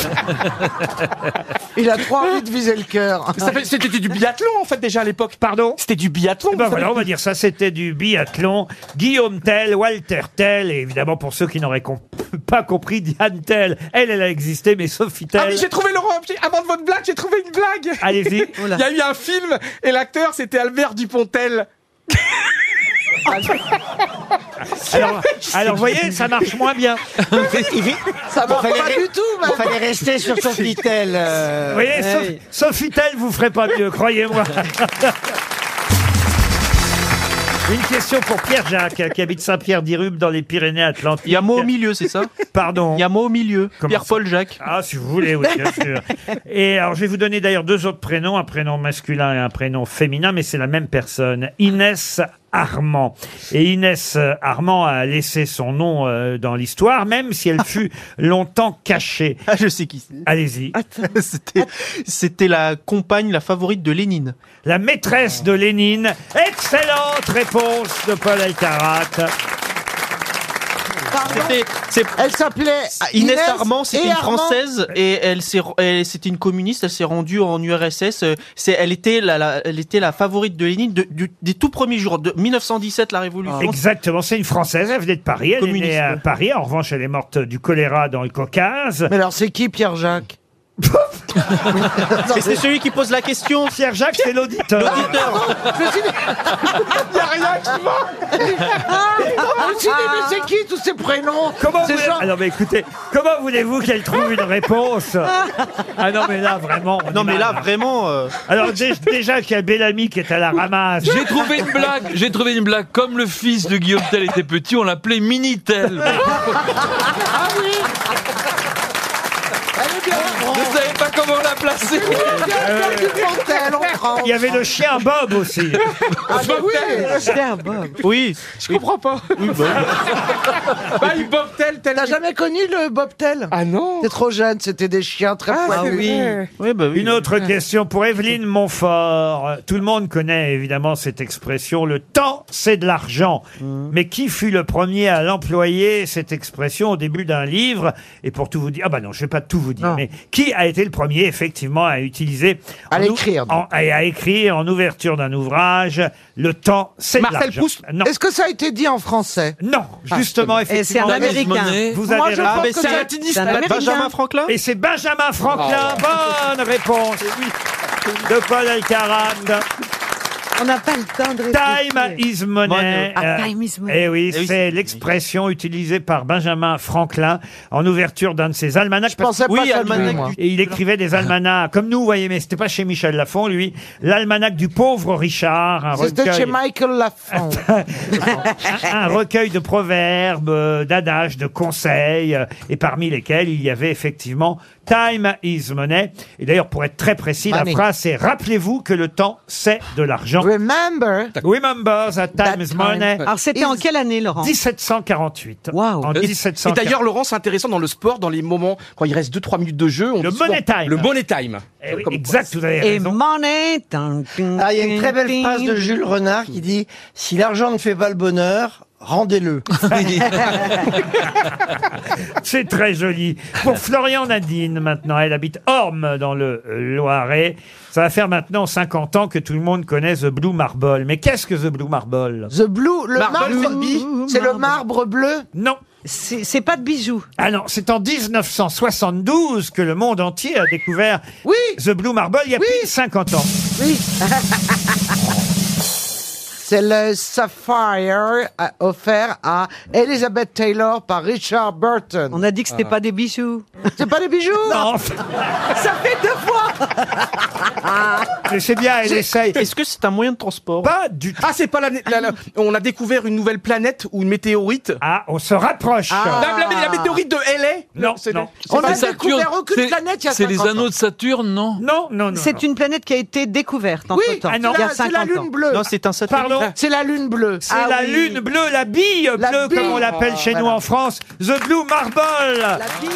Il a trop envie de viser le cœur. Ça fait- C'était du biathlon, en fait, déjà à l'époque. Pardon. C'était du biathlon. Eh ben vous savez. voilà, on va dire ça, c'était du biathlon. Guillaume Tell, Walter Tell, et évidemment pour ceux qui n'auraient com- pas compris, Diane Tell, elle, elle a existé, mais Sophie Tell... Ah oui, j'ai trouvé Laurent, j'ai- avant de votre blague, j'ai trouvé une blague. Allez-y. Il y a eu un film et l'acteur c'était Albert Dupontel. Alors, alors, vous voyez, ça marche moins bien. Ça marche fallait- pas du tout, Il même. fallait rester sur Sofitel. Vous voyez, Sophie, Sophie Tell vous ferait pas mieux, croyez-moi. Une question pour Pierre-Jacques, qui habite Saint-Pierre-d'Irube dans les Pyrénées-Atlantiques. Il y a mot au milieu, c'est ça? Pardon. Il y a mot au milieu. Comment Pierre-Paul Jacques. Ah, si vous voulez, oui, bien sûr. Et alors, je vais vous donner d'ailleurs deux autres prénoms, un prénom masculin et un prénom féminin, mais c'est la même personne. Inès Armand. Et Inès Armand a laissé son nom euh, dans l'histoire, même si elle fut longtemps cachée. Ah, je sais qui c'est. Allez-y. C'était, c'était la compagne, la favorite de Lénine. La maîtresse de Lénine. Excellente réponse de Paul Elkarat. C'était, c'est, Elle s'appelait Inès Armand, c'était et une Armand. Française et elle s'est, elle, c'était une communiste. Elle s'est rendue en U R S S. euh, C'est, elle était la, la- elle était la favorite de Lénine de- du- des tout premiers jours de mille neuf cent dix-sept, la Révolution. Exactement, c'est une Française, elle venait de Paris, elle est Communiste, née à ouais. Paris, en revanche elle est morte du choléra dans le Caucase. Mais alors, c'est qui Pierre-Jacques? Et c'est celui qui pose la question. Pierre-Jacques, c'est l'auditeur. L'auditeur. Je me suis dit, Y a rien qui va. je me suis dit, mais c'est qui tous ces prénoms? Comment C'est voulez... genre- Ah non mais écoutez, comment voulez-vous qu'elle trouve une réponse? Ah non mais là vraiment... on Non est mais là mal. vraiment. euh, Alors dé- déjà qu'il y a Bellamy qui est à la ramasse. J'ai trouvé une blague, j'ai trouvé une blague. Comme le fils de Guillaume Tell était petit, on l'appelait Minitel. Ah oui. Elle est bien. Je savais pas comment la placer. Bien, bien du Fontaine, on prend. Il y avait le chien Bob aussi. Ah bah oui. C'était un Bob. Oui. Je comprends pas. Bah, il Bob tel, tel. T'as jamais connu le bobtail? Ah non. T'es trop jeune, c'était des chiens très Ah, poilus. c'est vrai. Oui, bah oui. Une autre question pour Evelyne Montfort. Tout le monde connaît évidemment cette expression, le temps c'est de l'argent. Mais qui fut le premier à l'employer, cette expression, au début d'un livre? Et pour tout vous dire, ah bah non, je vais pas tout vous dire, Non. mais qui a été le premier effectivement à utiliser, À en l'écrire, ou- en- et à écrire en ouverture d'un ouvrage, le temps c'est de Marcel l'argent. Proust. Non, Est-ce que ça a été dit en français? non, justement, Et c'est effectivement. un Américain. Vous Moi, avez je raison. pense mais que c'est c'est- C'est un Américain. Benjamin Franklin. Et c'est Benjamin Franklin. Bonne réponse de Paul Alcarat. On n'a pas le temps de Time réfléchir. is money. Ah, Euh, time is money. Eh oui, Eh oui, c'est c'est- l'expression utilisée par Benjamin Franklin en ouverture d'un de ses almanachs. Je pensais Oui, pas ça de almanach lui, moi. du- Et il écrivait des almanachs comme nous, vous voyez, mais c'était pas chez Michel Lafon, lui. L'almanach du pauvre Richard, un C'était recueil, chez Michael Lafon. un recueil de proverbes, euh, d'adages, de conseils, euh, et parmi lesquels il y avait effectivement Time is money. Et d'ailleurs, pour être très précis, Money. la phrase c'est rappelez-vous que le temps c'est de l'argent. Remember. Remember that time That is time. money. Alors c'était en quelle année, Laurent? dix-sept cent quarante-huit. Waouh. En Et, dix-sept cent et d'ailleurs, Laurent, c'est intéressant dans le sport, dans les moments quand il reste deux trois minutes de jeu. On Le dit souvent- money time. Le money time. Eh oui, Comme exact, vous avez Et raison. money. tin, tin, Ah, il y a une très belle tin, phrase de Jules Renard qui dit « Si l'argent ne fait pas le bonheur, rendez-le. C'est très joli. Pour Florian Nadine, maintenant, elle habite Orme, dans le euh, Loiret. Ça va faire maintenant cinquante ans que tout le monde connaît The Blue Marble. Mais qu'est-ce que The Blue Marble? The Blue, le Marble, marbre, Frisbee. c'est le marbre bleu. Non. C'est c'est pas de bijoux. Ah non, c'est en dix-neuf cent soixante-douze que le monde entier a découvert Oui. The Blue Marble, il y a Oui. pile cinquante ans. Oui. C'est le Sapphire euh, offert à Elizabeth Taylor par Richard Burton. On a dit que c'était pas des bijoux. C'est pas des bijoux? Non. Ça fait deux fois. Mais c'est bien, elle essaye. Est-ce que c'est un moyen de transport? Pas du tout. Ah, c'est pas la, la- la- on a découvert une nouvelle planète ou une météorite. Ah, on se rapproche. La, la- la météorite de L A? Non, c'est non. c'est On pas a Saturne. découvert aucune C'est- planète il y a C'est les cinquante anneaux ans. de Saturne, non? Non, non, non. C'est une planète qui a été découverte entre Oui, temps. ah non, il y a c'est la cinquante ans. lune bleue. Non, c'est un satellite. Pardon. C'est la lune bleue. C'est Ah la oui. lune bleue, la bille La bleue, bille. comme on l'appelle Oh, chez nous voilà. en France. The Blue Marble. La bille.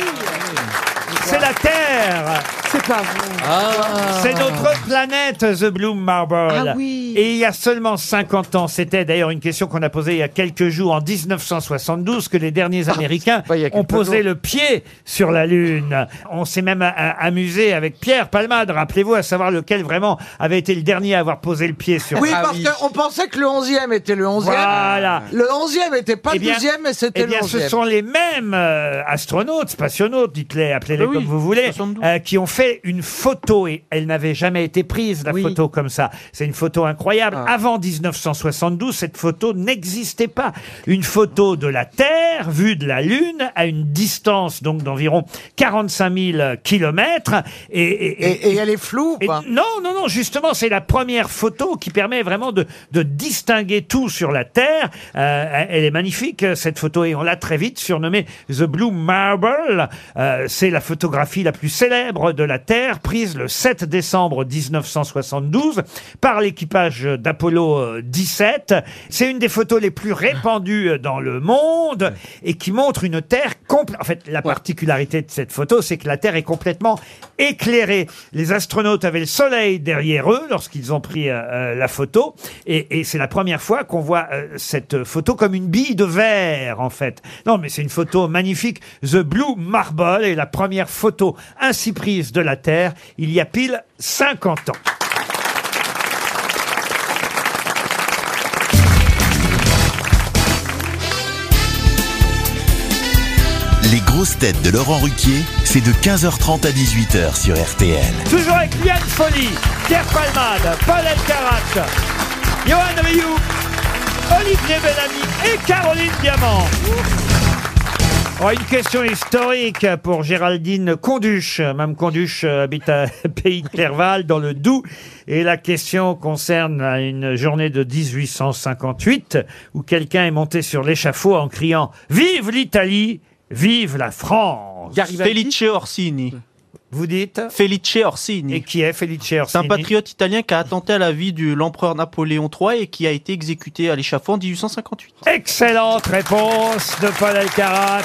C'est la Terre. C'est pas vrai. Ah. C'est notre planète, The Blue Marble. Ah oui. Et il y a seulement cinquante ans, c'était d'ailleurs une question qu'on a posée il y a quelques jours, en dix-neuf cent soixante-douze, que les derniers Américains pas il y a ont quelques posé jours. le pied sur la Lune. On s'est même a- a- amusé avec Pierre Palmade, rappelez-vous, à savoir lequel vraiment avait été le dernier à avoir posé le pied sur Oui, Ah parce oui. qu'on pensait que le onzième était le onzième. Voilà. Le onzième était pas Eh le bien- douzième, mais c'était Eh le bien, ce onzième. sont les mêmes euh, astronautes, spationautes, dites-les, appelez-les Ah oui, comme vous voulez, soixante-douze. euh, qui ont fait une photo et elle n'avait jamais été prise, la Oui. photo comme ça. C'est une photo incroyable. Ah. Avant dix-neuf cent soixante-douze, cette photo n'existait pas. Une photo de la Terre vue de la Lune à une distance donc d'environ quarante-cinq mille kilomètres. Et, et- Et, et elle est floue ou et pas? non, non, non, justement, c'est la première photo qui permet vraiment de, de distinguer tout sur la Terre. Euh, elle est magnifique, cette photo, et on l'a très vite surnommée The Blue Marble. Euh, c'est la photographie la plus célèbre de la Terre, prise le sept décembre mille neuf cent soixante-douze par l'équipage d'Apollo euh, dix-sept. C'est une des photos les plus répandues dans le monde et qui montre une Terre complète. En fait, la particularité de cette photo, c'est que la Terre est complètement éclairée. Les astronautes avaient le soleil derrière eux lorsqu'ils ont pris euh, euh, la photo, et, et c'est la première fois qu'on voit euh, cette photo comme une bille de verre, en fait. Non, mais c'est une photo magnifique. The Blue Marble est la première photo ainsi prise de la Terre il y a pile cinquante ans. Les grosses têtes de Laurent Ruquier, c'est de quinze heures trente à dix-huit heures sur R T L. Toujours avec Liane Folly, Pierre Palmade, Paul Elkarat, Johan Rioux, Olivier Bellamy et Caroline Diamant. Oh, une question historique pour Géraldine Conduche. Mme Conduche euh, habite à Pays de Clerval, dans le Doubs. Et la question concerne une journée de dix-huit cent cinquante-huit où quelqu'un est monté sur l'échafaud en criant « Vive l'Italie, vive la France !» Felice Orsini. Vous dites Felice Orsini. Et qui est Felice C'est un Orsini? patriote italien qui a attenté à la vie de l'empereur Napoléon trois et qui a été exécuté à l'échafaud en dix-huit cent cinquante-huit. Excellente réponse de Paul Elkarat.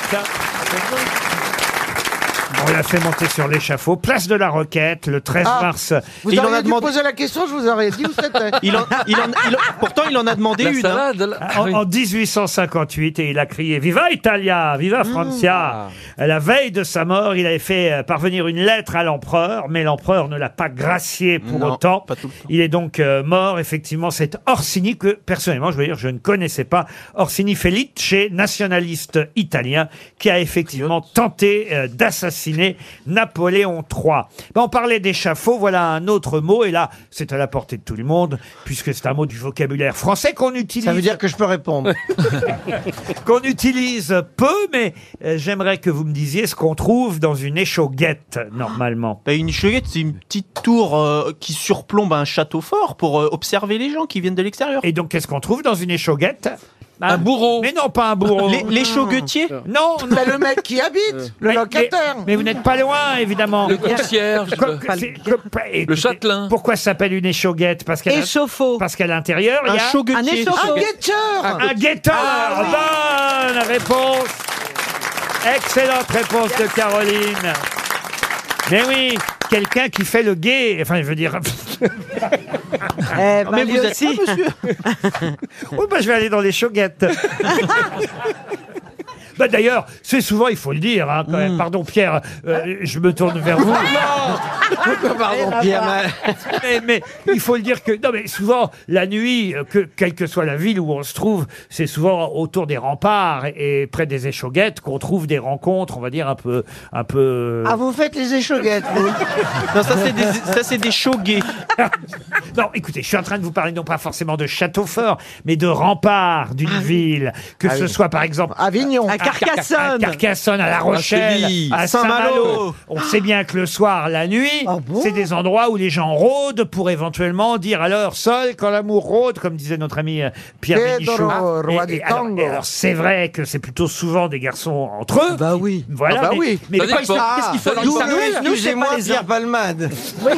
On l'a fait monter sur l'échafaud, place de la Roquette, le treize Ah, mars. Vous Il en auriez a dû demandé- poser la question, je vous aurais dit où c'était. Il en, il en- il en- pourtant, il en a demandé La une. hein. salade, là. En, en dix-huit cent cinquante-huit, et il a crié « Viva Italia, viva Francia !» À la veille de sa mort, il avait fait euh, parvenir une lettre à l'empereur, mais l'empereur ne l'a pas gracié pour Non, autant. pas tout le temps. Il est donc euh, mort, effectivement, c'est Orsini, que personnellement, je veux dire, je ne connaissais pas. Orsini Felice, nationaliste italien, qui a effectivement tenté euh, d'assassiner Napoléon trois. Ben, on parlait d'échafaud, voilà un autre mot, et là, c'est à la portée de tout le monde, puisque c'est un mot du vocabulaire français qu'on utilise. Ça veut dire que je peux répondre. qu'on utilise peu, mais euh, j'aimerais que vous me disiez ce qu'on trouve dans une échauguette, normalement. Bah, une échauguette, c'est une petite tour euh, qui surplombe un château fort pour euh, observer les gens qui viennent de l'extérieur. Et donc, qu'est-ce qu'on trouve dans une échauguette? Un bourreau. Mais non, pas un bourreau. Les, les chauguetiers. Non, non. Mais le mec qui habite, le Mais- locataire. Mais, mais vous n'êtes pas loin, évidemment. Le concierge. Co- c'est- co- écoutez, Le châtelain. Pourquoi ça s'appelle une échauguette? Parce qu'à Échauffour. parce qu'à l'intérieur, il y Un a chauguetier. Un échauffour. Un guetteur. un guetteur. Bonne réponse. Excellente réponse de Caroline. Mais oui, quelqu'un qui fait le guet. Enfin, je veux dire. Eh ben, Mais lui vous êtes aussi. pas, monsieur. Oui, bah, je vais aller dans les chauguettes. Bah, d'ailleurs, c'est souvent, il faut le dire, hein, quand même. Pardon, Pierre, euh, je me tourne vers vous. Pardon, Pierre. mais, mais il faut le dire que, non, mais souvent, la nuit, euh, que, quelle que soit la ville où on se trouve, c'est souvent autour des remparts et, et près des échauguettes qu'on trouve des rencontres, on va dire, un peu, un peu. Ah, vous faites les échauguettes, vous? Non, ça c'est des, ça c'est des chauguets. Non, écoutez, je suis en train de vous parler non pas forcément de château fort, mais de rempart d'une Ah, ville. Que ah, ce oui. soit par exemple Avignon. À Carcassonne. à Carcassonne, à La Rochelle, Séville, à Saint-Malo. On sait bien que le soir, la nuit, Ah bon c'est des endroits où les gens rôdent pour éventuellement dire alors seul quand l'amour rôde, comme disait notre ami euh, Pierre Pedro, Bénichou. roi Et- du et alors, tango. et alors, c'est vrai que c'est plutôt souvent des garçons entre eux. Bah oui. Voilà. Ah bah mais, oui. mais Ça quoi, dépend. ils- Ah, qu'est-ce qu'il faut Nous, alors, ils nous, excusez-moi, pas les Pierre uns. Palmade.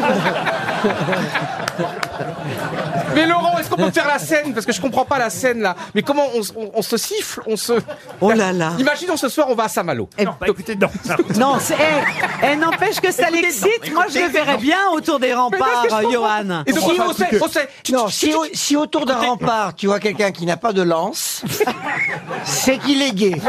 Mais Laurent, est-ce qu'on peut faire la scène? Parce que je comprends pas la scène là. Mais comment on, s- on- on se siffle, on se. Oh là là. Imaginons ce soir, on va à Saint-Malo. Non, bah, écoutez, non. Non, c'est, eh, eh, n'empêche que ça l'excite. Moi, je le verrais bien autour des remparts, Mais qu'est-ce que je Johan. Et donc, Si, on sait, on sait. Tu- Non, tu- si, au- si autour d'un rempart, tu vois quelqu'un qui n'a pas de lance, c'est qu'il est gay.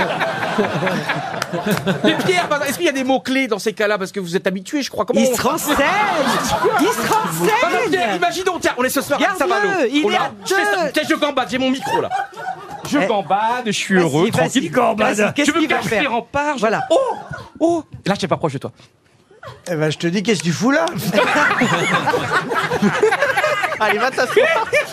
Mais Pierre, par exemple, est-ce qu'il y a des mots-clés dans ces cas-là? Parce que vous êtes habitué, je crois. Comment Il on- se renseigne. Il se Par exemple, Pierre, renseigne. imaginons, tiens, on est ce soir à Regarde-le, Saint-Malo. il On est a- à je fais ça. deux. Tiens, je gambade, j'ai mon micro là. Je Eh. gambade, je suis Vas-y, heureux, vas-y, tranquille. gambade. vas-y, qu'est-ce Tu veux qu'il va cacher les faire remparts? je- Voilà. Oh, oh. Là, je sais pas proche de toi. Eh ben, je te dis, qu'est-ce que tu fous là? Allez, va t'asseoir.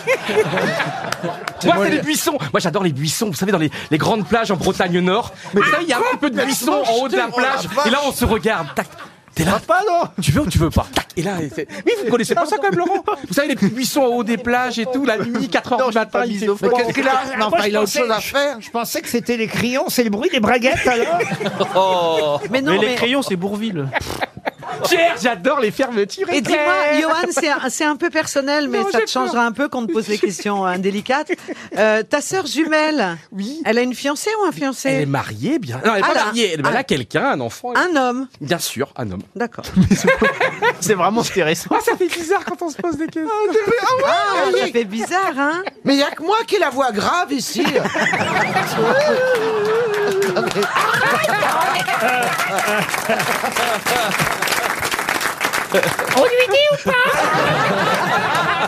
Moi, c'est les buissons. Moi, j'adore les buissons. Vous savez, dans les, les grandes plages en Bretagne Nord. Mais vous savez, il y a un petit peu de buissons en haut de la plage. Et là, on se regarde. Tac. T'es là? Pas, non. Tu veux ou tu veux pas? Tac. Et là, c'est- oui, vous connaissez pas ça quand même, Laurent? Vous savez, les petits buissons en haut des plages et tout, la nuit, quatre heures du matin, il fait froid. Qu'est-ce qu'il a? Non, Moi, enfin, je il a autre pensais- chose à faire. Je pensais que c'était les crayons, c'est le bruit des braguettes alors. Oh. Mais non, mais les mais. crayons, c'est Bourville. Pierre, j'adore les fermetures. Et dis-moi, Johan, c'est un, c'est un peu personnel, mais Non, ça j'ai te changera un peu qu'on te pose des questions indélicates. Euh, ta sœur jumelle, Oui. elle a une fiancée ou un Elle est fiancé? mariée, bien. Non, elle est Ah pas là. mariée. Elle, elle Ah. a quelqu'un, un enfant. Un homme. Bien sûr, un homme. D'accord. C'est vraiment intéressant. Ah, ça fait bizarre quand on se pose des questions. Ah, ça fait bizarre, hein? Mais il y a que moi qui ai la voix grave ici. On lui dit ou pas?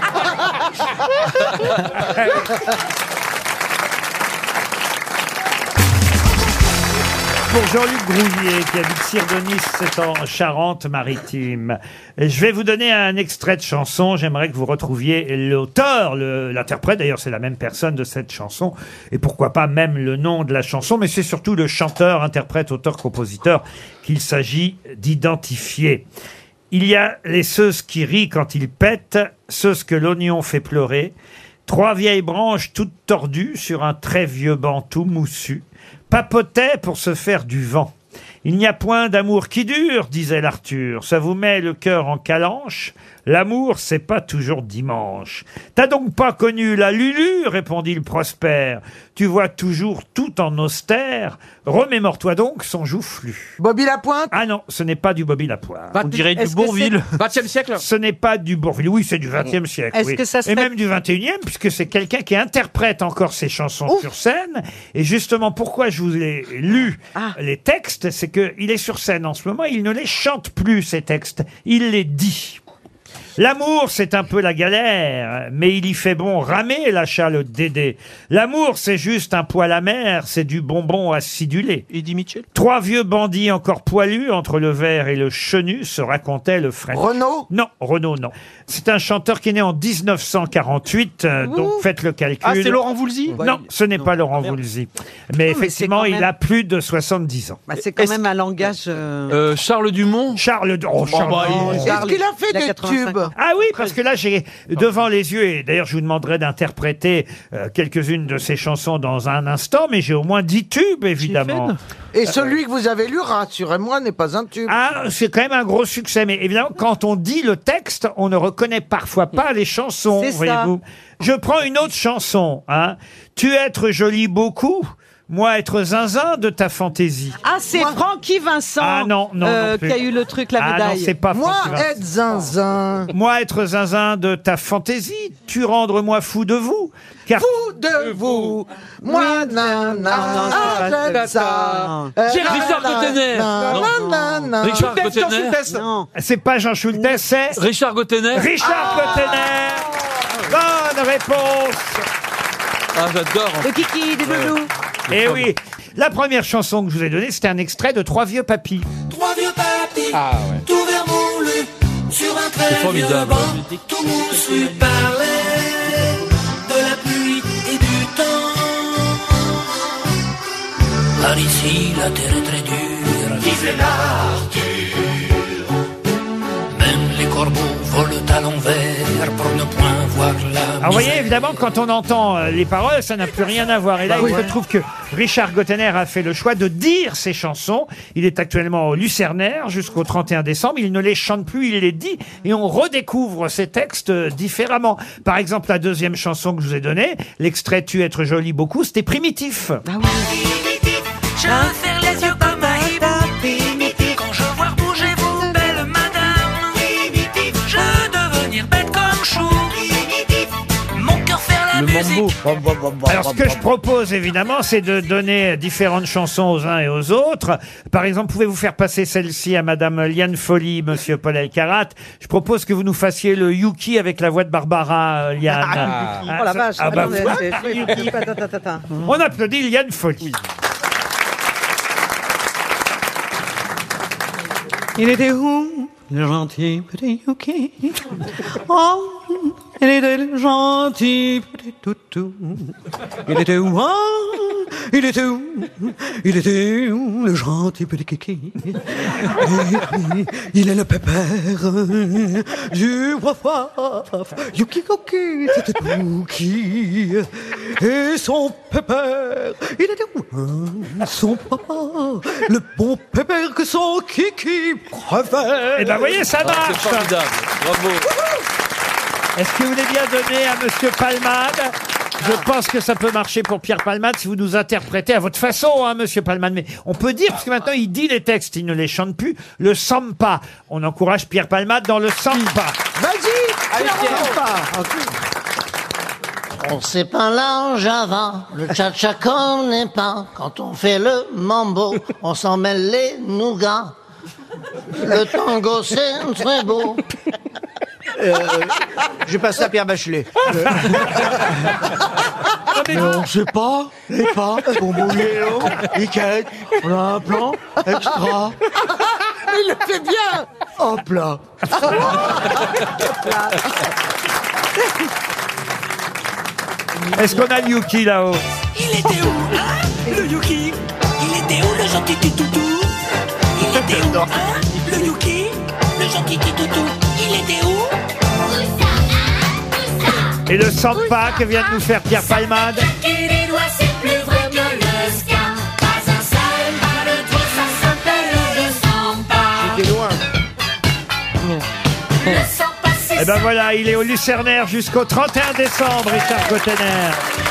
Pour Jean-Luc Grouvier, qui habite Sirdonis, c'est en Charente-Maritime. Je vais vous donner un extrait de chanson. J'aimerais que vous retrouviez l'auteur, le- l'interprète. D'ailleurs, c'est la même personne de cette chanson. Et pourquoi pas même le nom de la chanson. Mais c'est surtout le chanteur, interprète, auteur, compositeur qu'il s'agit d'identifier. Il y a les ceuses qui rient quand ils pètent, ceuses que l'oignon fait pleurer. Trois vieilles branches toutes tordues sur un très vieux banc tout moussu papotaient pour se faire du vent. Il n'y a point d'amour qui dure, disait l'Arthur. Ça vous met le cœur en calanche. L'amour, c'est pas toujours dimanche. T'as donc pas connu la Lulu, répondit le Prosper. Tu vois toujours tout en austère. Remémore-toi donc son joufflu. Bobby Lapointe? Ah non, ce n'est pas du Bobby Lapointe. On dirait du Est-ce que Bourville. vingtième siècle? Ce n'est pas du Bourville. Oui, c'est du vingtième siècle. Est-ce oui. que ça Et serait- même du vingt et unième, puisque c'est quelqu'un qui interprète encore ses chansons Ouf. sur scène. Et justement, pourquoi je vous ai lu Ah. les textes, c'est qu'il est sur scène en ce moment, il ne les chante plus, ces textes. Il les dit. L'amour, c'est un peu la galère, mais il y fait bon ramer l'achat le dédé. L'amour, c'est juste un poil amer, c'est du bonbon acidulé. Eddie Mitchell. Trois vieux bandits encore poilus, entre le verre et le chenu, se racontaient le French. Renaud? Non, Renaud, non. C'est un chanteur qui est né en dix-neuf cent quarante-huit, euh, donc faites le calcul. Ah, c'est Laurent Voulzy. Non, ce n'est pas Laurent Voulzy. Mais effectivement, c'est quand il même- a plus de soixante-dix ans. Bah, c'est quand Est-ce- même un langage. euh, Euh, Charles Dumont. Charles de... Oh, Charles bah, il- de- Est-ce qu'il a fait Il a des quatre-vingt-cinq tubes? ans. Ah oui, parce que là, j'ai devant les yeux, et d'ailleurs, je vous demanderai d'interpréter euh, quelques-unes de ces chansons dans un instant, mais j'ai au moins dix tubes, évidemment. Et celui que vous avez lu, rassurez-moi, n'est pas un tube. Ah, c'est quand même un gros succès, mais évidemment, quand on dit le texte, on ne reconnaît parfois pas les chansons, C'est ça. voyez-vous. Je prends une autre chanson, hein. Tu être jolie beaucoup, moi être zinzin de ta fantaisie. Ah, c'est Francky Vincent Ah non, non, euh, non plus. qui a eu le truc, la Ah non, médaille. c'est pas Moi, Francky Vincent. être zinzin. Moi être zinzin de ta fantaisie, tu rendre moi fou de vous, car Fou de vous. Moi, non, nan, c'est nan, pas- j'aime ça. non. Euh, Richard nan, Gottener. nan, Non. nan, nan, nan. Richard Schultes, Jean Gottener. Schultes. Non. c'est pas Jean Schultes, c'est Richard Gottener. Richard Gottener. Bonne réponse. Ah, j'adore. Le kiki des loulous. Eh oui, la première chanson que je vous ai donnée, c'était un extrait de Trois vieux papis. Trois vieux papis, Ah ouais. tout vermoulu, sur un C'est formidable. Tous lui parlaient de la pluie et du temps. Par ici, la terre est très dure, disait l'Arthur. Même les corbeaux volent à l'envers pour ne point voir la misère. Alors vous voyez, évidemment, quand on entend euh, les paroles, ça n'a plus rien à voir. Et là, Bah il oui. se trouve que Richard Gottener a fait le choix de dire ses chansons. Il est actuellement au Lucernaire jusqu'au trente et un décembre. Il ne les chante plus, il les dit. Et on redécouvre ses textes euh, différemment. Par exemple, la deuxième chanson que je vous ai donnée, l'extrait « Tu être jolie beaucoup », c'était Primitif. Je veux faire les yeux comme un hibou. Quand je vois bouger vos belles madames, je veux devenir bête comme chou. Mon cœur faire la musique. Alors, ce que je propose, évidemment, c'est de donner différentes chansons aux uns et aux autres. Par exemple, pouvez-vous faire passer celle-ci à Madame Liane Folly, Monsieur Paul Elkarat. Je propose que vous nous fassiez le Yuki avec la voix de Barbara, euh, Liane. Ah, oh la vache, Ah, bah, attendez, voilà. c'est Yuki, patatata. On applaudit Liane Folly. Il était où, le gentil petit Yuki? Oh, il était le gentil petit toutou. Il était où, oh, il était où, il était où, le gentil petit kiki? Et puis, il est le pépère du waf waf. Yuki Koki, c'était Yuki. Et son pépère, il était où, hein, son papa, le bon pépère que son kiki préfère. Eh ben, voyez, ça marche. C'est formidable. Bravo. Est-ce que vous voulez bien donner à Monsieur Palmade? Je pense que ça peut marcher pour Pierre Palmade si vous nous interprétez à votre façon, hein, Monsieur Palmade. Mais on peut dire, parce que maintenant il dit les textes, il ne les chante plus, le sampa. On encourage Pierre Palmade dans le sampa. Vas-y, Allez, Pierre. On sait pas là en Java, le cha-cha connaît pas. Quand on fait le mambo, on s'en mêle les nougats. Le tango c'est très beau. Euh, J'ai passé à Pierre Bachelet. Mais on sait pas, les pas, bonbon yellow, nickel, on a un plan extra. Il le fait bien. Hop là. Est-ce qu'on a le Yuki là-haut? Il était où, hein, le Yuki? Il était où, le gentil petit toutou? Il était où, hein, le Yuki? Le gentil petit toutou, il était où? Et le sampa que vient de nous faire Pierre Palmade? Et les doigts, c'est plus vrai que le ska. Pas un seul pas le doigt, ça s'appelle le sampa. J'étais loin. Le sampa, c'est Eh ben voilà, il est au Lucernaire jusqu'au trente et un décembre, Richard Gottener.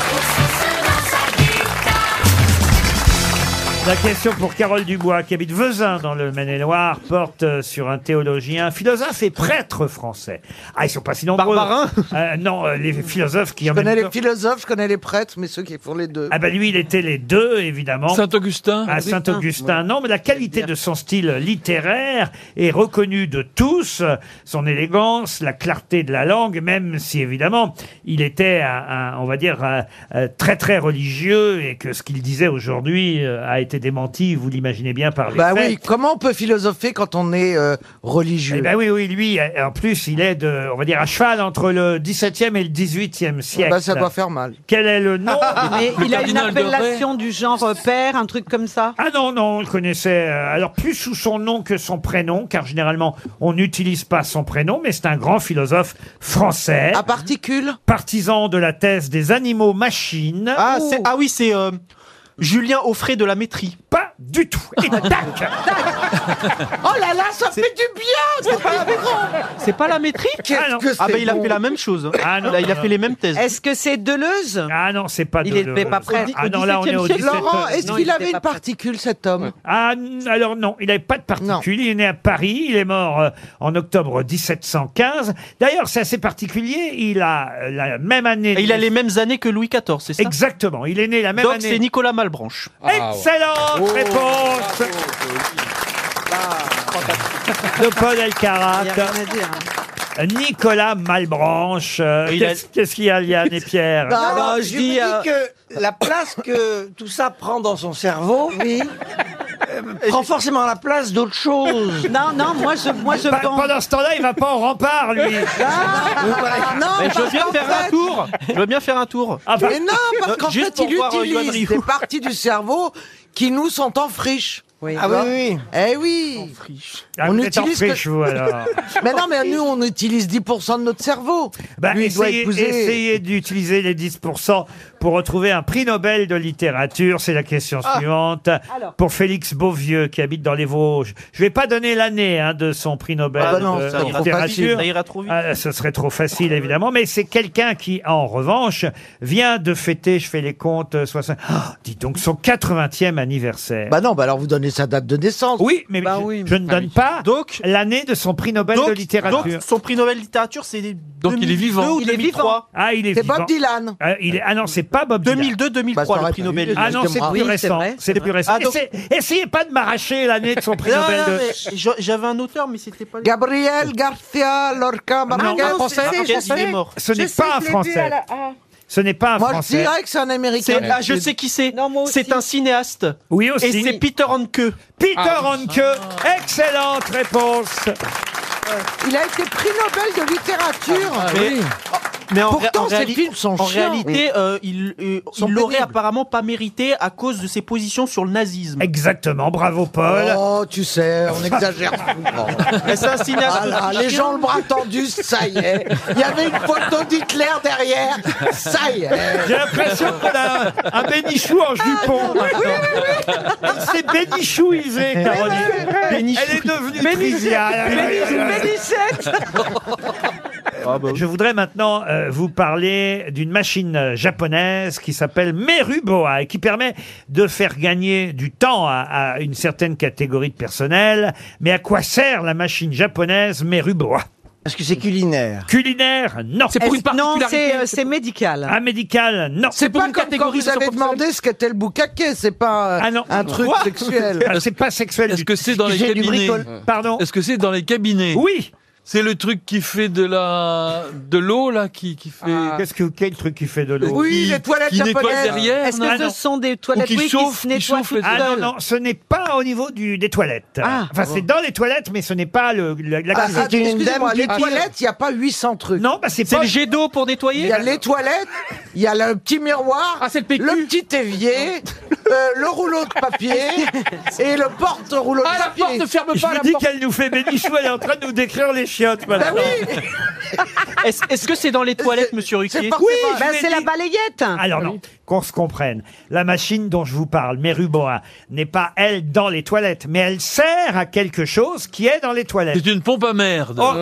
La question pour Carole Dubois, qui habite Vezin dans le Maine-et-Loire, porte euh, sur un théologien, philosophe et prêtre français. Ah, ils sont pas si nombreux. Barbarin Euh, Non, euh, les philosophes qui Je en même connais les temps- philosophes, je connais les prêtres, mais ceux qui font les deux. Ah ben lui, il était les deux, évidemment. Saint-Augustin. À Saint-Augustin, non, mais la qualité de son style littéraire est reconnue de tous. Son élégance, la clarté de la langue, même si évidemment il était, un, un- on va dire, un- un très très religieux et que ce qu'il disait aujourd'hui euh, a été démenti, vous l'imaginez bien, par les Bah faits. oui, comment on peut philosopher quand on est euh, religieux? Eh ben oui, oui, lui, euh, en plus, il est de, on va dire, à cheval entre le dix-septième et le dix-huitième siècle. Bah ça doit faire mal. Quel est le nom? Mais Le il a une cardinal de Ray. appellation du genre euh, père, un truc comme ça? Ah non, non, on le connaissait. euh, Alors, plus sous son nom que son prénom, car généralement, on n'utilise pas son prénom, mais c'est un grand philosophe français. À particules? Partisan de la thèse des animaux-machines. Ah, c'est- ah oui, c'est euh, Julien Offray de la Métrie. Pas du tout. Et tac. Oh là là, ça fait du bien! C'est pas la C'est pas la Métrie? Ah non. que Ah bah c'est il a bon. fait la même chose. hein. Ah non, Là, il a non, fait les mêmes thèses. Est-ce que c'est Deleuze? Ah non, c'est pas Il de était pas prêt. Ah non, là, on est au dix-septième siècle. dix-sept. Laurent, est-ce Non, qu'il il avait était une pas prêt. particule, cet homme? Ah, n- alors non, il n'avait pas de particules. Il est né à Paris. Il est mort euh, en octobre dix-sept cent quinze. D'ailleurs, c'est assez particulier. Il a euh, la même année. Et il a les mêmes années que Louis quatorze, c'est ça? Exactement. Il est né la même Donc année. c'est Nicolas Malebranche. Excellente réponse de Paul Elkarat. Il y a rien à dire. hein. Nicolas Malebranche. Euh, Et il a- Qu'est-ce qu'est-ce qu'il y a, Liane et Pierre? Non, non, je, je me dis, dis euh, que la place que tout ça prend dans son cerveau, oui, prend forcément la place d'autre chose. Non, non, moi je, moi je Pa- pense. Pendant ce temps-là, il va pas en rempart, lui. Ah, non, Mais je veux parce bien qu'en faire un fait- tour. Je veux bien faire un tour. Ah, bah, Mais non, parce Euh, qu'en juste fait, pour il voir, euh, Yoann utilise Rioux. des parties du cerveau qui nous sont en friche. Oui. Ah oui, oui, oui. Eh oui. Ah, on vous êtes en utilise que- friche, vous, alors. Mais non, mais nous, on utilise dix pour cent de notre cerveau. Bah, Lui, il doit essayez, épouser. essayez d'utiliser les dix pour cent pour retrouver un prix Nobel de littérature. C'est la question Ah. suivante. Alors. Pour Félix Beauvieux, qui habite dans les Vosges. Je vais pas donner l'année hein, de son prix Nobel Ah bah non, de ça ira trop littérature. facile, ça ira trop vite. Ah, ce serait trop facile, évidemment. Mais c'est quelqu'un qui, en revanche, vient de fêter, je fais les comptes, soixante... Ah, dites donc, son quatre-vingtième anniversaire. Bah non, bah alors vous donnez sa date de naissance. oui, mais Bah je, oui, je ne donne pas Donc, l'année de son prix Nobel donc, de littérature. donc, son prix Nobel de littérature, c'est Donc, il est vivant. deux ou Il est deux mille trois. Ah, il est C'est vivant. Bob Dylan. Ah, il est... ah non, c'est pas Bob Dylan. deux mille deux deux mille trois, Bah, ça le prix aurait pu, Nobel. Ah non, c'est Oui, plus c'est récent. vrai. C'est plus récent. Ah, donc- Essayez, essayez pas de m'arracher l'année de son prix Non, Nobel non, de... mais je- j'avais un auteur, mais c'était pas. Gabriel Garcia Lorca Marquez. un français. Il est mort. Ce n'est pas un Français. Ce n'est pas un Moi, je Français. dirais que c'est un Américain. C'est- ah, je sais qui c'est. Non, moi aussi. C'est un cinéaste. Oui aussi. Et c'est Peter Handke. Peter Ah. Handke. Excellente réponse. Il a été prix Nobel de littérature. Mais, mais en, ré- Pourtant, en ces réali- films sont en chiants. réalité, euh, il euh, Sont il l'aurait pénibles. apparemment pas mérité à cause de ses positions sur le nazisme. Exactement. Bravo Paul. Oh, tu sais, on exagère souvent. Mais c'est un cinéaste. Ah là, les gens le bras tendu, ça y est. Il y avait une photo d'Hitler derrière, ça y est. J'ai l'impression qu'on a un, un bénichou en jupon maintenant. Elle s'est bénichouisée, Caroline. Elle est devenue triviale. Ah bah oui. Je voudrais maintenant euh, vous parler d'une machine japonaise qui s'appelle Meruboa et qui permet de faire gagner du temps à, à une certaine catégorie de personnel. Mais à quoi sert la machine japonaise Meruboa? Parce que c'est culinaire. Culinaire, non. C'est pour une Est-ce- Non, particularité. c'est euh, c'est médical. Un médical, non. C'est pour pas une comme quand catégorie vous avez socioprofessionnelle. demandé ce qu'était le boucaquet, c'est pas euh, Ah non. un truc Quoi sexuel. Ah, c'est pas sexuel Est-ce du que tout. c'est dans les J'ai du cabinets bricole. Pardon. Est-ce que c'est dans les cabinets Oui. C'est le truc qui fait de la de l'eau là, qui qui fait. Qu'est-ce que quel truc qui fait de l'eau? Oui, qui- les toilettes qui nettoie japonaises. derrière. Est-ce que Ah, ce non. sont des toilettes qui oui, chauffent, qui se qui nettoient chauffent toutes les- Ah non, seules non, ce n'est pas au niveau du, des toilettes. Ah. Enfin, c'est dans les toilettes, mais ce n'est pas le, le- la Ah, cuisine. ah, excusez-moi, dame les qui- toilettes, il n'y a pas huit cents trucs. Non, bah c'est C'est pas... le jet d'eau pour Il nettoyer. y a les toilettes, il y a le petit miroir, Ah, c'est le P Q. le petit évier, euh, le rouleau de papier et le porte-rouleau Ah, de la papier. porte ne ferme Je pas vous la dis porte. qu'elle nous fait bénichou, elle est en train de nous décrire les chiottes Bah maintenant. oui, Est-ce est-ce que c'est dans les toilettes, C'est- monsieur c'est Ruquier? forcément- Oui, Ben, je l'ai c'est la dit. balayette. Alors non, qu'on se comprenne. La machine dont je vous parle, Meruboa, n'est pas, elle, dans les toilettes, mais elle sert à quelque chose qui est dans les toilettes. C'est une pompe à merde. Oh.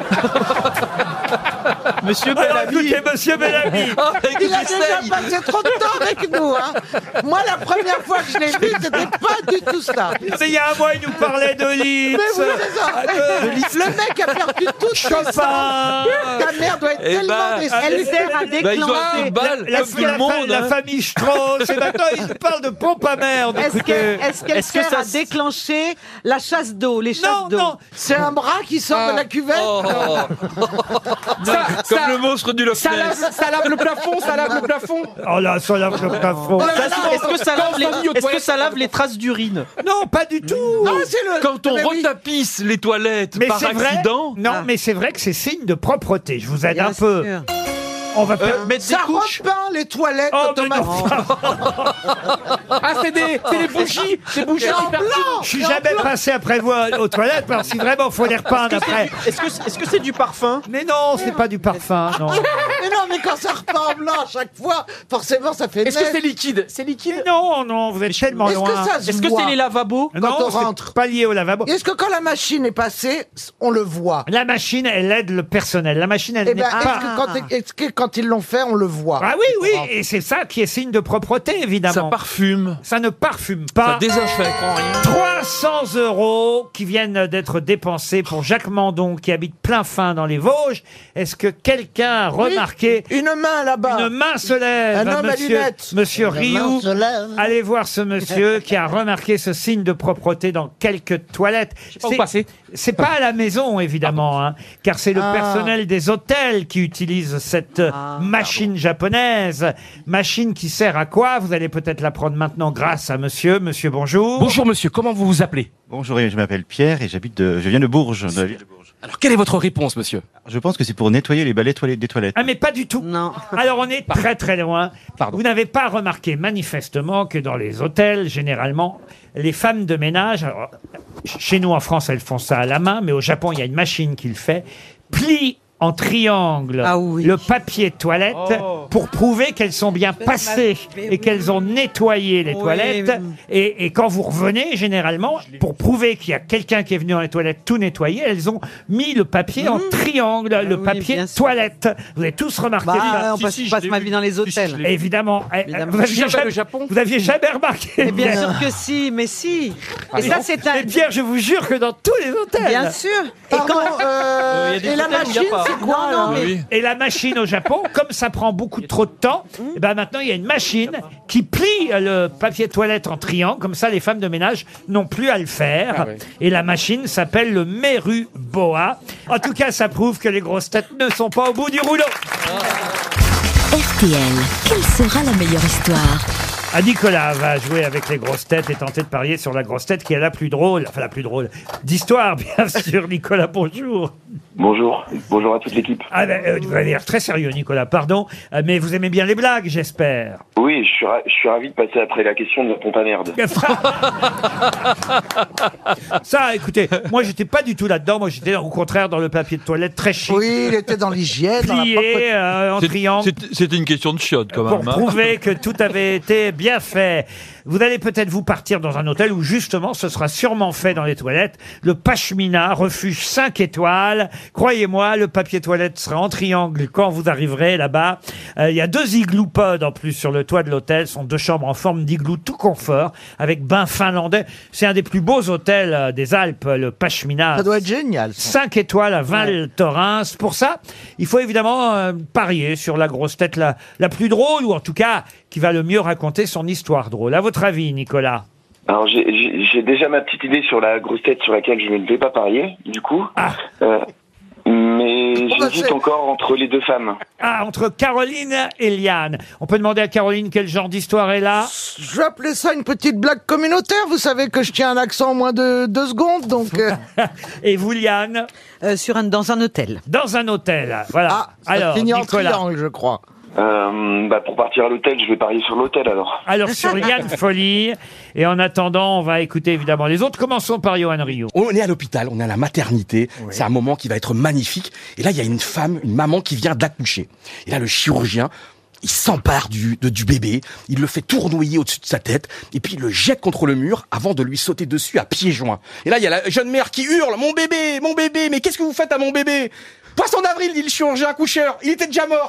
Monsieur Alors Bellamy. écoutez, monsieur Bellamy, Ah, écoutez, il a déjà j'essaye. passé trop de temps avec nous. Hein. Moi, la première fois que je l'ai vu, c'était pas du tout ça. mais il y a un mois, il nous parlait de Liszt, Mais oui, c'est ça. de Le mec a perdu toute sa Chopin. Ta mère doit être Eh tellement ben, déçue. Elle sert à Bah, ils ont déclencher. été balles, La, comme tout le la- monde. la hein. famille Strauss, et maintenant il nous parle de pompe à merde. Est-ce Écoutez. que- est-ce qu'elle Est-ce que sert ça à s- déclencher la chasse d'eau, les chasses Non, d'eau? non, C'est un bras qui sort de la cuvette. Oh. Ça, comme le monstre du Loch Ça Ness. lave, ça lave le plafond, ça lave le plafond. oh là, ça lave le plafond. Ça- Est-ce que ça lave les, Quand on dit aux est-ce que toilettes, ça lave les traces d'urine? Non, pas du tout. Non, c'est le. Quand on Mais oui. retapisse les toilettes Mais par c'est vrai. accident. Non, Ah. mais c'est vrai que c'est signe de propreté. Je vous aide Bien un peu. sûr. On va Euh, faire. mettre des Ça couches. repeint les toilettes Oh, mais non. automatiquement. Ah, c'est des, c'est des bougies, des bougies Et en qui perturbent. blanc. Je suis jamais passé après vous aux toilettes, parce que si vraiment faut les repeindre après. Est-ce que est-ce que c'est du parfum? Mais non, c'est pas du parfum, non. Mais non, mais quand ça repeint en blanc à chaque fois, forcément, ça fait Est-ce que naître. c'est liquide? C'est liquide? Non, non, vous êtes tellement Est-ce loin. que ça se Est-ce que voit c'est les lavabos? quand non, on c'est rentre pas lié au lavabo. Est-ce que quand la machine est passée, on le voit? La machine, elle aide le personnel. La machine, elle Eh n'est ben, pas. est-ce que, quand, est-ce que quand ils l'ont fait, on le voit? Ah oui, oui, et c'est ça qui est signe de propreté, Ça évidemment. parfume. Ça ne parfume Ça pas. désinfecte. trois cents euros qui viennent d'être dépensés pour Jacques Mandon qui habite plein fin dans les Vosges. Est-ce que quelqu'un a remarqué remarqué. Une main là-bas. Une main se lève. Un homme à monsieur, lunettes. Monsieur Une main Rioux. se lève. Allez voir ce monsieur qui a remarqué ce signe de propreté dans quelques toilettes. pas où passer. C'est pas à la maison, évidemment, hein, car c'est le Ah. personnel des hôtels qui utilise cette euh, machine japonaise. Machine qui sert à quoi? Vous allez peut-être l'apprendre maintenant grâce à monsieur. Monsieur, bonjour. Bonjour monsieur, comment vous vous appelez? Bonjour, je m'appelle Pierre et j'habite de, je viens de Bourges, de la ville de Bourges. Alors quelle est votre réponse monsieur? Je pense que c'est pour nettoyer les balais toilettes des toilettes. Ah mais pas du tout. Non. Alors on est très très loin. Pardon. Vous n'avez pas remarqué manifestement que dans les hôtels, généralement, les femmes de ménage, alors, chez nous en France, elles font ça à la main, mais au Japon, il y a une machine qui le fait, plient en triangle Ah oui. le papier toilette Oh. pour prouver qu'elles sont bien passées Mais et oui. qu'elles ont nettoyé les Oui, toilettes. oui. Et, et quand vous revenez, généralement, pour prouver qu'il y a quelqu'un qui est venu dans les toilettes tout nettoyer, elles ont mis le papier en triangle, le oui, papier bien sûr. toilette. Vous avez tous remarqué Bah, ça. on Si, passe, si, je passe l'ai ma vu. vie dans les Si, si, je hôtels. l'ai vu. Évidemment. Eh, Évidemment. Vous aviez Jamais jamais, le Japon. vous aviez jamais remarqué. Mais bien Pierre. sûr que si, mais si. Ah, Et mais ça, bon. c'est un. Et Pierre, je vous jure que dans tous les hôtels. Bien sûr. Et Pardon, quand. euh, Il y a des et la hôtels où il y a machine, pas. c'est quoi Non, non, alors mais- Oui. Et la machine au Japon, comme ça prend beaucoup trop de temps, et ben maintenant il y a une machine qui plie le papier toilette en triangle, comme ça les femmes de ménage n'ont plus à le faire. Ah ouais. Et la machine s'appelle le Meru Boa. En tout cas, ça prouve que les grosses têtes ne sont pas au bout du rouleau. R T L, quelle sera la meilleure histoire? Ah, Nicolas va jouer avec les grosses têtes et tenter de parier sur la grosse tête qui est la plus drôle, enfin la plus drôle d'histoire, bien sûr. Nicolas, bonjour. Bonjour, bonjour à toute l'équipe. Ah ben, euh, vous avez l'air très sérieux, Nicolas, pardon, euh, mais vous aimez bien les blagues, j'espère. Oui, je suis, ra- je suis ravi de passer après la question de la pompe à merde. Ça, écoutez, moi j'étais pas du tout là-dedans, moi j'étais au contraire dans le papier de toilette très chic. Oui, il était dans l'hygiène, dans la Plié propreté. euh, en C'est- triangle. c'est- C'était une question de chiotte quand Pour même. hein. prouver que tout avait été bien fait. Vous allez peut-être vous partir dans un hôtel où justement ce sera sûrement fait dans les toilettes. Le Pashmina, refuge cinq étoiles. Croyez-moi, le papier toilette sera en triangle quand vous arriverez là-bas. Euh, Il y a deux igloopods en plus sur le toit de l'hôtel. Ce sont deux chambres en forme d'igloo tout confort avec bain finlandais. C'est un des plus beaux hôtels euh, des Alpes, le Pashmina. Ça doit être génial. ça. cinq étoiles à Val Thorens. Pour ça, il faut évidemment euh, parier sur la grosse tête la, la plus drôle, ou en tout cas qui va le mieux raconter son histoire drôle. À votre avis, Nicolas? Alors j'ai- j'ai j'ai déjà ma petite idée sur la grosse tête sur laquelle je ne vais pas parier, du coup. Euh, mais bah, j'hésite c'est- encore entre les deux femmes. Ah, entre Caroline et Liane. On peut demander à Caroline quel genre d'histoire est là? Je vais appeler ça une petite blague communautaire. Vous savez que je tiens un accent en moins de deux secondes, donc. euh, Et vous, Liane? Euh, sur un, dans un hôtel. Dans un hôtel. Voilà. Ah, ça Alors, finit en Nicolas. triangle, je crois. Euh, bah pour partir à l'hôtel, je vais parier sur l'hôtel alors. Alors, sur Liane Folie. Et en attendant, on va écouter évidemment les autres. Commençons par Johan Rioux. On est à l'hôpital, on est à la maternité, c'est un moment qui va être magnifique. Et là, il y a une femme, une maman qui vient d'accoucher. Et là, le chirurgien, il s'empare du, de, du bébé, il le fait tournoyer au-dessus de sa tête, et puis il le jette contre le mur avant de lui sauter dessus à pieds joints. Et là, il y a la jeune mère qui hurle, « Mon bébé, mon bébé, mais qu'est-ce que vous faites à mon bébé ?» « Poisson d'avril, dit le chirurgien accoucheur, il était déjà mort !»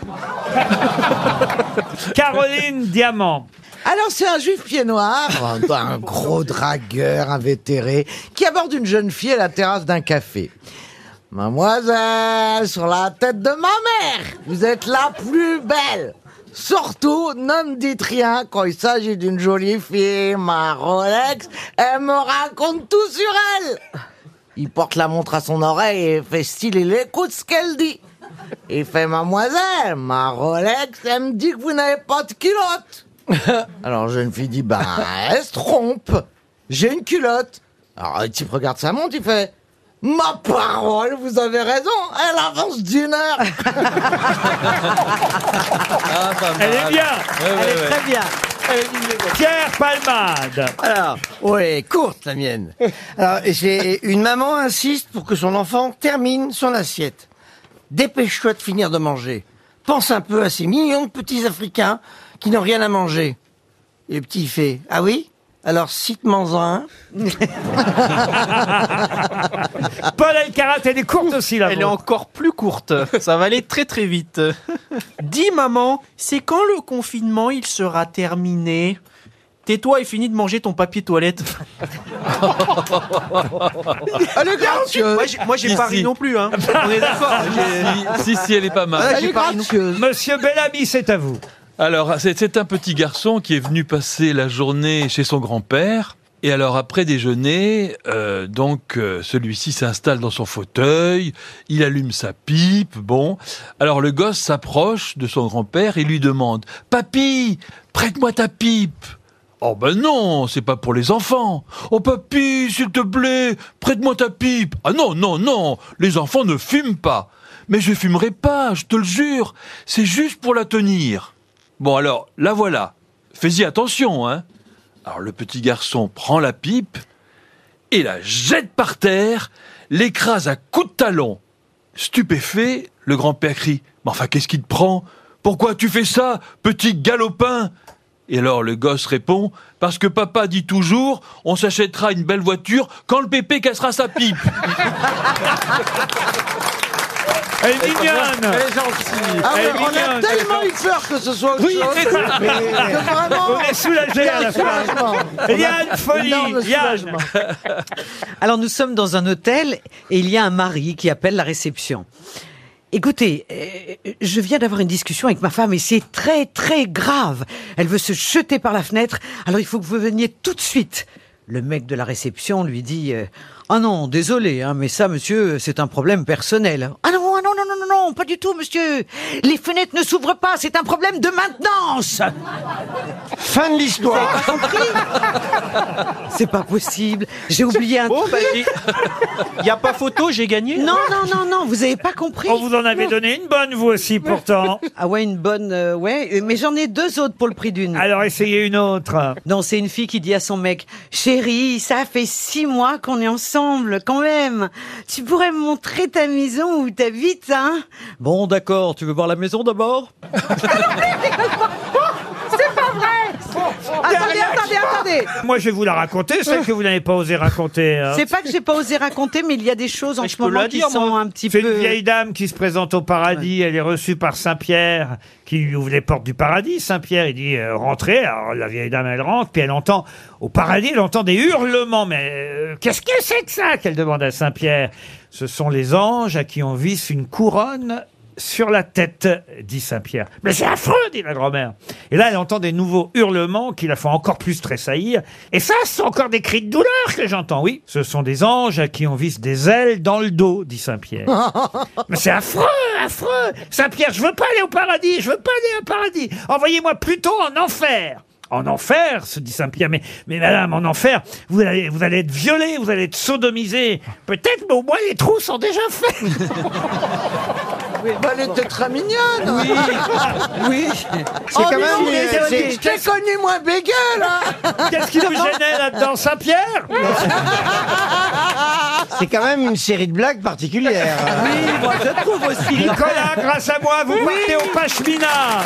Caroline Diamant. Alors, c'est un juif pied noir, un, un gros dragueur invétéré, qui aborde une jeune fille à la terrasse d'un café. Mademoiselle, sur la tête de ma mère, vous êtes la plus belle. Surtout, ne me dites rien quand il s'agit d'une jolie fille, ma Rolex, elle me raconte tout sur elle. Il porte la montre à son oreille et fait style, il écoute ce qu'elle dit. Il fait, mademoiselle, ma Rolex, elle me dit que vous n'avez pas de culotte. Alors, la jeune fille dit, bah, elle se trompe. J'ai une culotte. Alors, le type regarde sa montre, il fait, ma parole, vous avez raison, elle avance d'une heure. Elle est bien. Elle est très bien. Pierre Palmade. Alors, ouais, courte la mienne. Alors, et c'est une maman insiste pour que son enfant termine son assiette. Dépêche-toi de finir de manger. Pense un peu à ces millions de petits Africains qui n'ont rien à manger. Et le petit il fait, ah oui? Alors cite-moi un. Paul Elkarat, elle est courte aussi là. Elle est encore plus courte. Ça va aller très très vite. Dis maman, c'est quand le confinement il sera terminé? tais-toi et finis de manger ton papier toilette. Elle est gracieuse. Moi, j'ai, moi, j'ai Si, pas si. ri non plus, hein. On est d'accord. Si, si, si, elle est pas mal. Elle est gracieuse. Monsieur Bellamy, c'est à vous. Alors, c'est c'est un petit garçon qui est venu passer la journée chez son grand-père. Et alors, après déjeuner, euh, donc, euh, celui-ci s'installe dans son fauteuil, il allume sa pipe, bon. Alors, le gosse s'approche de son grand-père et lui demande « Papy, prête-moi ta pipe !» Oh ben non, c'est pas pour les enfants. Oh papy, s'il te plaît, prête-moi ta pipe. Ah non, non, non, les enfants ne fument pas. Mais je fumerai pas, je te le jure. C'est juste pour la tenir. Bon alors, la voilà. Fais-y attention, hein. Alors le petit garçon prend la pipe et la jette par terre, l'écrase à coups de talon. Stupéfait, le grand-père crie « Mais enfin, qu'est-ce qui te prend ? Pourquoi tu fais ça, petit galopin ?» Et alors le gosse répond « Parce que papa dit toujours, on s'achètera une belle voiture quand le pépé cassera sa pipe. » Elle est mignonne. Elle est gentille. Ah Elle est ouais, on a mignonne. tellement eu peur que ce soit autre Oui, chose. c'est ça. Mais, que vraiment, On est soulagé à la fin. Il y a une folie. Énorme Yann. soulagement. Alors nous sommes dans un hôtel et il y a un mari qui appelle la réception. Écoutez, euh, je viens d'avoir une discussion avec ma femme et c'est très très grave. Elle veut se jeter par la fenêtre, alors il faut que vous veniez tout de suite. Le mec de la réception lui dit euh, « Ah non, désolé, hein, mais ça, monsieur, c'est un problème personnel. »« Ah non, ah non, non, non, non, non, pas du tout, monsieur. Les fenêtres ne s'ouvrent pas, c'est un problème de maintenance. » Fin de l'histoire. Vous avez pas compris ? C'est pas possible. J'ai oublié un Bon, truc. bah, il y a pas photo, j'ai gagné. Non, non, non, non, vous avez pas compris. On vous en avait donné une bonne, vous aussi, pourtant. Ah ouais, une bonne, euh, ouais, euh, mais j'en ai deux autres pour le prix d'une. Alors, essayez une autre. Non, c'est une fille qui dit à son mec, chérie, ça fait six mois qu'on est ensemble, quand même. Tu pourrais me montrer ta maison où t'habites, hein? Bon, d'accord, tu veux voir la maison d'abord? C'est pas vrai! Attendez, attendez, attendez! Moi, je vais vous la raconter, celle que vous n'avez pas osé raconter. hein. C'est pas que j'ai pas osé raconter, mais il y a des choses en Mais ce je peux moment la qui dire, sont moi. un petit C'est peu... une vieille dame qui se présente au paradis. Elle est reçue par Saint-Pierre, qui lui ouvre les portes du paradis. Saint-Pierre, il dit euh, rentrez. Alors la vieille dame, elle rentre, puis elle entend au paradis, elle entend des hurlements. Mais euh, qu'est-ce que c'est que ça qu'elle demande à Saint-Pierre. Ce sont les anges à qui on visse une couronne sur la tête, dit Saint-Pierre. Mais c'est affreux, dit la grand-mère. Et là, elle entend des nouveaux hurlements qui la font encore plus tressaillir. Et ça, ce sont encore des cris de douleur que j'entends. Oui, ce sont des anges à qui on visse des ailes dans le dos, dit Saint-Pierre. Mais c'est affreux, affreux. Saint-Pierre, je veux pas aller au paradis, je veux pas aller au paradis. Envoyez-moi plutôt en enfer. En enfer, se dit Saint-Pierre. Mais, mais madame, en enfer, vous allez, vous allez être violée, vous allez être sodomisée. Peut-être, mais au moins les trous sont déjà faits. Bah, elle était très mignonne. Oui, oui. C'est Oh, quand dis même. donc, mais c'est- c'est- Je t'ai connu moins bégueule, hein. Qu'est-ce qui vous gênait là-dedans, Saint-Pierre? C'est quand même une série de blagues particulières. Oui, moi je trouve aussi. Nicolas, grâce à moi, vous partez au Pachemina.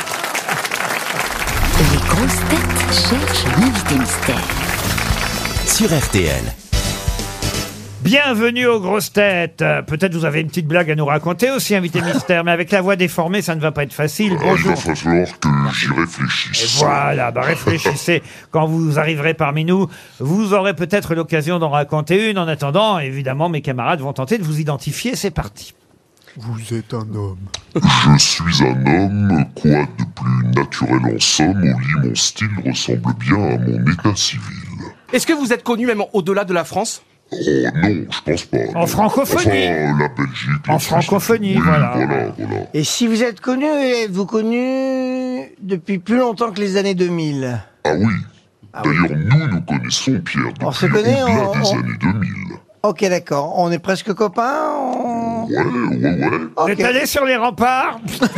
Les grosses têtes cherchent l'invité mystère. Sur R T L. Bienvenue aux grosses têtes. Euh, Peut-être vous avez une petite blague à nous raconter aussi, invité mystère, mais avec la voix déformée, ça ne va pas être facile. Ah, il va Bonjour. falloir que j'y Et réfléchisse. voilà, bah réfléchissez. Quand vous arriverez parmi nous, vous aurez peut-être l'occasion d'en raconter une. En attendant, évidemment, mes camarades vont tenter de vous identifier. C'est parti. Vous êtes un homme. Je suis un homme. Quoi de plus naturel en somme? Au lit, mon style ressemble bien à mon état civil. Est-ce que vous êtes connu même au-delà de la France? Oh non, je pense pas. En francophonie. Enfin, la Belgique. En la Suisse. francophonie, Oui, voilà. voilà, voilà. Et si vous êtes connu, êtes-vous connu depuis plus longtemps que les années deux mille? Ah oui. D'ailleurs, nous, nous connaissons Pierre depuis On se connaît, au-delà on- des on- années deux mille. Ok, d'accord. On est presque copains. on- Ouais, ouais, ouais. Vous Ok. êtes allé sur les remparts?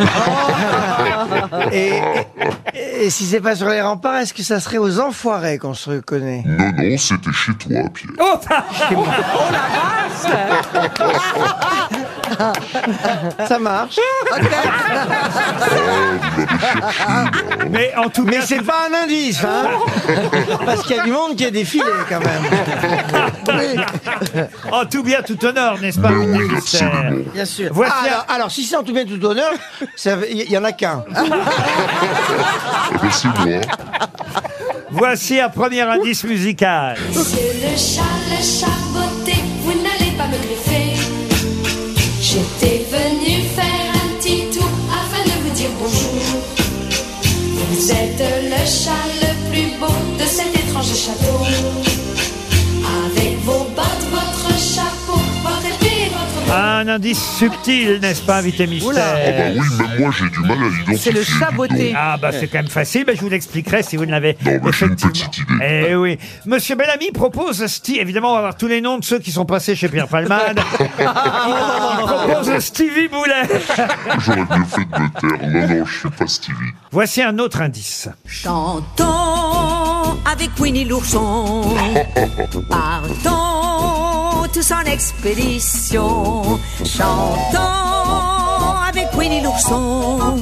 Et, et- et si c'est pas sur les remparts, est-ce que ça serait aux enfoirés qu'on se reconnaît? Non, non, c'était chez toi, Pierre. Oh, Ça marche. mais en tout Mais cas, c'est pas un indice, hein. Parce qu'il y a du monde qui a défilé quand même. en tout bien, tout honneur, n'est-ce pas, invité mystère? Bien sûr. Voici Ah, un- alors, alors, si c'est en tout bien tout honneur, il y, y en a qu'un. Eh ben, c'est moi. Voici un premier indice musical. Monsieur le chat, le chaboté, vous n'allez pas me griffer. J'étais venu faire un petit tour afin de vous dire bonjour. Vous êtes le chat le plus beau de cet étrange château. Avec vos bottes, votre chapeau, votre épée et votre... Un indice subtil, n'est-ce pas, invité mystère? Ah bah oui, même moi j'ai du mal à l'identifier. C'est le chaboté. Ah bah c'est quand même facile, mais je vous l'expliquerai si vous ne l'avez Non, mais j'ai une effectivement. petite idée. Eh oui. Monsieur Bellamy propose Stevie. Évidemment, on va avoir tous les noms de ceux qui sont passés chez Pierre Palmade. Il propose Stevie Boulet. J'aurais mieux fait de me taire. Non, non, je suis pas Stevie. Voici un autre indice. Chantons avec Winnie l'ourson, partons tous en expédition. Chantons avec Winnie l'ourson,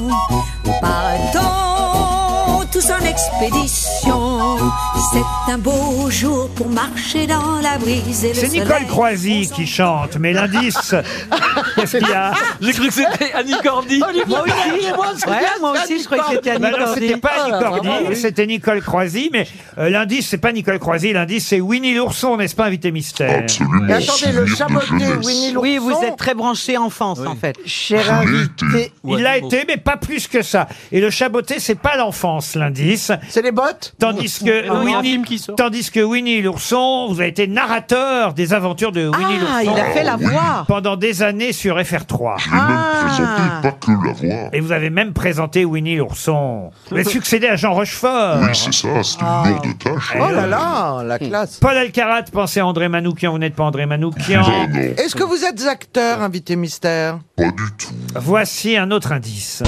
partons tous en expédition. C'est un beau jour pour marcher dans la brise et le C'est soleil. Nicole Croisy qui chante, mais l'indice, qu'est-ce qu'il y a? J'ai cru que c'était Annie Cordy. Moi aussi, ouais, moi aussi, je croyais que c'était Annie Bah non, Cordy. c'était pas Annie Ah, Cordy, bravo, oui. c'était Nicole Croisy, mais euh, l'indice, c'est pas Nicole Croisy, l'indice, c'est Winnie l'ourson, n'est-ce pas, invité mystère? Absolument. Mais attendez, le chaboté, Winnie l'ourson. Oui, vous êtes très branché enfance, en fait. Cher invité, Il l'a été, mais pas plus que ça. Et le chaboté, c'est pas l'enfance, l'indice. C'est les bottes. Tandis que, Ah, il y a un Winnie, film qui sort. tandis que Winnie l'ourson, vous avez été narrateur des aventures de Winnie l'ourson. Ah, il a fait la voix. Pendant des années sur F R trois. Je l'ai même présenté, pas que la voix. Et vous avez même présenté Winnie l'ourson. Vous avez succédé à Jean Rochefort. Oui, c'est ça, c'est une lourde tâche. Oh là là, la classe. Paul Elkarat pensez à André Manoukian. Vous n'êtes pas André Manoukian. Non, non, Est-ce que vous êtes acteur, invité mystère? pas du tout. Voici un autre indice.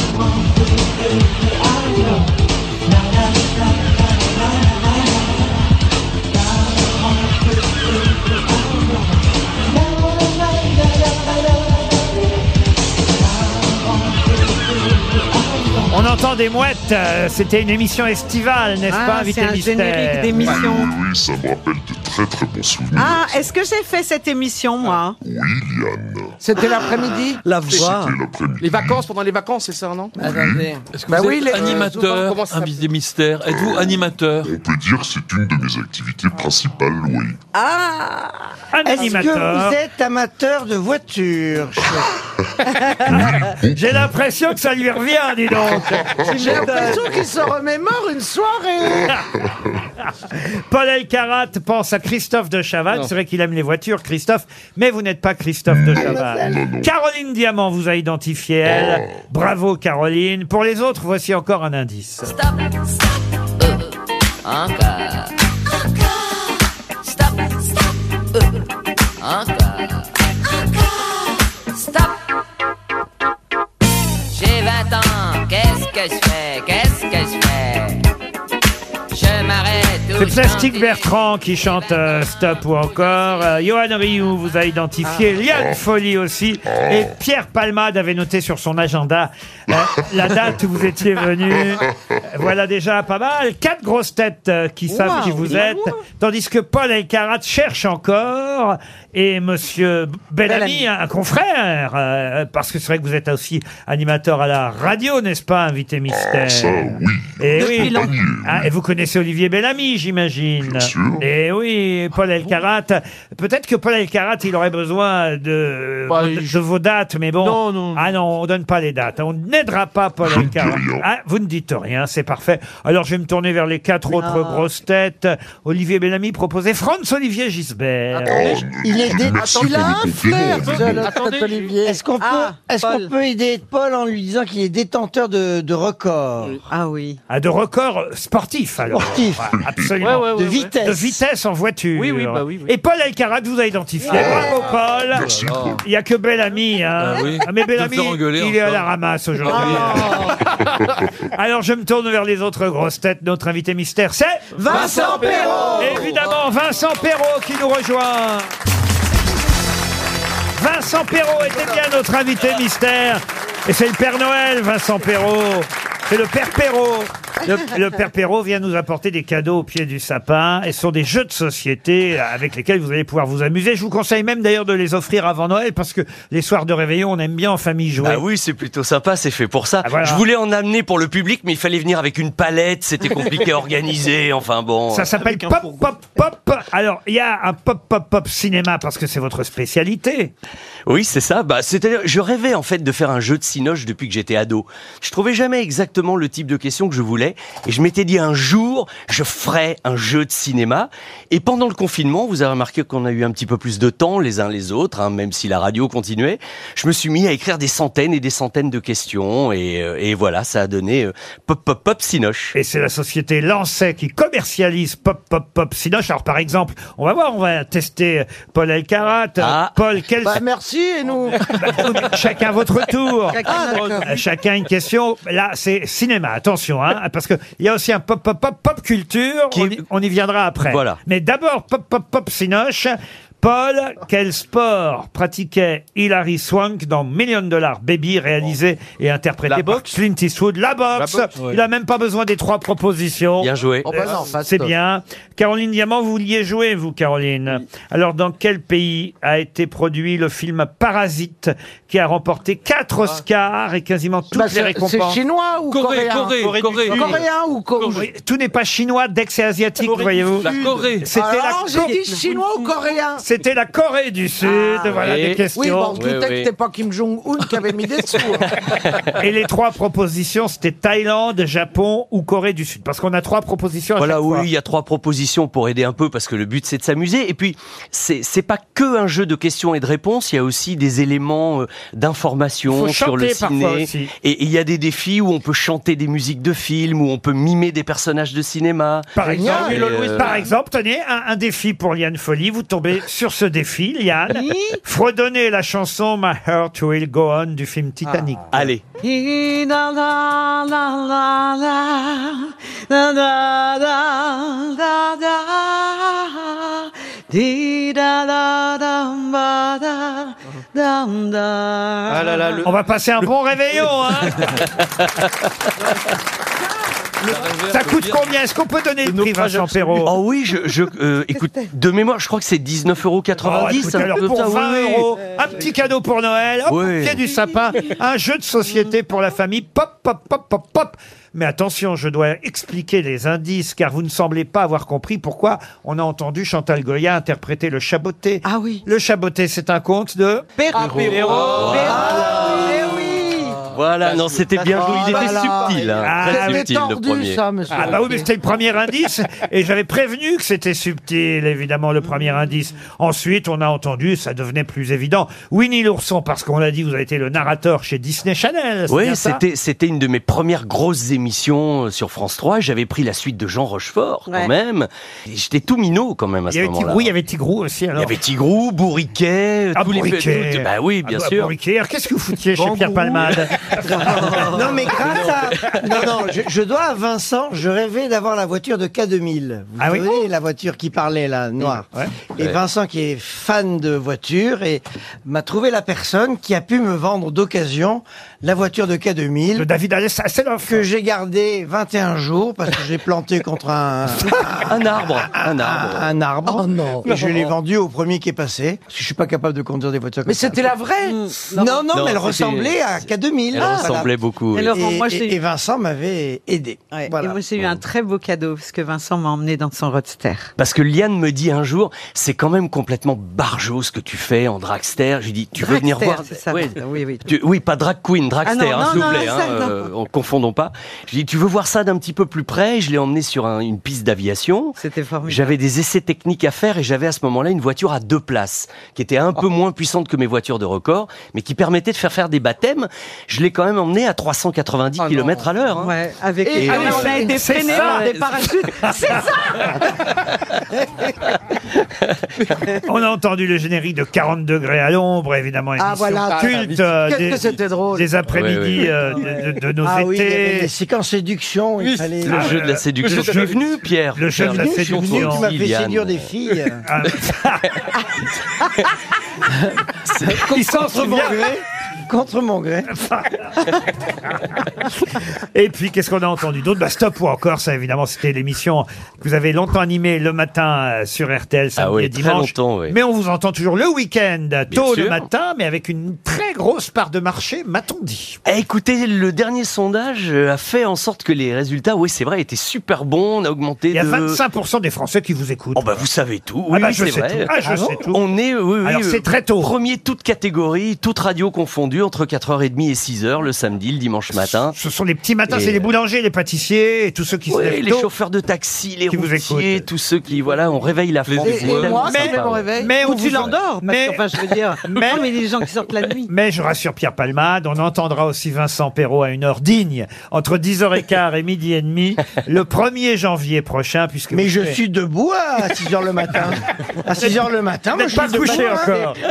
On entend des mouettes, euh, c'était une émission estivale, n'est-ce Ah, pas, invité c'est un mystère? générique d'émission. Oui, oui, ça me rappelle de très très bons souvenirs. Ah, est-ce que j'ai fait cette émission, moi? Oui, Liane. C'était l'après-midi? La voix. C'était l'après-midi. Les vacances, pendant les vacances, c'est ça, non? Attendez. Est-ce que Bah vous oui, êtes les- animateur, comment ça invité mystère? Êtes-vous animateur? On peut dire que c'est une de mes activités principales, oui. Ah! Un est-ce que animateur. vous êtes amateur de voitures? J'ai l'impression que ça lui revient, dis donc. J'ai l'impression qu'il se remémore une soirée. Paul Elkarat pense à Christophe de Chavannes. C'est vrai qu'il aime les voitures, Christophe, mais vous n'êtes pas Christophe de Chavannes. Caroline Diamant vous a identifié, elle. Bravo, Caroline. Pour les autres, voici encore un indice. Stop, stop, euh, encore. Encore. Stop, stop, euh, encore. Encore. Stop. J'ai vingt ans, qu'est-ce que je fais? Qu'est-ce que je fais? Je m'arrête. C'est Plastique Bertrand qui chante euh, Stop ou encore. Euh, Johan Rioux vous a identifié. Liane Folly aussi. Et Pierre Palmade avait noté sur son agenda euh, la date où vous étiez venu. Voilà déjà pas mal. Quatre grosses têtes euh, qui Wow, savent qui vous êtes. Tandis que Paul Elkarat cherche encore. Et Monsieur Bellamy, Bellamy. un confrère. euh, parce que c'est vrai que vous êtes aussi animateur à la radio, n'est-ce pas, invité mystère? Ah, ça, oui. Et Depuis oui. longtemps. Ah, et vous connaissez Olivier Bellamy, j'imagine. Bien sûr. Et oui, Paul Elkarat. Peut-être que Paul Elkarat, il aurait besoin de, Bah, de, je- de vos dates, mais bon. Non, non. Ah non, on donne pas les dates. On n'aidera pas Paul Je ne dis Elkarat. rien. Ah, vous ne dites rien, c'est parfait. Alors, je vais me tourner vers les quatre autres grosses têtes. Olivier Bellamy proposait Franz-Olivier Gisbert. Oh, Il est dé- merci Il pour a le un compliment. frère, dis ce- donc. Attendez. cet Olivier. Est-ce qu'on peut, Ah, est-ce Paul. qu'on peut aider Paul en lui disant qu'il est détenteur de, de records? Ah oui. Ah, de records sportifs, alors. Sportifs. Ouais, absolument. Ouais, ouais, ouais, De ouais. vitesse. De vitesse en voiture. Oui, oui, bah oui, oui. Et Paul Elkarat vous a identifié. Bravo, Paul. Merci, Paul. Il n'y a que Bellamy. Hein. Ah oui. Ah, mais De Bellamy, me faire engueuler il est à encore. la ramasse aujourd'hui. Alors, je me tourne vers les autres grosses têtes. Notre invité mystère, c'est Vincent Perrault. évidemment Vincent Perrault qui nous rejoint. Vincent Perrault était bien notre invité mystère. Et c'est le Père Noël, Vincent Perrault. C'est le Père Perrault. Le, le Père Perrault vient nous apporter des cadeaux au pied du sapin. Et ce sont des jeux de société avec lesquels vous allez pouvoir vous amuser. Je vous conseille même d'ailleurs de les offrir avant Noël parce que les soirs de réveillon, on aime bien en famille jouer. Bah oui, c'est plutôt sympa, c'est fait pour ça. Ah, voilà. Je voulais en amener pour le public, mais il fallait venir avec une palette, c'était compliqué à organiser, enfin bon. Ça s'appelle Pop Pop Pop. Alors, il y a un Pop Pop Pop cinéma parce que c'est votre spécialité. Oui, c'est ça. Bah, c'est-à-dire, je rêvais en fait de faire un jeu de cinoche depuis que j'étais ado. Je trouvais jamais exactement le type de question que je voulais, et je m'étais dit un jour, je ferai un jeu de cinéma. Et pendant le confinement, vous avez remarqué qu'on a eu un petit peu plus de temps les uns les autres, hein, même si la radio continuait. Je me suis mis à écrire des centaines et des centaines de questions, et, euh, et voilà, ça a donné euh, Pop Pop Pop Cinoche. Et c'est la société Lancet qui commercialise Pop Pop Pop Cinoche. Alors par exemple, on va voir, on va tester Paul Elkarat. Ah. Paul, quel... Bah merci, et nous Chacun votre tour. Chacun notre tour. Euh, Chacun une question. Là, c'est cinéma. Attention, hein, parce que il y a aussi un pop pop pop pop culture. Qui- On, y, on y viendra après. Voilà. Mais d'abord, pop pop pop Cinoche. Paul, quel sport pratiquait Hilary Swank dans Million Dollar Baby, réalisé et interprété La par boxe. Clint Eastwood? La boxe. La boxe, ouais. Il a même pas besoin des trois propositions. Bien joué. Oh bah non, C'est fastoche. bien. Caroline Diamant, vous vouliez jouer, vous, Caroline. Alors, dans quel pays a été produit le film Parasite, qui a remporté quatre Oscars et quasiment toutes Bah, les c'est- récompenses? C'est chinois ou Corée, coréen Corée, Corée du Corée. Sud. Coréen ou coréen Oui, tout n'est pas chinois dès que c'est asiatique, Corée du voyez-vous. Sud. La Corée. C'était la, Alors, j'ai Co- dit chinois ou coréen C'était la Corée du Sud. Ah, voilà oui. des questions. Oui, bon, on se Oui, doutait oui. que c'était pas Kim Jong-un qui avait mis des sous. hein. Et les trois propositions, c'était Thaïlande, Japon ou Corée du Sud. Parce qu'on a trois propositions à Voilà, chaque oui, fois. il y a trois propositions pour aider un peu parce que le but c'est de s'amuser. Et puis c'est c'est pas que un jeu de questions et de réponses, il y a aussi des éléments euh, d'information Faut sur le chanter parfois ciné. aussi. Et et il y a des défis où on peut chanter des musiques de films, où on peut mimer des personnages de cinéma. Par Génial. exemple, Et, euh, par exemple, tenez, un, un défi pour Liane Folly. Vous tombez sur ce défi, Liane. Fredonnez la chanson My Heart Will Go On du film Titanic. Allez. La la la la la, la la la la la, di da da dam ba da dam da. Ah là là, le- On va passer un bon réveillon, hein. Ça coûte combien? Est-ce qu'on peut donner le prix, Vincent Perrault? Oh oui, je, je euh, écoute, de mémoire, je crois que c'est dix-neuf euros Oh, quatre-vingt-dix. écoutez, alors pour vingt euros, un petit cadeau pour Noël, hop, Oui. au pied du sapin, un jeu de société pour la famille, pop, pop, pop, pop, pop. Mais attention, je dois expliquer les indices, car vous ne semblez pas avoir compris pourquoi on a entendu Chantal Goya interpréter le Chaboté. Ah oui. Le Chaboté, c'est un conte de... Perrault. Voilà, non, c'était bien joué. Il était voilà. subtil, hein, Ah, très C'était subtil le tordu, premier. ça, monsieur. Ah bah oui, mais c'était le premier indice, et j'avais prévenu que c'était subtil, évidemment, le premier indice. Ensuite, on a entendu, ça devenait plus évident, Winnie l'ourson, parce qu'on l'a dit, vous avez été le narrateur chez Disney Channel. c'est Oui, bien ça c'était c'était une de mes premières grosses émissions sur France trois. J'avais pris la suite de Jean Rochefort, Ouais. quand même. Et j'étais tout minot, quand même, à Il ce y avait moment-là. Tigrou, il y avait Tigrou aussi, Il alors. y avait Tigrou, Bourriquet, Ah, tous Bourriquet. les... Bah oui, bien Ah bah, sûr. Bourriquet. Alors, qu'est-ce que vous foutiez chez Kangourou. Pierre Palmade? Non, mais grâce à. Non, non, je, je dois à Vincent, je rêvais d'avoir la voiture de K deux mille. Vous Ah oui savez, la voiture qui parlait, là, noire. Ouais. Et Ouais. Vincent, qui est fan de voitures, et m'a trouvé la personne qui a pu me vendre d'occasion la voiture de K deux mille. De David Hasselhoff. Que j'ai gardé vingt et un jours parce que j'ai planté contre un. Un arbre, un arbre. Un arbre. Oh non. Et je l'ai vendu au premier qui est passé. Parce que je suis pas capable de conduire des voitures comme Mais ça. c'était la vraie. Non, non, Non, mais elle c'était- ressemblait à K deux mille. Elle Voilà. ressemblait beaucoup. Et oui. Laurent, Et, moi, et- j'ai- et Vincent m'avait aidé. Ouais, Voilà. Et moi, j'ai eu un très beau cadeau, parce que Vincent m'a emmené dans son roadster. Parce que Liane me dit un jour, c'est quand même complètement barjot ce que tu fais en dragster. Je lui dis, tu veux venir Dragster, voir c'est ça. Oui, Oui, oui. Tu- oui, pas drag queen, dragster, Ah non, hein, s'il non, vous non, plaît, ça, hein, non. euh, en confondons pas. Je dis, tu veux voir ça d'un petit peu plus près? Je l'ai emmené sur un- une piste d'aviation. C'était formidable. J'avais des essais techniques à faire et j'avais à ce moment-là une voiture à deux places, qui était un peu moins puissante que mes voitures de record, mais qui permettait de faire faire des baptêmes. Je l'ai quand même emmené à trois cent quatre-vingt-dix Oh kilomètres à l'heure. hein. Ouais, avec Et- et, Ah, on a été c'est freiné ça. par des parachutes. C'est ça. On a entendu le générique de quarante degrés à l'ombre, évidemment, Ah, émission voilà. culte euh, Qu'est-ce des, que c'était drôle. des après-midi Oui, oui. euh, de, de- de nos Ah oui, il y avait étés. des séquences séduction, il fallait. Le jeu de la séduction. Je suis venu, Pierre. Le jeu de la Je suis venu, séduction. tu m'as fait Liane. séduire des filles. Ah, il s'en souvient. Contre mon gré. Et puis, qu'est-ce qu'on a entendu d'autre? Bah, Stop ou encore, ça évidemment, c'était l'émission que vous avez longtemps animée le matin euh, sur R T L, samedi Ah oui, et très dimanche. longtemps, oui. Mais on vous entend toujours le week-end, tôt sûr. le matin, mais avec une très grosse part de marché, m'a-t-on dit. Eh, écoutez, le dernier sondage euh, a fait en sorte que les résultats, oui, c'est vrai, étaient super bons. On a augmenté Il y a de... vingt-cinq pour cent des Français qui vous écoutent. Oh bah vous savez tout. Ah Oui, bah, oui, je c'est sais vrai. tout. Ah, je Ah sais bon tout. On est, oui, oui, Alors, euh, c'est très tôt. Premier toute catégorie, toute radio confondue, entre quatre heures trente et six heures le samedi, le dimanche matin. Ce sont les petits matins, Et- c'est les boulangers, les pâtissiers et tous ceux qui se Oui, lèvent les tôt. chauffeurs de taxi, les qui vous routiers, tous ceux qui, voilà, on réveille la France. Et, et moi, C'est ça sympa, fait mon ouais. réveil. Mais Ou on tu vous- l'endors. mais- Mais... Enfin, je veux dire. mais- Non, mais il y a des gens qui sortent la nuit. Mais je rassure Pierre Palmade, on entendra aussi Vincent Perrault à une heure digne, entre dix heures quinze et midi et demi, le premier janvier prochain, puisque Mais vous je serez- suis debout à six heures le matin. À six heures le matin, Vous moi, n'êtes je pas suis couché debout, hein. encore.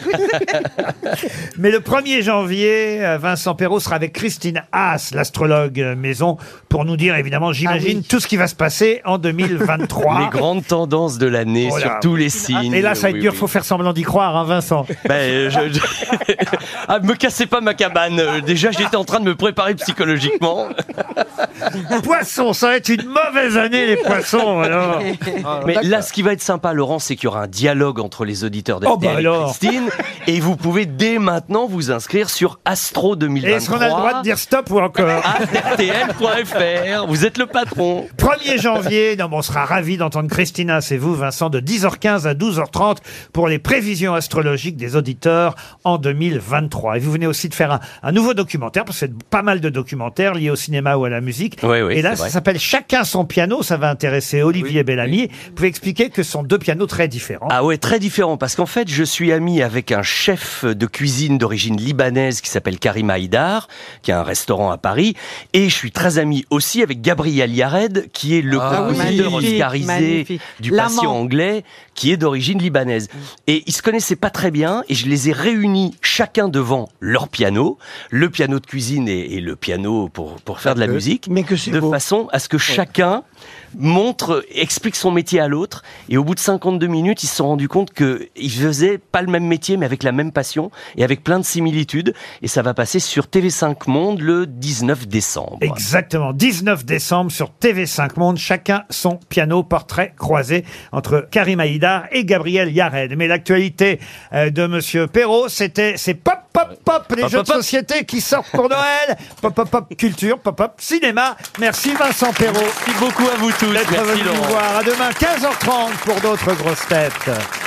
Mais le premier janvier, euh, Vincent Perrault sera avec Christine Haas, l'astrologue euh, maison, pour nous dire, évidemment, j'imagine, Ah oui. tout ce qui va se passer en deux mille vingt-trois. Les grandes tendances de l'année Oh là. sur tous les signes. Et là, ça va être Oui, dur, oui. faut faire semblant d'y croire, hein, Vincent. Ben, je, je- ah, me cassez pas ma cabane. Euh, Déjà, j'étais en train de me préparer psychologiquement. Poissons, ça va être une mauvaise année, les poissons, alors. Mais là, ce qui va être sympa, Laurent, c'est qu'il y aura un dialogue entre les auditeurs d'R T L Oh, bah et alors. Christine. Et vous pouvez dès maintenant vous inscrire sur Astro deux mille Et vingt-trois. est-ce qu'on a le droit de dire stop ou encore à R T L point F R. Vous êtes le patron. premier janvier, non, bon, on sera ravis d'entendre Christina, c'est vous, Vincent, de dix heures quinze à douze heures trente pour les prévisions astrologiques des auditeurs en deux mille vingt-trois. Et vous venez aussi de faire un, un nouveau documentaire, parce que c'est pas mal de documentaires liés au cinéma ou à la musique. Oui, oui, Et là, c'est ça vrai. s'appelle Chacun son piano, ça va intéresser Olivier Bellamy. Vous pouvez expliquer que ce sont deux pianos très différents. Ah ouais, très différent, parce qu'en fait, je suis ami avec un chef de cuisine d'origine libanaise qui s'appelle Karim Haïdar, qui a un restaurant à Paris, et je suis très ami aussi avec Gabriel Yared, qui est le Ah compositeur oui. oscarisé Magnifique. du L'amant. patient anglais, qui est d'origine libanaise. Et ils se connaissaient pas très bien, et je les ai réunis chacun devant leur piano, le piano de cuisine et, et le piano pour, pour faire de la que- musique, mais que c'est de beau. façon à ce que chacun montre, explique son métier à l'autre, et au bout de cinquante-deux minutes, ils se sont rendus compte qu'ils faisaient pas le même métier, mais avec la même passion, et avec plein de similitudes, et ça va passer sur T V cinq Monde le dix-neuf décembre. Exactement, dix-neuf décembre sur T V cinq Monde, chacun son piano, portrait croisé entre Karim Haïdar et Gabriel Yared. Mais l'actualité euh, de Monsieur Perrault, c'était c'est pop pop pop, les Pop, jeux pop, de pop. société qui sortent pour Noël, pop pop pop culture, pop pop cinéma. Merci Vincent Perrault Merci beaucoup à vous tous. d'être Merci venu nous Laurent. voir. À demain quinze heures trente pour d'autres grosses têtes.